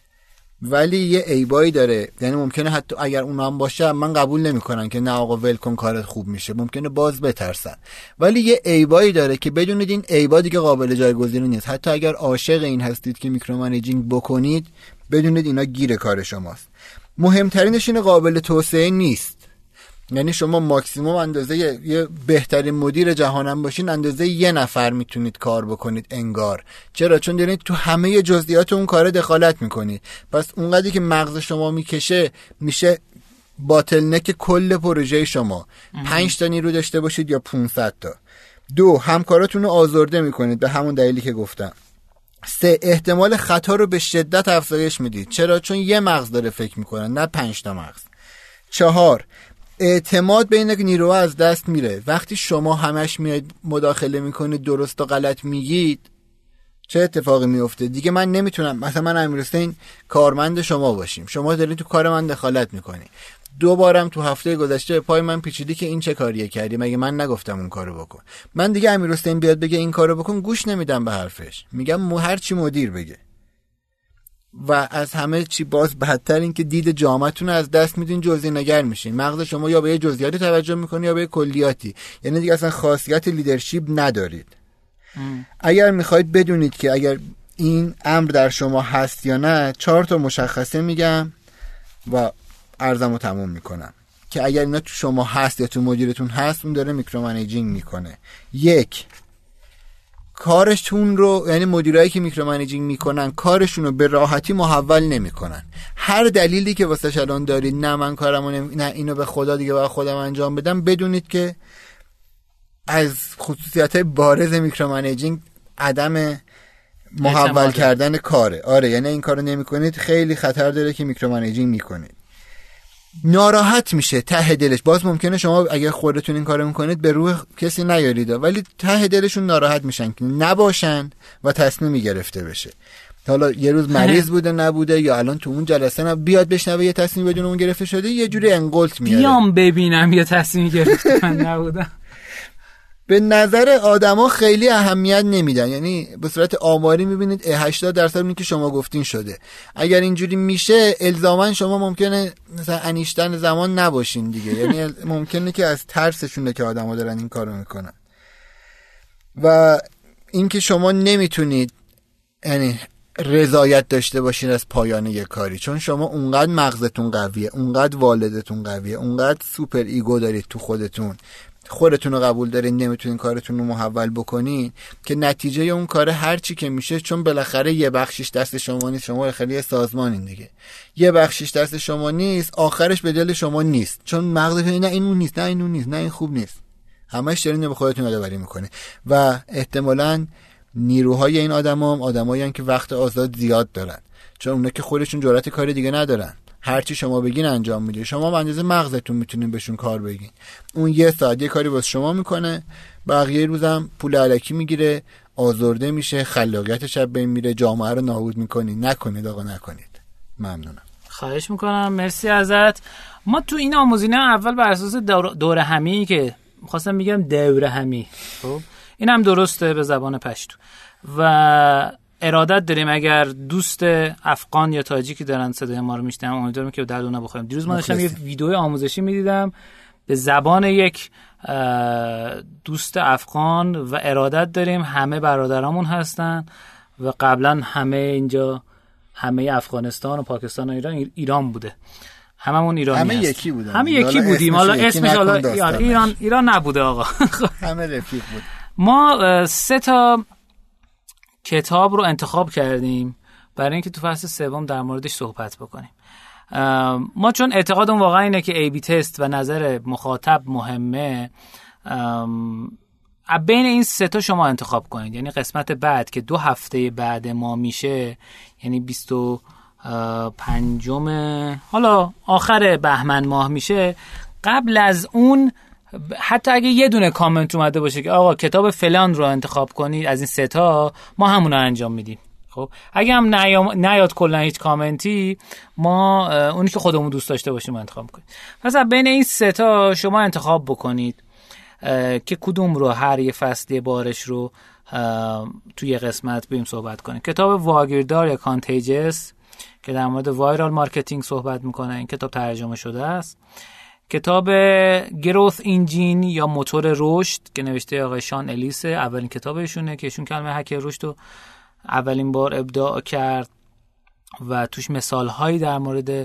ولی یه عیبایی داره، یعنی ممکنه حتی اگر اونا هم باشه من قبول نمیکنن که نه آقا ولکن کارت خوب میشه، ممکنه باز بترسن. ولی یه عیبایی داره که بدونید این عیبا دیگه قابل جایگزینی نیست. حتی اگر عاشق این هستید که میکرو منیجینگ بکنید بدونید اینا گیر کار شماست. مهمترینش اینه قابل توسعه نیست. یعنی شما ماکسیموم اندازه یه, یه بهترین مدیر جهانم باشین اندازه یه نفر میتونید کار بکنید انگار. چرا؟ چون دارید تو همه جزئیات اون کار دخالت میکنید. پس اونقدری که مغز شما میکشه میشه باتلنک کل پروژه شما. پنج تا نیرو داشته باشید یا پانصد تا. دو، همکاراتون رو آزرده میکنید به همون دلیلی که گفتم. سه، احتمال خطا رو به شدت افزایش میدید. چرا؟ چون یه مغز داره فکر میکنه نه پنج تا مغز. چهار، اعتماد بین نیروها از دست میره. وقتی شما همش میاد مداخله میکنید درست و غلط میگید چه اتفاقی میفته؟ دیگه من نمیتونم، مثلا من امیرحسین کارمند شما باشیم، شما دارید تو کار من دخالت میکنی، دوبارم تو هفته گذشته به پای من پیچیدی که این چه کاریه کردی، مگه من نگفتم اون کارو بکن؟ من دیگه امیرحسین بیاد بگه این کارو بکن گوش نمیدم به حرفش، میگم مو هر چی مدیر بگه. و از همه چی باز بدتر این که دید جامعتون از دست میدین، جزئی نگر میشین. مغز شما یا به یه جزئیاتی توجه میکنه یا به کلیاتی، یعنی دیگه اصلا خاصیت لیدرشپ ندارید. ام. اگر میخواید بدونید که اگر این امر در شما هست یا نه، چهار تا مشخصه میگم و عرضمو تموم میکنم که اگر اینا تو شما هست یا تو مدیرتون هست اون داره میکرو منیجینگ میکنه. یک، کارشون رو، یعنی مدیرایی که میکرو منیجینگ میکنن کارشون رو به راحتی محول نمیکنن. هر دلیلی که واسه الان دارید نه من کارمو نمی... نه اینو به خدا دیگه باید خودم انجام بدم، بدونید که از خصوصیت‌های بارز میکرو منیجینگ عدم محول کردن کاره. آره، یعنی این کارو نمیکنید خیلی خطر داره که میکرو منیجینگ میکنید. ناراحت میشه ته دلش. باز ممکنه شما اگه خودتون این کارو میکنید به روح کسی نیارید، ولی ته دلشون ناراحت میشن که نباشن و تصمیمی گرفته بشه. حالا یه روز مریض بوده نبوده یا الان تو اون جلسه نه بیاد بشنوه یه تصمیم بدون اون گرفته شده، یه جوری انگلت میاره. بیام ببینم یه تصمیمی گرفته من نبودم. به نظر آدما خیلی اهمیت نمیدن، یعنی به صورت آماری میبینید هشتاد درصد اون که شما گفتین شده. اگر اینجوری میشه الزاما شما ممکنه مثلا انیشتن زمان نباشین دیگه، یعنی ممکنه که از ترسشونه که آدما دارن این کارو میکنن. و اینکه شما نمیتونید یعنی رضایت داشته باشین از پایان یک کاری، چون شما اونقدر مغزتون قویه، اونقدر والدتون قویه، اونقدر سوپر ایگو دارید تو خودتون، خودتون رو قبول دارین، نمیتونین کارتون رو محول بکنین که نتیجه اون کار هر چی که میشه، چون بالاخره یه بخشش دست شما نیست، شما خیلی سازمانین دیگه، یه بخشش دست شما نیست، آخرش به دل شما نیست، چون مغزتون نه این اون نیست، نه این اون نیست، نه این خوب نیست، همش دارین به خودتون یادآوری میکنه. و احتمالاً نیروهای این آدما هم آدمایی هستن که وقت آزاد زیاد دارن، چون اونا که خودشون جرأت کاری دیگه ندارن، هرچی شما بگین انجام میده. شما به اندازه مغزتون میتونین بهشون کار بگین. اون یه ساعت یه کاری واسه شما میکنه، بقیه روزم پول الکی میگیره، آزرده میشه، خلاقیتش از بین میره، جامعه رو نابود میکنین. نکنید آقا، نکنید. ممنونم. خواهش میکنم، مرسی ازت. ما تو این آموزینه اول بر اساس دور, دور همی که میخواستم میگم دوره همی، خب این هم درسته به زبان پشتو، و ارادت داریم اگر دوست افغان یا تاجیکی دارن صدای ما رو میشنون، امیدوارم که درد اون نبخوریم. دیروز ما داشتم یه ویدیو آموزشی میدیدم به زبان یک دوست افغان و ارادت داریم، همه برادرامون هستن و قبلا همه اینجا همه افغانستان و پاکستان و ایران ایران بوده، هممون ایرانی همه هست. یکی بودن، همه یکی بودیم، حالا اسمش حالا ایران ایران ایران نبوده آقا. همه رفیق بود. ما سه تا کتاب رو انتخاب کردیم برای اینکه تو فصل سوم در موردش صحبت بکنیم. ما چون اعتقادم واقعا اینه که ای بی تست و نظر مخاطب مهمه، بین این سه تا شما انتخاب کنید. یعنی قسمت بعد که دو هفته بعد ما میشه، یعنی بیست و پنجم حالا آخر بهمن ماه میشه، قبل از اون حتی اگه یه دونه کامنت اومده باشه که آقا کتاب فلان رو انتخاب کنید از این سه تا، ما همون رو انجام میدیم. خب اگه هم نیاد کلا هیچ کامنتی، ما اونی که خودمون دوست داشته باشیم انتخاب میکنیم. مثلا بین این سه تا شما انتخاب بکنید که کدوم رو هر یه فصل بارش رو توی یه قسمت بریم صحبت کنیم. کتاب واگیردار یا کانتیجس که در مورد وایرال مارکتینگ صحبت میکنه، این کتاب ترجمه شده است. کتاب گروث انجین یا موتور رشد که نوشته آقای شان الیس، اولین کتابشونه که ایشون کلمه هک رشد رو اولین بار ابداع کرد و توش مثالهایی در مورد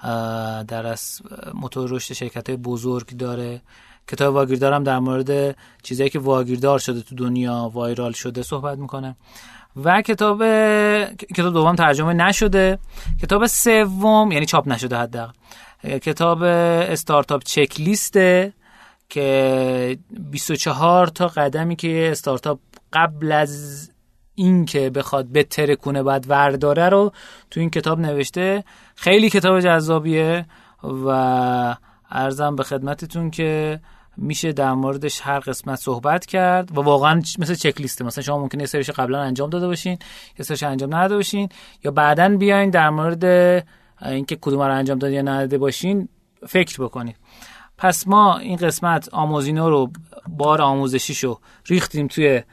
در از موتور رشد شرکت‌های بزرگ داره. کتاب واگیردار هم در مورد چیزایی که واگیردار شده تو دنیا، وایرال شده صحبت میکنه. و کتاب کتاب دوم ترجمه نشده. کتاب سوم یعنی چاپ نشده حداقل، کتاب استارتاپ چک لیسته که بیست و چهار تا قدمی که استارتاپ قبل از این که بخواد بتره کنه باید ورداره رو تو این کتاب نوشته. خیلی کتاب جذابیه و عرضم به خدمتتون که میشه در موردش هر قسمت صحبت کرد و واقعا مثل چک لیسته. مثلا شما ممکنه یه سریش قبلا انجام داده باشین، یه سریش انجام نداده باشین، یا بعداً بیاین در مورد اینکه کدوم رو انجام داده یا نداده باشین فکر بکنید. پس ما این قسمت آموزینو رو بار آموزشیشو ریختیم توی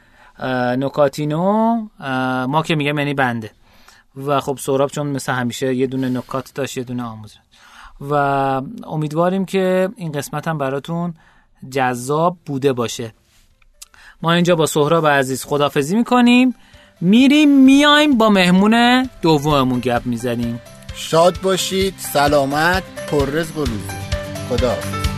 نکاتینو، ما که میگم یعنی بنده، و خب سهراب چون مثل همیشه یه دونه نکات داشت یه دونه آموزش، و امیدواریم که این قسمت هم براتون جذاب بوده باشه. ما اینجا با سهراب عزیز خداحافظی میکنیم، میریم میایم با مهمون دوممون گپ میزنیم. شاد باشید، سلامت، پررزق و روزی. خدا.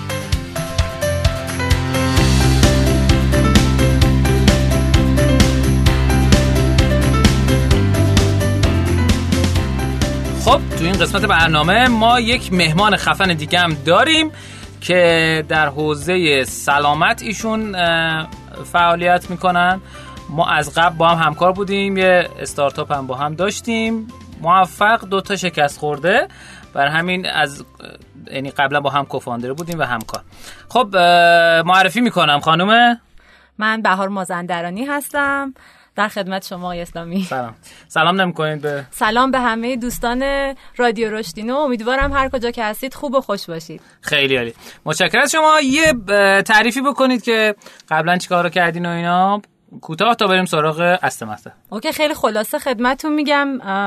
خب تو این قسمت برنامه ما یک مهمان خفن دیگه هم داریم که در حوزه سلامت ایشون فعالیت میکنن. ما از قبل با هم همکار بودیم، یه استارتاپ هم با هم داشتیم، موفق دوتا شکست خورده، بر همین از یعنی قبلا با هم کوفاندر بودیم و همکار. خب معرفی میکنم خانومه. من بهار مازندرانی هستم، در خدمت شما آقای اسلامی. سلام. سلام نمی‌کنید به سلام به همه دوستان رادیو رشدینو، امیدوارم هر کجا که هستید خوب و خوش باشید. خیلی عالی. متشکرم. شما یه تعریفی بکنید که قبلا چیکارا کردین و اینا، کوتاه تا بریم سراغ اصل مطلب. اوکی، خیلی خلاصه خدمتتون میگم.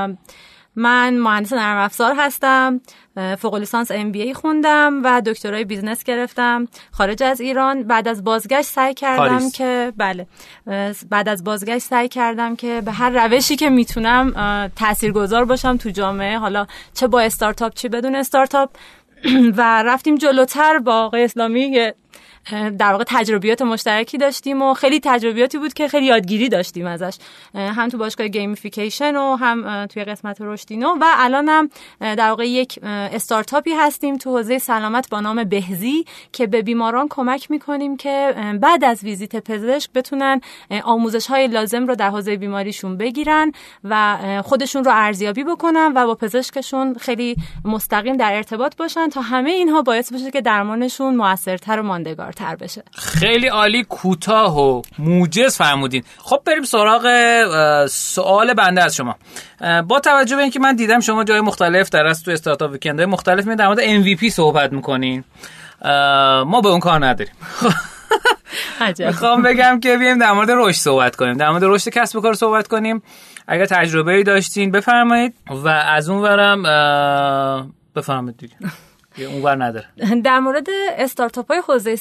من مهندس نرم افزار هستم، فوق لیسانس ام بی ای خوندم و دکترای بیزنس گرفتم خارج از ایران. بعد از بازگشت سعی کردم پاریس. که بله بعد از بازگشت سعی کردم که به هر روشی که میتونم تاثیرگذار باشم تو جامعه، حالا چه با استارتاپ چه بدون استارتاپ. و رفتیم جلوتر با آقای اسلامی، در واقع تجربیات مشترکی داشتیم و خیلی تجربیاتی بود که خیلی یادگیری داشتیم ازش، هم تو باشگاه گیمفیکیشن و هم توی قسمت رشدینو. و الان هم در واقع یک استارتاپی هستیم تو حوزه سلامت با نام بهزی که به بیماران کمک میکنیم که بعد از ویزیت پزشک بتونن آموزش‌های لازم رو در حوزه بیماریشون بگیرن و خودشون رو ارزیابی بکنن و با پزشکشون خیلی مستقیم در ارتباط باشن تا همه اینها باعث بشه که درمانشون موثرتر و ماندگار تر بشه. خیلی عالی، کوتاه و موجز فرمودین. خب بریم سراغ سوال بنده از شما. با توجه به اینکه من دیدم شما جای مختلف در از تو استارتاپ ویکندهای مختلف می در مورد ام وی پی صحبت میکنین، ما به اون کار نداریم. میخوام بگم که بیایم در مورد رشد صحبت کنیم، در مورد رشد کسب و کار صحبت کنیم. اگر تجربه‌ای داشتین بفرمایید و از اون ورم بفرمایید دیگه. اونور نداره. در مورد استارتاپ‌های حوزه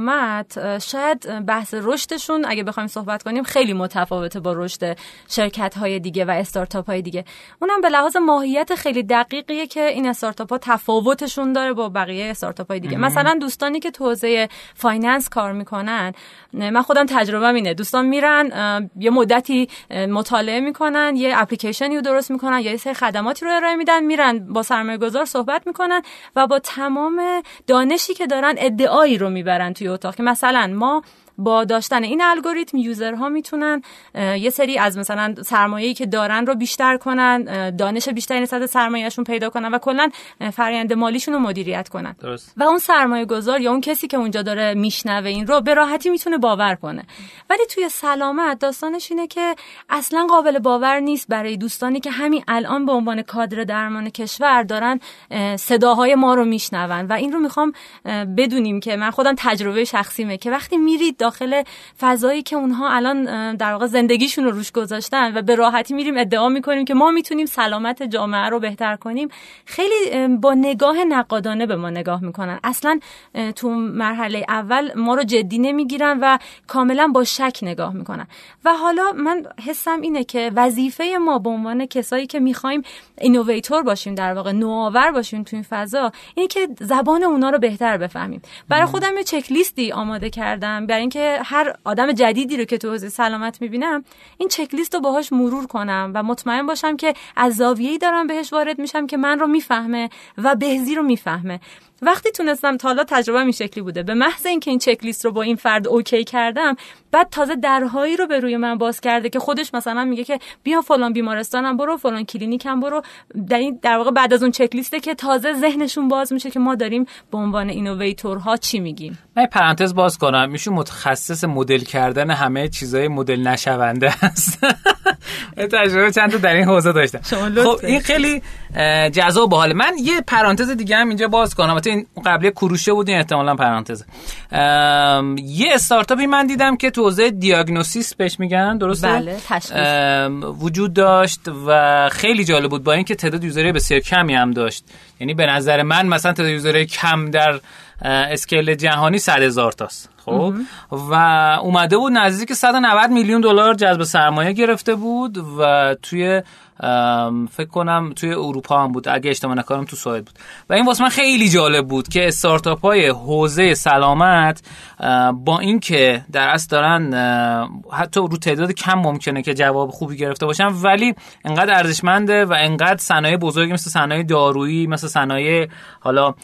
سلامت شاید بحث رشدشون اگه بخوایم صحبت کنیم خیلی متفاوته با رشد شرکت‌های دیگه و استارتاپ‌های دیگه. اونم به لحاظ ماهیت خیلی دقیقیه که این استارتاپ‌ها تفاوتشون داره با بقیه استارتاپ‌های دیگه. ام. مثلا دوستانی که تو حوزه فایننس کار میکنن، من خودم تجربه‌م اینه، دوستان میرن یه مدتی مطالعه میکنن، یه اپلیکیشنی رو درست میکنن یا یه سری خدماتی رو ارائه میدن، میرن با سرمایه‌گذار صحبت میکنن و با تمام دانشی که دارن ادعایی رو میبرن توی اتاق که مثلا ما با داشتن این الگوریتم یوزرها میتونن یه سری از مثلا سرمایه‌ای که دارن رو بیشتر کنن، دانش بیشتری نسبت سرمایه‌شون پیدا کنن و کلا فرآیند مالیشون رو مدیریت کنن. درست. و اون سرمایه‌گذار یا اون کسی که اونجا داره میشنوه این رو به راحتی میتونه باور کنه. ولی توی سلامت داستانش اینه که اصلا قابل باور نیست برای دوستانی که همین الان به عنوان کادر درمان کشور دارن صداهای ما رو میشنون و این رو میخوام بدونیم که من خودم تجربه شخصیمه که وقتی میرید داخل فضایی که اونها الان در واقع زندگیشون رو روش گذاشتن و به راحتی میریم ادعا میکنیم که ما میتونیم سلامت جامعه رو بهتر کنیم، خیلی با نگاه نقادانه به ما نگاه میکنن. اصلا تو مرحله اول ما رو جدی نمیگیرن و کاملا با شک نگاه میکنن. و حالا من حسم اینه که وظیفه ما به عنوان کسایی که میخوایم اینوویتور باشیم، در واقع نوآور باشیم تو این فضا، اینه که زبان اونا رو بهتر بفهمیم. برای خودم یه چک لیستی آماده کردم برای که هر آدم جدیدی رو که تو حوزه سلامت میبینم این چک لیست رو باهاش مرور کنم و مطمئن باشم که از زاویه‌ای دارم بهش وارد میشم که من رو میفهمه و بهزی رو میفهمه. وقتی تونستم، تا حالا تجربه این شکلی بوده، به محض اینکه این چک لیست رو با این فرد اوکی کردم، بعد تازه درهایی رو به روی من باز کرده که خودش مثلا میگه که بیا فلان بیمارستانم برو، فلان کلینیکم برو. در این در واقع بعد از اون چک لیسته که تازه ذهنشون باز میشه که ما داریم به عنوان اینوویتورها چی میگیم. من پرانتز باز کنم، میشون متخصص مدل کردن همه چیزای مدل نشونده است. تجربه چند تا در این حوزه داشتم. خب این خیلی جذاب و باحال. من یه پرانتز دیگه هم اینجا باز کنم. البته این قبلی کروشه بود، این احتمالاً پرانتز. یه استارتاپی من دیدم که تو حوزه دیاگنوستیس بهش میگن، درسته؟ بله، تشخیص وجود داشت و خیلی جالب بود با اینکه تعداد یوزرهای بسیار کمی هم داشت. یعنی به نظر من مثلا تعداد یوزرهای کم در اسکیل جهانی صد هزار تاست. خب و اومده بود نزدیک صد و نود میلیون دلار جذب سرمایه گرفته بود و توی فکر کنم توی اروپا هم بود اگه اشتباه نکنم، تو سوئد بود. و این واسه من خیلی جالب بود که استارتاپ های حوزه سلامت با اینکه در اصل دارن حتی رو تعداد کم ممکنه که جواب خوبی گرفته باشن، ولی انقدر ارزشمنده و انقدر صنایع بزرگی مثل صنایع دارویی، مثل صنایع حالا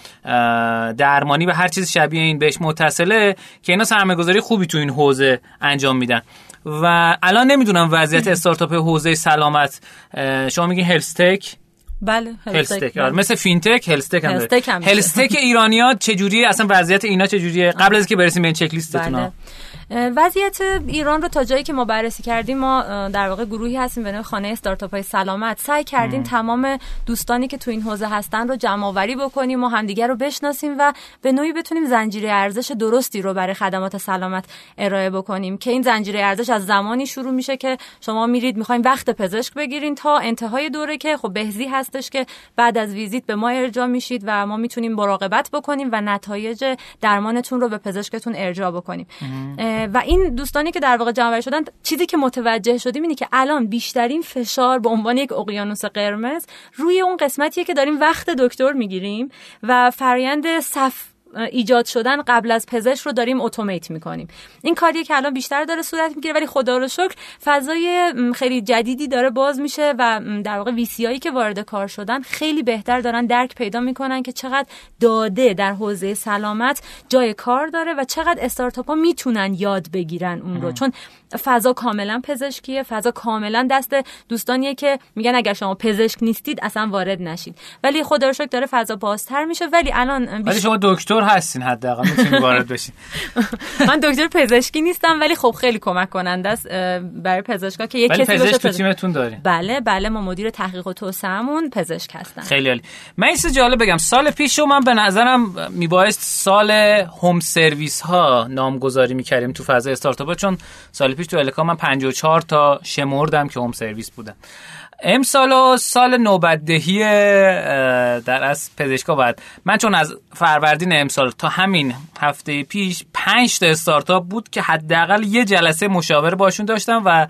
درمانی و هر چیز شبیه این بهش متصله که اینا سرمایه‌گذاری خوبی تو این حوزه انجام میدن. و الان نمیدونم وضعیت استارتاپ حوزه سلامت، شما میگین هلستک؟ بله، هلستک، مثل فینتک، هلستک هم داره. هلستک ایرانیات چجوریه اصلا، وضعیت اینا چجوریه قبل از که برسیم به این چک لیستتون؟ بله. وضعیت ایران رو تا جایی که ما بررسی کردیم، ما در واقع گروهی هستیم به نام خانه استارتاپ های سلامت، سعی کردیم ام. تمام دوستانی که تو این حوزه هستن رو جمع آوری بکنیم و همدیگه رو بشناسیم و به نوعی بتونیم زنجیره ارزش درستی رو برای خدمات سلامت ارائه بکنیم که این زنجیره ارزش از زمانی شروع میشه که شما میرید میخواین وقت پزشک بگیرین تا انتهای دوره که خب بهزی هستش که بعد از ویزیت به ما ارجاع میشید و ما میتونیم مراقبت بکنیم و نتایج درمانتون رو به پزشکتون ارجاع بکنیم. و این دوستانی که در واقع جمع شدن، چیزی که متوجه شدیم اینه که الان بیشترین فشار به عنوان یک اقیانوس قرمز روی اون قسمتیه که داریم وقت دکتر میگیریم و فرآیند صف ایجاد شدن قبل از پزشک رو داریم اتومات میکنیم. این کاریه که الان بیشتر داره صورت میگیره، ولی خدا رو شکر فضای خیلی جدیدی داره باز میشه و در واقع ویسیایی که وارد کار شدن خیلی بهتر دارن درک پیدا میکنن که چقدر داده در حوزه سلامت جای کار داره و چقدر استارتاپ‌ها میتونن یاد بگیرن اون رو ام. چون فضا کاملا پزشکیه، فضا کاملا دست دوستانیه که میگن اگر شما پزشک نیستید اصلا وارد نشید، ولی خدا رو شکر داره فضا بازتر میشه. ولی الان بیش... ولی شما دکتر هستین، حداقل میتونید وارد بشین. من دکتر پزشکی نیستم ولی خب خیلی کمک کننده است برای پزشکا که یک کسی باشه. پزشک تو تیمتون دارین؟ بله بله، ما مدیر تحقیق و توسعه‌مون پزشک هستن. خیلی عالی. من این چیز جالب بگم، سال پیش رو من به نظرم میبایست سال هوم سرویس ها نامگذاری میکردیم تو فضای استارتاپ، چون سال پیش تو الکام من پنجاه و چهار تا شمردم که هوم سرویس بودن. امسال و سال نوبت‌دهی در از پزشکا بعد من چون از فروردین امسال تا همین هفته پیش پنج تا استارتاپ بود که حداقل یه جلسه مشاوره باشون داشتم و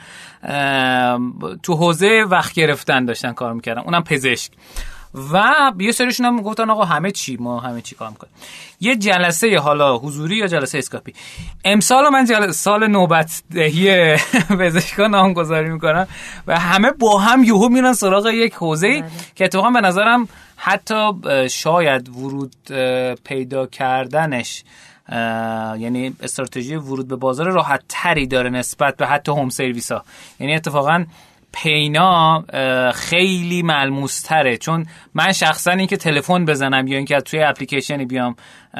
تو حوزه وقت گرفتن داشتن کار میکردن، اونم پزشک. و یه سریشون هم گفتن آقا همه چی ما همه چی کار میکنیم. یه جلسه حالا حضوری یا جلسه اسکاپی. امسال من جلسه سال نوبت دهی پزشکا نامگذاری میکنم و همه با هم یهو میرن سراغ یک حوزه‌ای که اتفاقا به نظرم حتی شاید ورود پیدا کردنش یعنی استراتژی ورود به بازار راحت تری داره نسبت به حتی هوم سرویس ها. یعنی اتفاقا پینا خیلی ملموس تره، چون من شخصا این که تلفن بزنم یا اینکه توی اپلیکیشنی بیام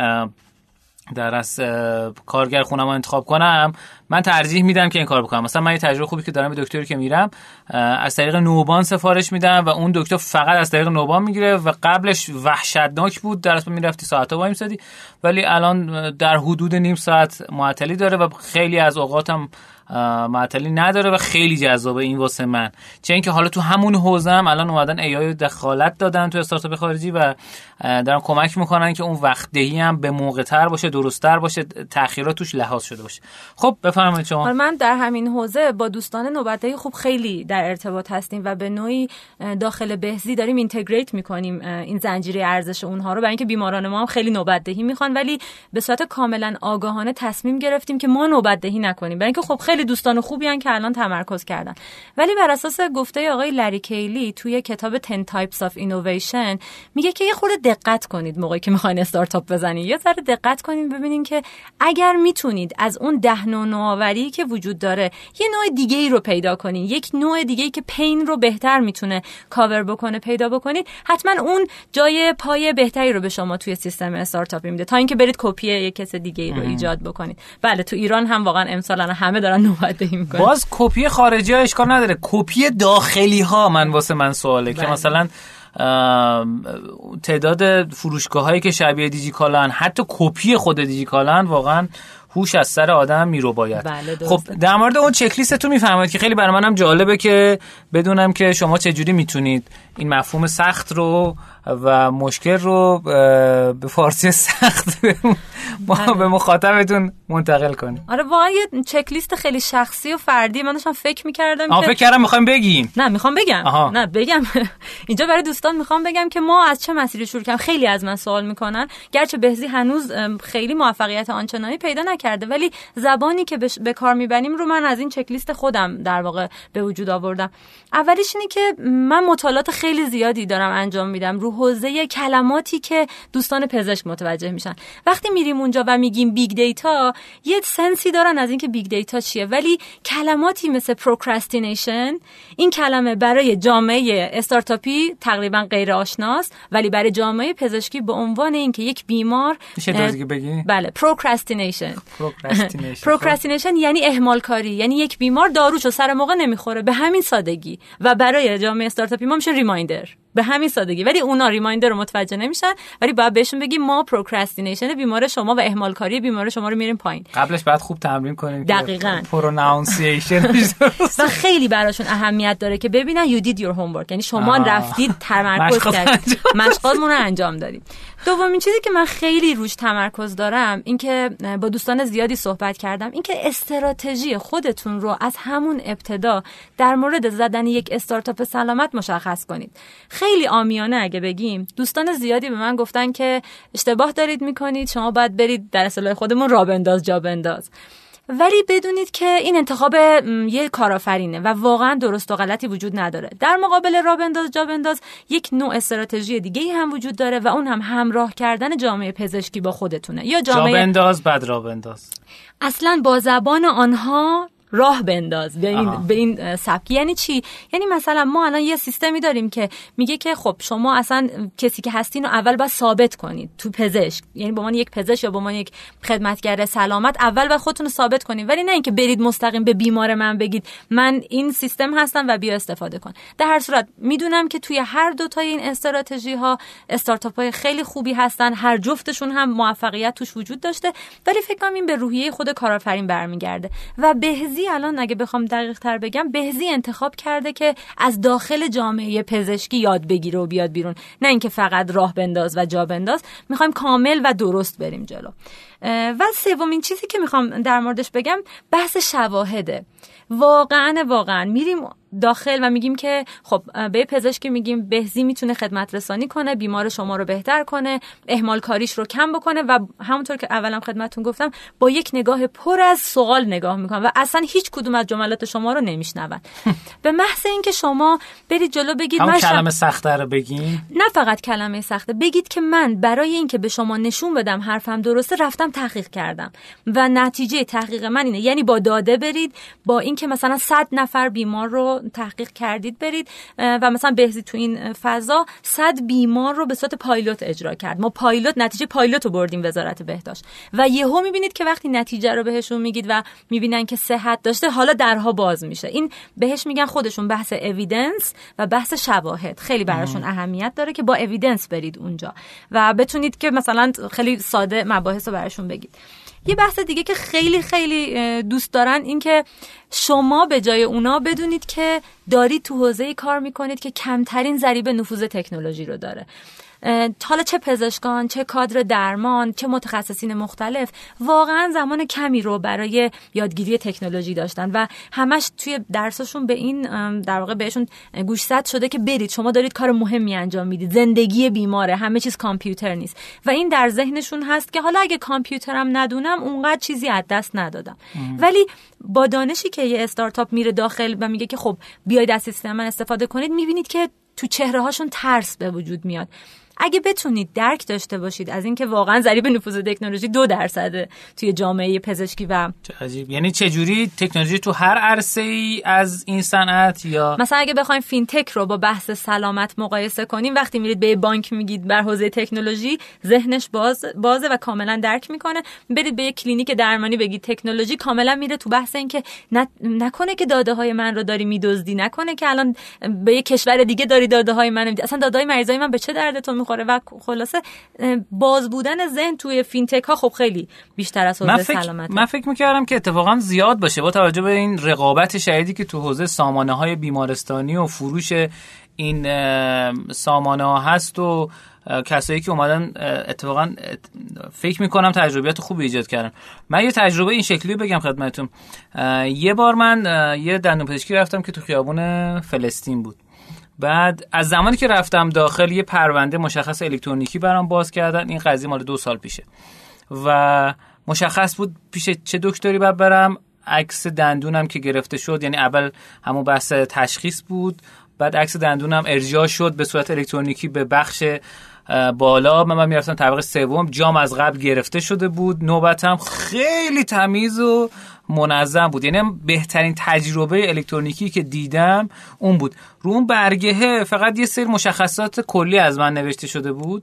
در از کارگر خونم رو انتخاب کنم، من ترجیح میدم که این کار بکنم. مثلا من یه تجربه خوبی که دارم به دکتری که میرم از طریق نوبان سفارش میدم و اون دکتر فقط از طریق نوبان میگیره و قبلش وحشتناک بود، در اصل میرفتی ساعتا وای میسادی، ولی الان در حدود نیم ساعت معطلی داره و خیلی از اوقاتم معطلی نداره و خیلی جذابه این واسه من. چه اینکه حالا تو همون حوزه هم الان اومدن ای آی دخالت دادن تو استارتاپ خارجی و دارن کمک میکنن که اون وقت دهی هم به موقع تر باشه، درست تر باشه، تأخیرات توش لحاظ شده باشه. خب بفرمایید شما. من در همین حوزه با دوستان نوبت‌دهی خوب خیلی در ارتباط هستیم و به نوعی داخل بهزی داریم اینتگریت میکنیم این زنجیره ارزش اونها رو، برای اینکه بیماران ما هم خیلی نوبت‌دهی میخوان ولی به صورت کاملا آگاهانه تصمیم گرفتیم که ما نوبت‌دهی نکنیم، برای اینکه خب خیلی دوستان خوبی ان که الان تمرکز کردن. ولی بر اساس گفته آقای لری کیلی توی کتاب ده Types of Innovation میگه که یه خورده دقت کنید موقعی که میخواین استارتاپ بزنید، یه ذره دقت کنید ببینید که اگر میتونید از اون ده نوع نوآوری که وجود داره یه نوع دیگه ای رو پیدا کنید، یک نوع دیگه ای که پین رو بهتر میتونه کاور بکنه پیدا بکنید، حتما اون جای پای بهتری رو به شما توی سیستم استارتاپی میده تا اینکه برید کپی یک کس دیگه ای رو ایجاد بکنید. بله تو ایران هم واقعا امسال همه دارن نوبت‌دهی میکنن. باز کپی خارجی ها اشکال نداره، کپی داخلی ها من واسه من سواله بله. که مثلا تعداد فروشگاه هایی که شبیه دیجیکالن، حتی کپی خود دیجیکالن، واقعا هوش از سر آدم میرو باید. بله خب در مورد اون چک لیستتون میفهمید که خیلی برای منم جالبه که بدونم که شما چجوری میتونید این مفهوم سخت رو و مشکل رو به فارسی سخت به مخاطبتون منتقل کنید. آره واقعا یه چک لیست خیلی شخصی و فردی من داشتم فکر می‌کردم که فکر کردم می‌خوایم بگیم. نه می‌خوام بگم. آها. نه بگم اینجا برای دوستان می‌خوام بگم که ما از چه مسیری شروع کردیم. خیلی از من سوال می‌کنن، گرچه بهزی هنوز خیلی موفقیت آنچنانی پیدا نکرده ولی زبانی که به کار می‌بریم رو من از این چک لیست خودم در واقع به وجود آوردم. اولیش اینه که من مطالعات خیلی زیادی دارم انجام میدم رو حوزه کلماتی که دوستان پزشک متوجه میشن. وقتی میریم اونجا و میگیم بیگ دیتا، یه سنسی دارن از اینکه بیگ دیتا چیه، ولی کلماتی مثل پروکرستینیشن، این کلمه برای جامعه استارتاپی تقریبا غیر آشناست ولی برای جامعه پزشکی به عنوان اینکه یک بیمار میشه دیگه بگی؟ بله پروکرستینیشن. پروکرستینیشن یعنی اهمال کاری، یعنی یک بیمار داروشو سر موقع نمیخوره به همین سادگی و برای جامعه استارتاپی ما میشه ریمایندر به همین سادگی، ولی اونا ریمایندر رو متوجه نمیشن ولی باید بهشون بگیم ما پروکرستینیشن بیمار شما و اهمال کاری بیمار شما رو میریم پایین. قبلش باید خوب تمرین کنیم دقیقاً پرونانسییشن و خیلی براشون اهمیت داره که ببینن you did your homework، یعنی شما آه. رفتید تمرکز کردید مشقاتمون رو انجام دادید. دومین چیزی که من خیلی روش تمرکز دارم این که با دوستان زیادی صحبت کردم، این که استراتژی خودتون رو از همون ابتدا در مورد زدن یک استارتاپ سلامت مشخص کنید. خیلی عامیانه اگه بگیم دوستان زیادی به من گفتن که اشتباه دارید میکنید، شما باید برید در اصطلاح خودمون را بنداز جا بنداز، ولی بدونید که این انتخاب یه کارآفرینه و واقعا درست و غلطی وجود نداره. در مقابل را بنداز جا بنداز یک نوع استراتژی دیگه هم وجود داره و اون هم همراه کردن جامعه پزشکی با خودتونه. یا جامعه جا بنداز بعد را بنداز، اصلا با زبان آنها راه بنداز به این به این سبک. یعنی چی؟ یعنی مثلا ما الان یه سیستمی داریم که میگه که خب شما اصلا کسی که هستین رو اول باید ثابت کنید تو پزشک، یعنی به عنوان یک پزشک یا به عنوان یک خدمتگر سلامت اول باید خودتون رو ثابت کنید، ولی نه اینکه برید مستقیم به بیمار من بگید من این سیستم هستم و بیا استفاده کن. در هر صورت میدونم که توی هر دو تا این استراتژی ها استارتاپ های خیلی خوبی هستن، هر جفتشون هم موفقیت توش وجود داشته، ولی فکر کنم این به روحیه خود کارآفرین برمیگرده و بهزی بهزی الان اگه بخوام دقیق تر بگم، بهزی انتخاب کرده که از داخل جامعه پزشکی یاد بگیره و بیاد بیرون، نه اینکه فقط راه بنداز و جا بنداز. میخوایم کامل و درست بریم جلو. و سومین چیزی که میخوام در موردش بگم بحث شواهده. واقعا واقعا میریم داخل و میگیم که خب به پزشکی میگیم بهزی میتونه خدمت رسانی کنه، بیمار شما رو بهتر کنه، اهمال کاریش رو کم بکنه و همونطور که اولام خدمتتون گفتم با یک نگاه پر از سوال نگاه میکنن و اصلا هیچ کدوم از جملات شما رو نمیشنون. به محض اینکه شما برید جلو بگید همون من کلمه سخته رو بگین، نه فقط کلمه سخته، بگید که من برای اینکه به شما نشون بدم حرفم درسته رفتم تحقیق کردم و نتیجه تحقیق من اینه. یعنی با داده برید، با اینکه مثلا صد نفر بیمار رو تحقیق کردید برید و مثلا بهزی تو این فضا صد بیمار رو به صورت پایلوت اجرا کرد. ما پایلوت نتیجه پایلوت رو بردیم وزارت بهداشت و یهو میبینید که وقتی نتیجه رو بهشون میگید و میبینن که صحت داشته، حالا درها باز میشه. این بهش میگن خودشون بحث اویدنس و بحث شواهد. خیلی براشون اهمیت داره که با اویدنس برید اونجا و بتونید که مثلا خیلی ساده مباحث رو براشون بگید. یه بحث دیگه که خیلی خیلی دوست دارن این که شما به جای اونا بدونید که دارید تو حوزه‌ای کار میکنید که کمترین ضریب نفوذ تکنولوژی رو داره. حالا چه پزشکان، چه کادر درمان، چه متخصصین مختلف واقعا زمان کمی رو برای یادگیری تکنولوژی داشتن و همش توی درسشون به این در واقع بهشون گوشزد شده که برید شما دارید کار مهمی انجام میدید، زندگی بیماره، همه چیز کامپیوتر نیست و این در ذهنشون هست که حالا اگه کامپیوترم ندونم اونقدر چیزی از دست ندادم. ام. ولی با دانشی که یه استارتاپ میره داخل و میگه که خب بیاید از سیستم من استفاده کنید، میبینید که تو چهره هاشون ترس به وجود میاد. اگه بتونید درک داشته باشید از اینکه واقعا ضریب نفوذ تکنولوژی دو درصده توی جامعه پزشکی و عجیب، یعنی چه جوری تکنولوژی تو هر عرصه‌ای از این صنعت، یا مثلا اگه بخوایم فینتک رو با بحث سلامت مقایسه کنیم، وقتی میرید به بانک میگید بر حوزه تکنولوژی، ذهنش باز بازه و کاملا درک میکنه. برید به یک کلینیک درمانی بگید تکنولوژی، کاملا میره تو بحث این که نکنه که داده های من رو داری میدزدی، نکنه که الان به یک کشور دیگه داری داده های منو میدی، اصلا داده های مریضای من به چه دردتون و خلاصه باز بودن ذهن توی فینتک ها خب خیلی بیشتر از حوزه سلامت. من فکر می‌کردم که اتفاقا زیاد باشه با توجه به این رقابت شدیدی که تو حوزه سامانه‌های بیمارستانی و فروش این سامانه‌ها هست و کسایی که اومدن اتفاقا فکر می‌کنم تجربیات خوبی ایجاد کردن. من یه تجربه این شکلی بگم خدمتتون. یه بار من یه دندونپزشکی رفتم که تو خیابون فلسطین بود. بعد از زمانی که رفتم داخل یه پرونده مشخص الکترونیکی برام باز کردن. این قضیه مال دو سال پیشه و مشخص بود پیش چه دکتری باید برم. عکس دندونم که گرفته شد، یعنی اول همون بحث تشخیص بود، بعد عکس دندونم ارجاع شد به صورت الکترونیکی به بخش بالا. من, من میرفتم طبقه سوم، جام از قبل گرفته شده بود، نوبتم خیلی تمیز و منظم بود. یعنی بهترین تجربه الکترونیکی که دیدم اون بود. رو اون برگه فقط یه سری مشخصات کلی از من نوشته شده بود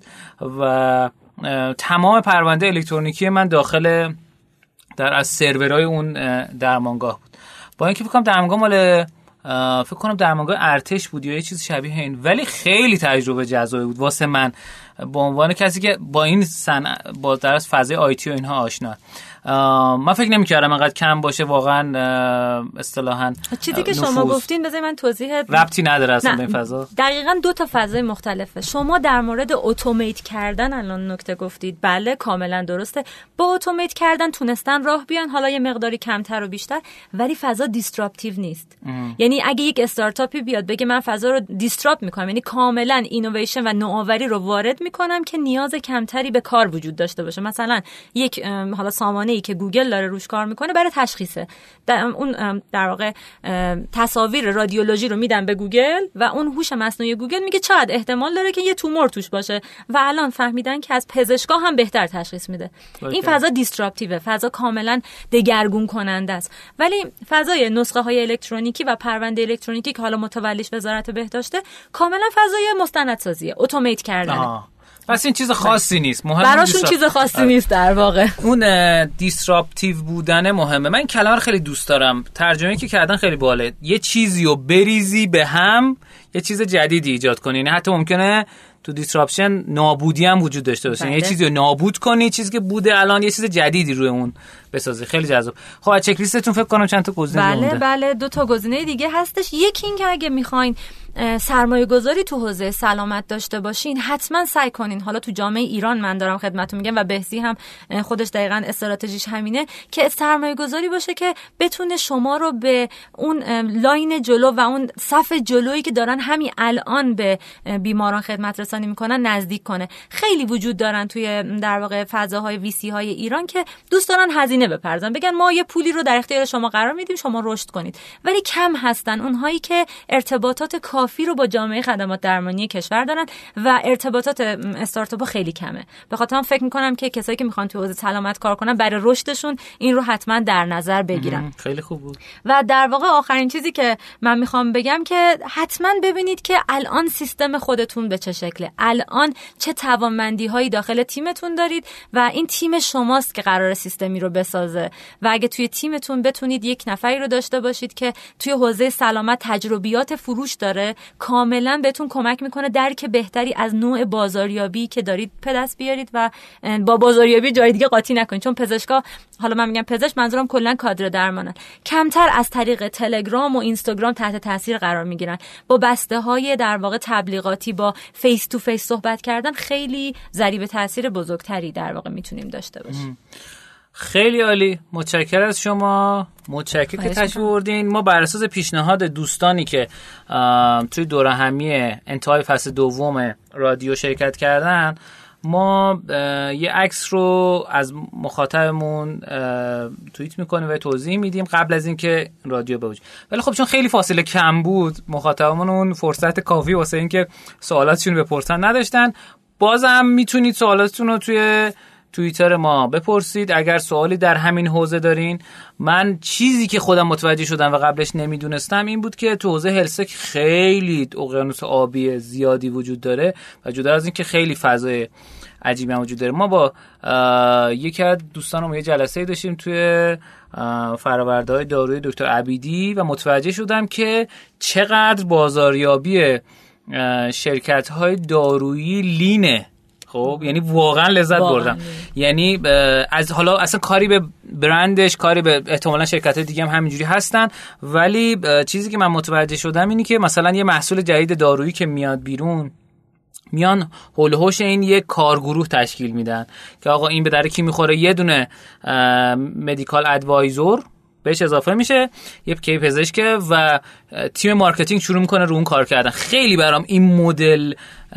و تمام پرونده الکترونیکی من داخل در از سرورهای اون درمانگاه بود. با اینکه فکر کنم درمانگاه مال فکر کنم درمانگاه ارتش بود یا یه چیز شبیه این، ولی خیلی تجربه جذابی بود واسه من به عنوان کسی که با این صنعت با درس فضای آیتی و اینها آشنا. من فکر نمی‌کردم انقدر کم باشه واقعا اصطلاحاً. چیزی که شما گفتین بذار من توضیح ربطی نداره اصلا به این فضا. دقیقاً دو تا فضای مختلفه. شما در مورد اتومات کردن الان نکته گفتید، بله کاملا درسته. با اتومات کردن تونستن راه بیان، حالا یه مقداری کمتر و بیشتر، ولی فضا دیستراپتیو نیست. ام. یعنی اگه یک استارتاپی بیاد بگه من فضا رو دیستراپ می‌کنم، یعنی کاملا اینویشن و نوآوری رو وارد می‌کنم که نیاز کمتری به کار وجود داشته باشه. مثلا یک حالا سامانه که گوگل داره روش کار میکنه برای تشخیصه، در اون در واقع تصاویر رادیولوژی رو میدن به گوگل و اون هوش مصنوعی گوگل میگه چقدر احتمال داره که یه تومور توش باشه و الان فهمیدن که از پزشکا هم بهتر تشخیص میده. باید. این فضا دیستراپتیوه، فضا کاملا دگرگون کننده است. ولی فضای نسخه های الکترونیکی و پرونده الکترونیکی که حالا متولیش وزارت بهداشته کاملا فضای مستندسازیه، اتومات کردنه. پس این چیز خاصی نیست، مهمه براشون چیز خاصی نیست در واقع. اون دیسراپتیو بودن مهمه. من این کلمه رو خیلی دوست دارم. ترجمه‌ای که کردن خیلی باله. یه چیزی رو بریزی به هم، یه چیز جدیدی ایجاد کنی. یعنی حتی ممکنه تو دیسراپشن نابودی هم وجود داشته باشه. یه چیزی رو نابود کنی، چیزی که بوده الان یه چیز جدیدی روی اون بسازی. خیلی جذاب. خب از چک لیستتون فکر کنم چند تا گزینه بله مونده. بله دو تا گزینه دیگه هستش. یکی این که اگه میخواین سرمایه گذاری تو حوزه سلامت داشته باشین، حتما سعی کنین، حالا تو جامعه ایران من دارم خدمتتون میگم و بهزی هم خودش دقیقاً استراتژیش همینه، که سرمایه گذاری باشه که بتونه شما رو به اون لاین جلو و اون صف جلویی که دارن همین الان به بیماران خدمت رسانی میکنن نزدیک کنه. خیلی وجود دارن توی در واقع فضاهای ویسی های ایران که دوست دارن هزینه بپردازن، بگن ما یه پولی رو در اختیار شما قرار میدیم شما رشد کنید، ولی کم هستن اونهایی که ارتباطات کافی رو با جامعه خدمات درمانی کشور دارن و ارتباطات استارتاپ‌ها خیلی کمه. به خاطر فکر می‌کنم که کسایی که میخوان تو حوزه سلامت کار کنن برای رشدشون این رو حتما در نظر بگیرن. خیلی خوب بود. و در واقع آخرین چیزی که من میخوام بگم که حتما ببینید که الان سیستم خودتون به چه شکله، الان چه توانمندی‌هایی داخل تیمتون دارید و این تیم شماست که قرار سیستمی رو بسازه. و اگه توی تیمتون بتونید یک نفری رو داشته باشید که توی حوزه سلامت تجربیات فروش داره، کاملا بهتون کمک میکنه درک بهتری از نوع بازاریابی که دارید به دست بیارید و با بازاریابی جای دیگه قاطی نکنید. چون پزشکا، حالا من میگم پزشک، منظورم کلا کادر درمانن، کمتر از طریق تلگرام و اینستاگرام تحت تاثیر قرار میگیرن. با بسته های در واقع تبلیغاتی، با فیس تو فیس صحبت کردن خیلی ضریب تاثیر بزرگتری در واقع میتونیم داشته باشیم. خیلی عالی، متشکرم از شما، متشکرم که تشریف آوردین. ما بر اساس پیشنهاد دوستانی که توی دوره همی انتهای فصل دوم رادیو شرکت کردن، ما یه عکس رو از مخاطبمون توییت میکنیم و توضیح میدیم قبل از اینکه رادیو به وجود. ولی خب چون خیلی فاصله کم بود، مخاطبمون اون فرصت کافی واسه اینکه سوالاتشون رو بپرسن نداشتن. بازم میتونید سوالاتتون رو توی توییتر ما بپرسید اگر سوالی در همین حوزه دارین. من چیزی که خودم متوجه شدم و قبلش نمیدونستم این بود که تو حوزه هلسک خیلی اقیانوس آبی زیادی وجود داره و جدا از این که خیلی فضای عجیبی هم وجود داره. ما با یکی از دوستانم یه جلسه داشتیم توی فرآورده‌های دارویی دکتر عبیدی و متوجه شدم که چقدر بازاریابی شرکت‌های دارویی لینه. خب یعنی واقعا لذت بردم. یعنی از حالا اصلا کاری به برندش، کاری به احتمالاً شرکت‌های دیگه هم همینجوری هستن، ولی چیزی که من متوجه شدم اینی که مثلا یه محصول جدید دارویی که میاد بیرون، میان هول و هوش این یک کارگروه تشکیل میدن که آقا این به در کی میخوره، یه دونه مدیکال ادوایزور بهش اضافه میشه، یه کی پزشکه و تیم مارکتینگ شروع میکنه رو اون کار کردن. خیلی برام این مدل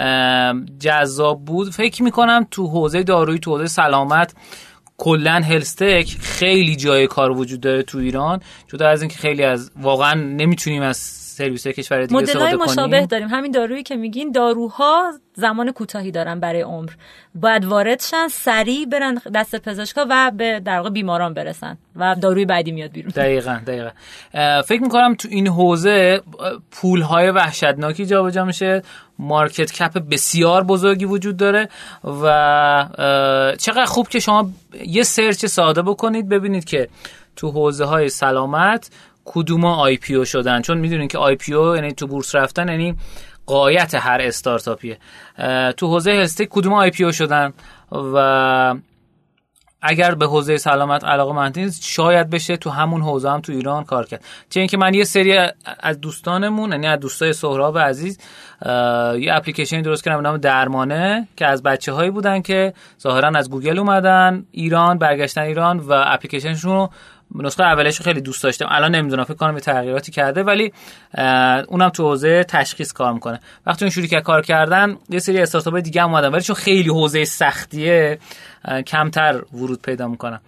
جذاب بود. فکر میکنم تو حوزه دارویی، تو حوزه سلامت، کلا هلستک خیلی جای کار وجود داره تو ایران، جدا از اینکه خیلی از واقعا نمیتونیم از سرویس کشور دیگه استفاده کنیم. مدل‌های مشابه داریم. همین دارویی که میگین، داروها زمان کوتاهی دارن برای عمر، باید وارد شن، سریع برن دست پزشکا و به در واقع بیماران برسن و داروی بعدی میاد بیرون. دقیقاً دقیقاً فکر میکنم تو این حوزه پول‌های وحشتناکی جابجا میشه، مارکت کپ بسیار بزرگی وجود داره و چقدر خوب که شما یه سرچ ساده بکنید ببینید که تو حوزه‌های سلامت کدوم آی پی او شدن، چون میدونین که آی پی او یعنی تو بورس رفتن یعنی غایت هر استارتاپیه. تو حوزه هلستک کدوم آی پی او شدن و اگر به حوزه سلامت علاقه مندین شاید بشه تو همون حوزه هم تو ایران کار کرد. چون اینکه من یه سری از دوستانمون، یعنی از دوستای سهراب عزیز، یه اپلیکیشنی درست کردم به نام درمانه که از بچه‌هایی بودن که ظاهرا از گوگل اومدن ایران، برگشتن ایران و اپلیکیشنشون رو نسخه اولش رو خیلی دوست داشتم. الان نمیدونم، فکر کنم یه تغییراتی کرده، ولی اونم تو حوزه تشخیص کار میکنه. وقتی اون شروع کرد کار کردن یه سری استارتاپ‌های دیگه هم اومدن، ولی چون خیلی حوزه سختیه کمتر ورود پیدا میکنم.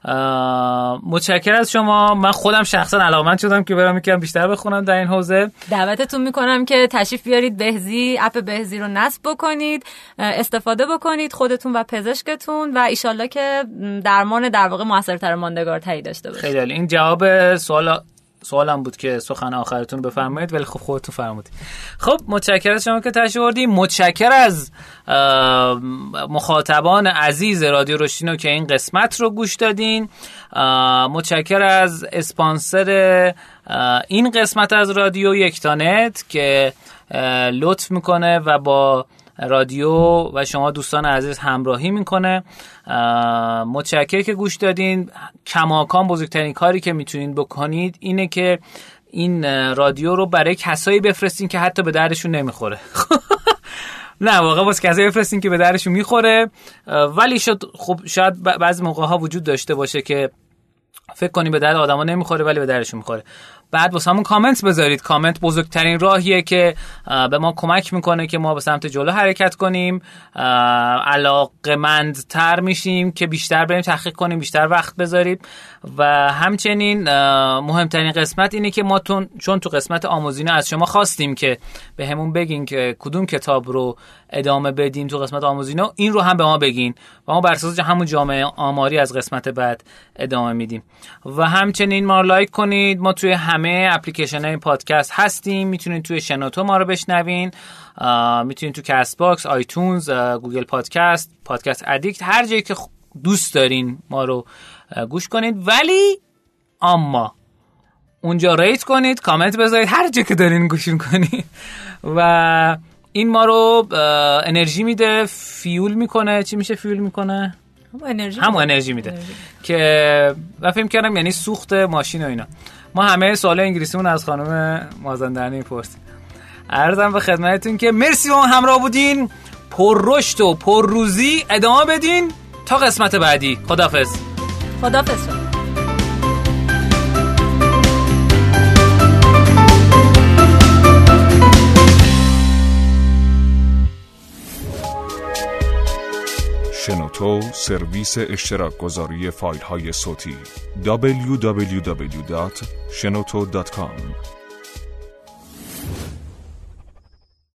متشکرم از شما. من خودم شخصا علاقه‌مند شدم که برام یکم بیشتر بخونم در این حوزه. دعوتتون میکنم که تشریف بیارید بهزی، اپ بهزی رو نصب بکنید، استفاده بکنید خودتون و پزشکتون و ایشالله که درمان در واقع موثرتر و ماندگارتری داشته باشید. خیلی عالی. این جواب سوال سوالم بود که سخن آخرتون بفرمایید، ولی خب خودتون فرمودید. خب متشکرم از شما که تشریف آوردید. متشکرم از مخاطبان عزیز رادیو رشدینو که این قسمت رو گوش دادین. متشکرم از اسپانسر این قسمت از رادیو، یکتانت، که لطف میکنه و با رادیو و شما دوستان عزیز همراهی میکنه. متشکرم که گوش دادین. کماکان بزرگترین کاری که میتونین بکنید اینه که این رادیو رو برای کسایی بفرستین که حتی به دردشون نمیخوره. نه واقعا واسه کسایی بفرستین که به دردشون میخوره، ولی شاید خب شاید بعضی موقع ها وجود داشته باشه که فکر کنی به درد آدما نمیخوره ولی به دردشون میخوره. بعد واسه همون کامنت بذارید. کامنت بزرگترین راهیه که به ما کمک میکنه که ما به سمت جلو حرکت کنیم، علاقمندتر میشیم که بیشتر بریم تحقیق کنیم، بیشتر وقت بذاریم. و همچنین مهمترین قسمت اینه که ما تون چون تو قسمت آموزینه از شما خواستیم که به همون بگین که کدوم کتاب رو ادامه بدیم تو قسمت آموزینه، این رو هم به ما بگین و ما بر اساس همون جامعه آماری از قسمت بعد ادامه میدیم. و همچنین ما لایک کنید. ما توی همه اپلیکیشن های پادکست هستیم. میتونید توی شنوتو ما رو بشنوین، میتونید تو کست باکس، آیتونز، گوگل پادکست، پادکست ادیکت، هر جایی که دوست دارین ما رو گوش کنید. ولی اما اونجا ریت کنید، کامنت بذارید، هر جایی که دارین گوش کنید و این ما رو انرژی میده، فیول میکنه. چی میشه فیول میکنه؟ همون انرژی همون انرژی میده انرژی. که و فهم کردم یعنی سوخت ماشین و اینا. ما همه سوال انگلیسیمون از خانم مازندرانی میپرسیم. عرضم به خدمتتون که مرسی با همراه بودین. پر رشد و پر روزی ادامه بدین تا قسمت بعدی. خداحافظ. خداحافظ. شنوتو سرویس اشتراک گذاری فایل های صوتی دبلیو دبلیو دبلیو دات شنوتو دات کام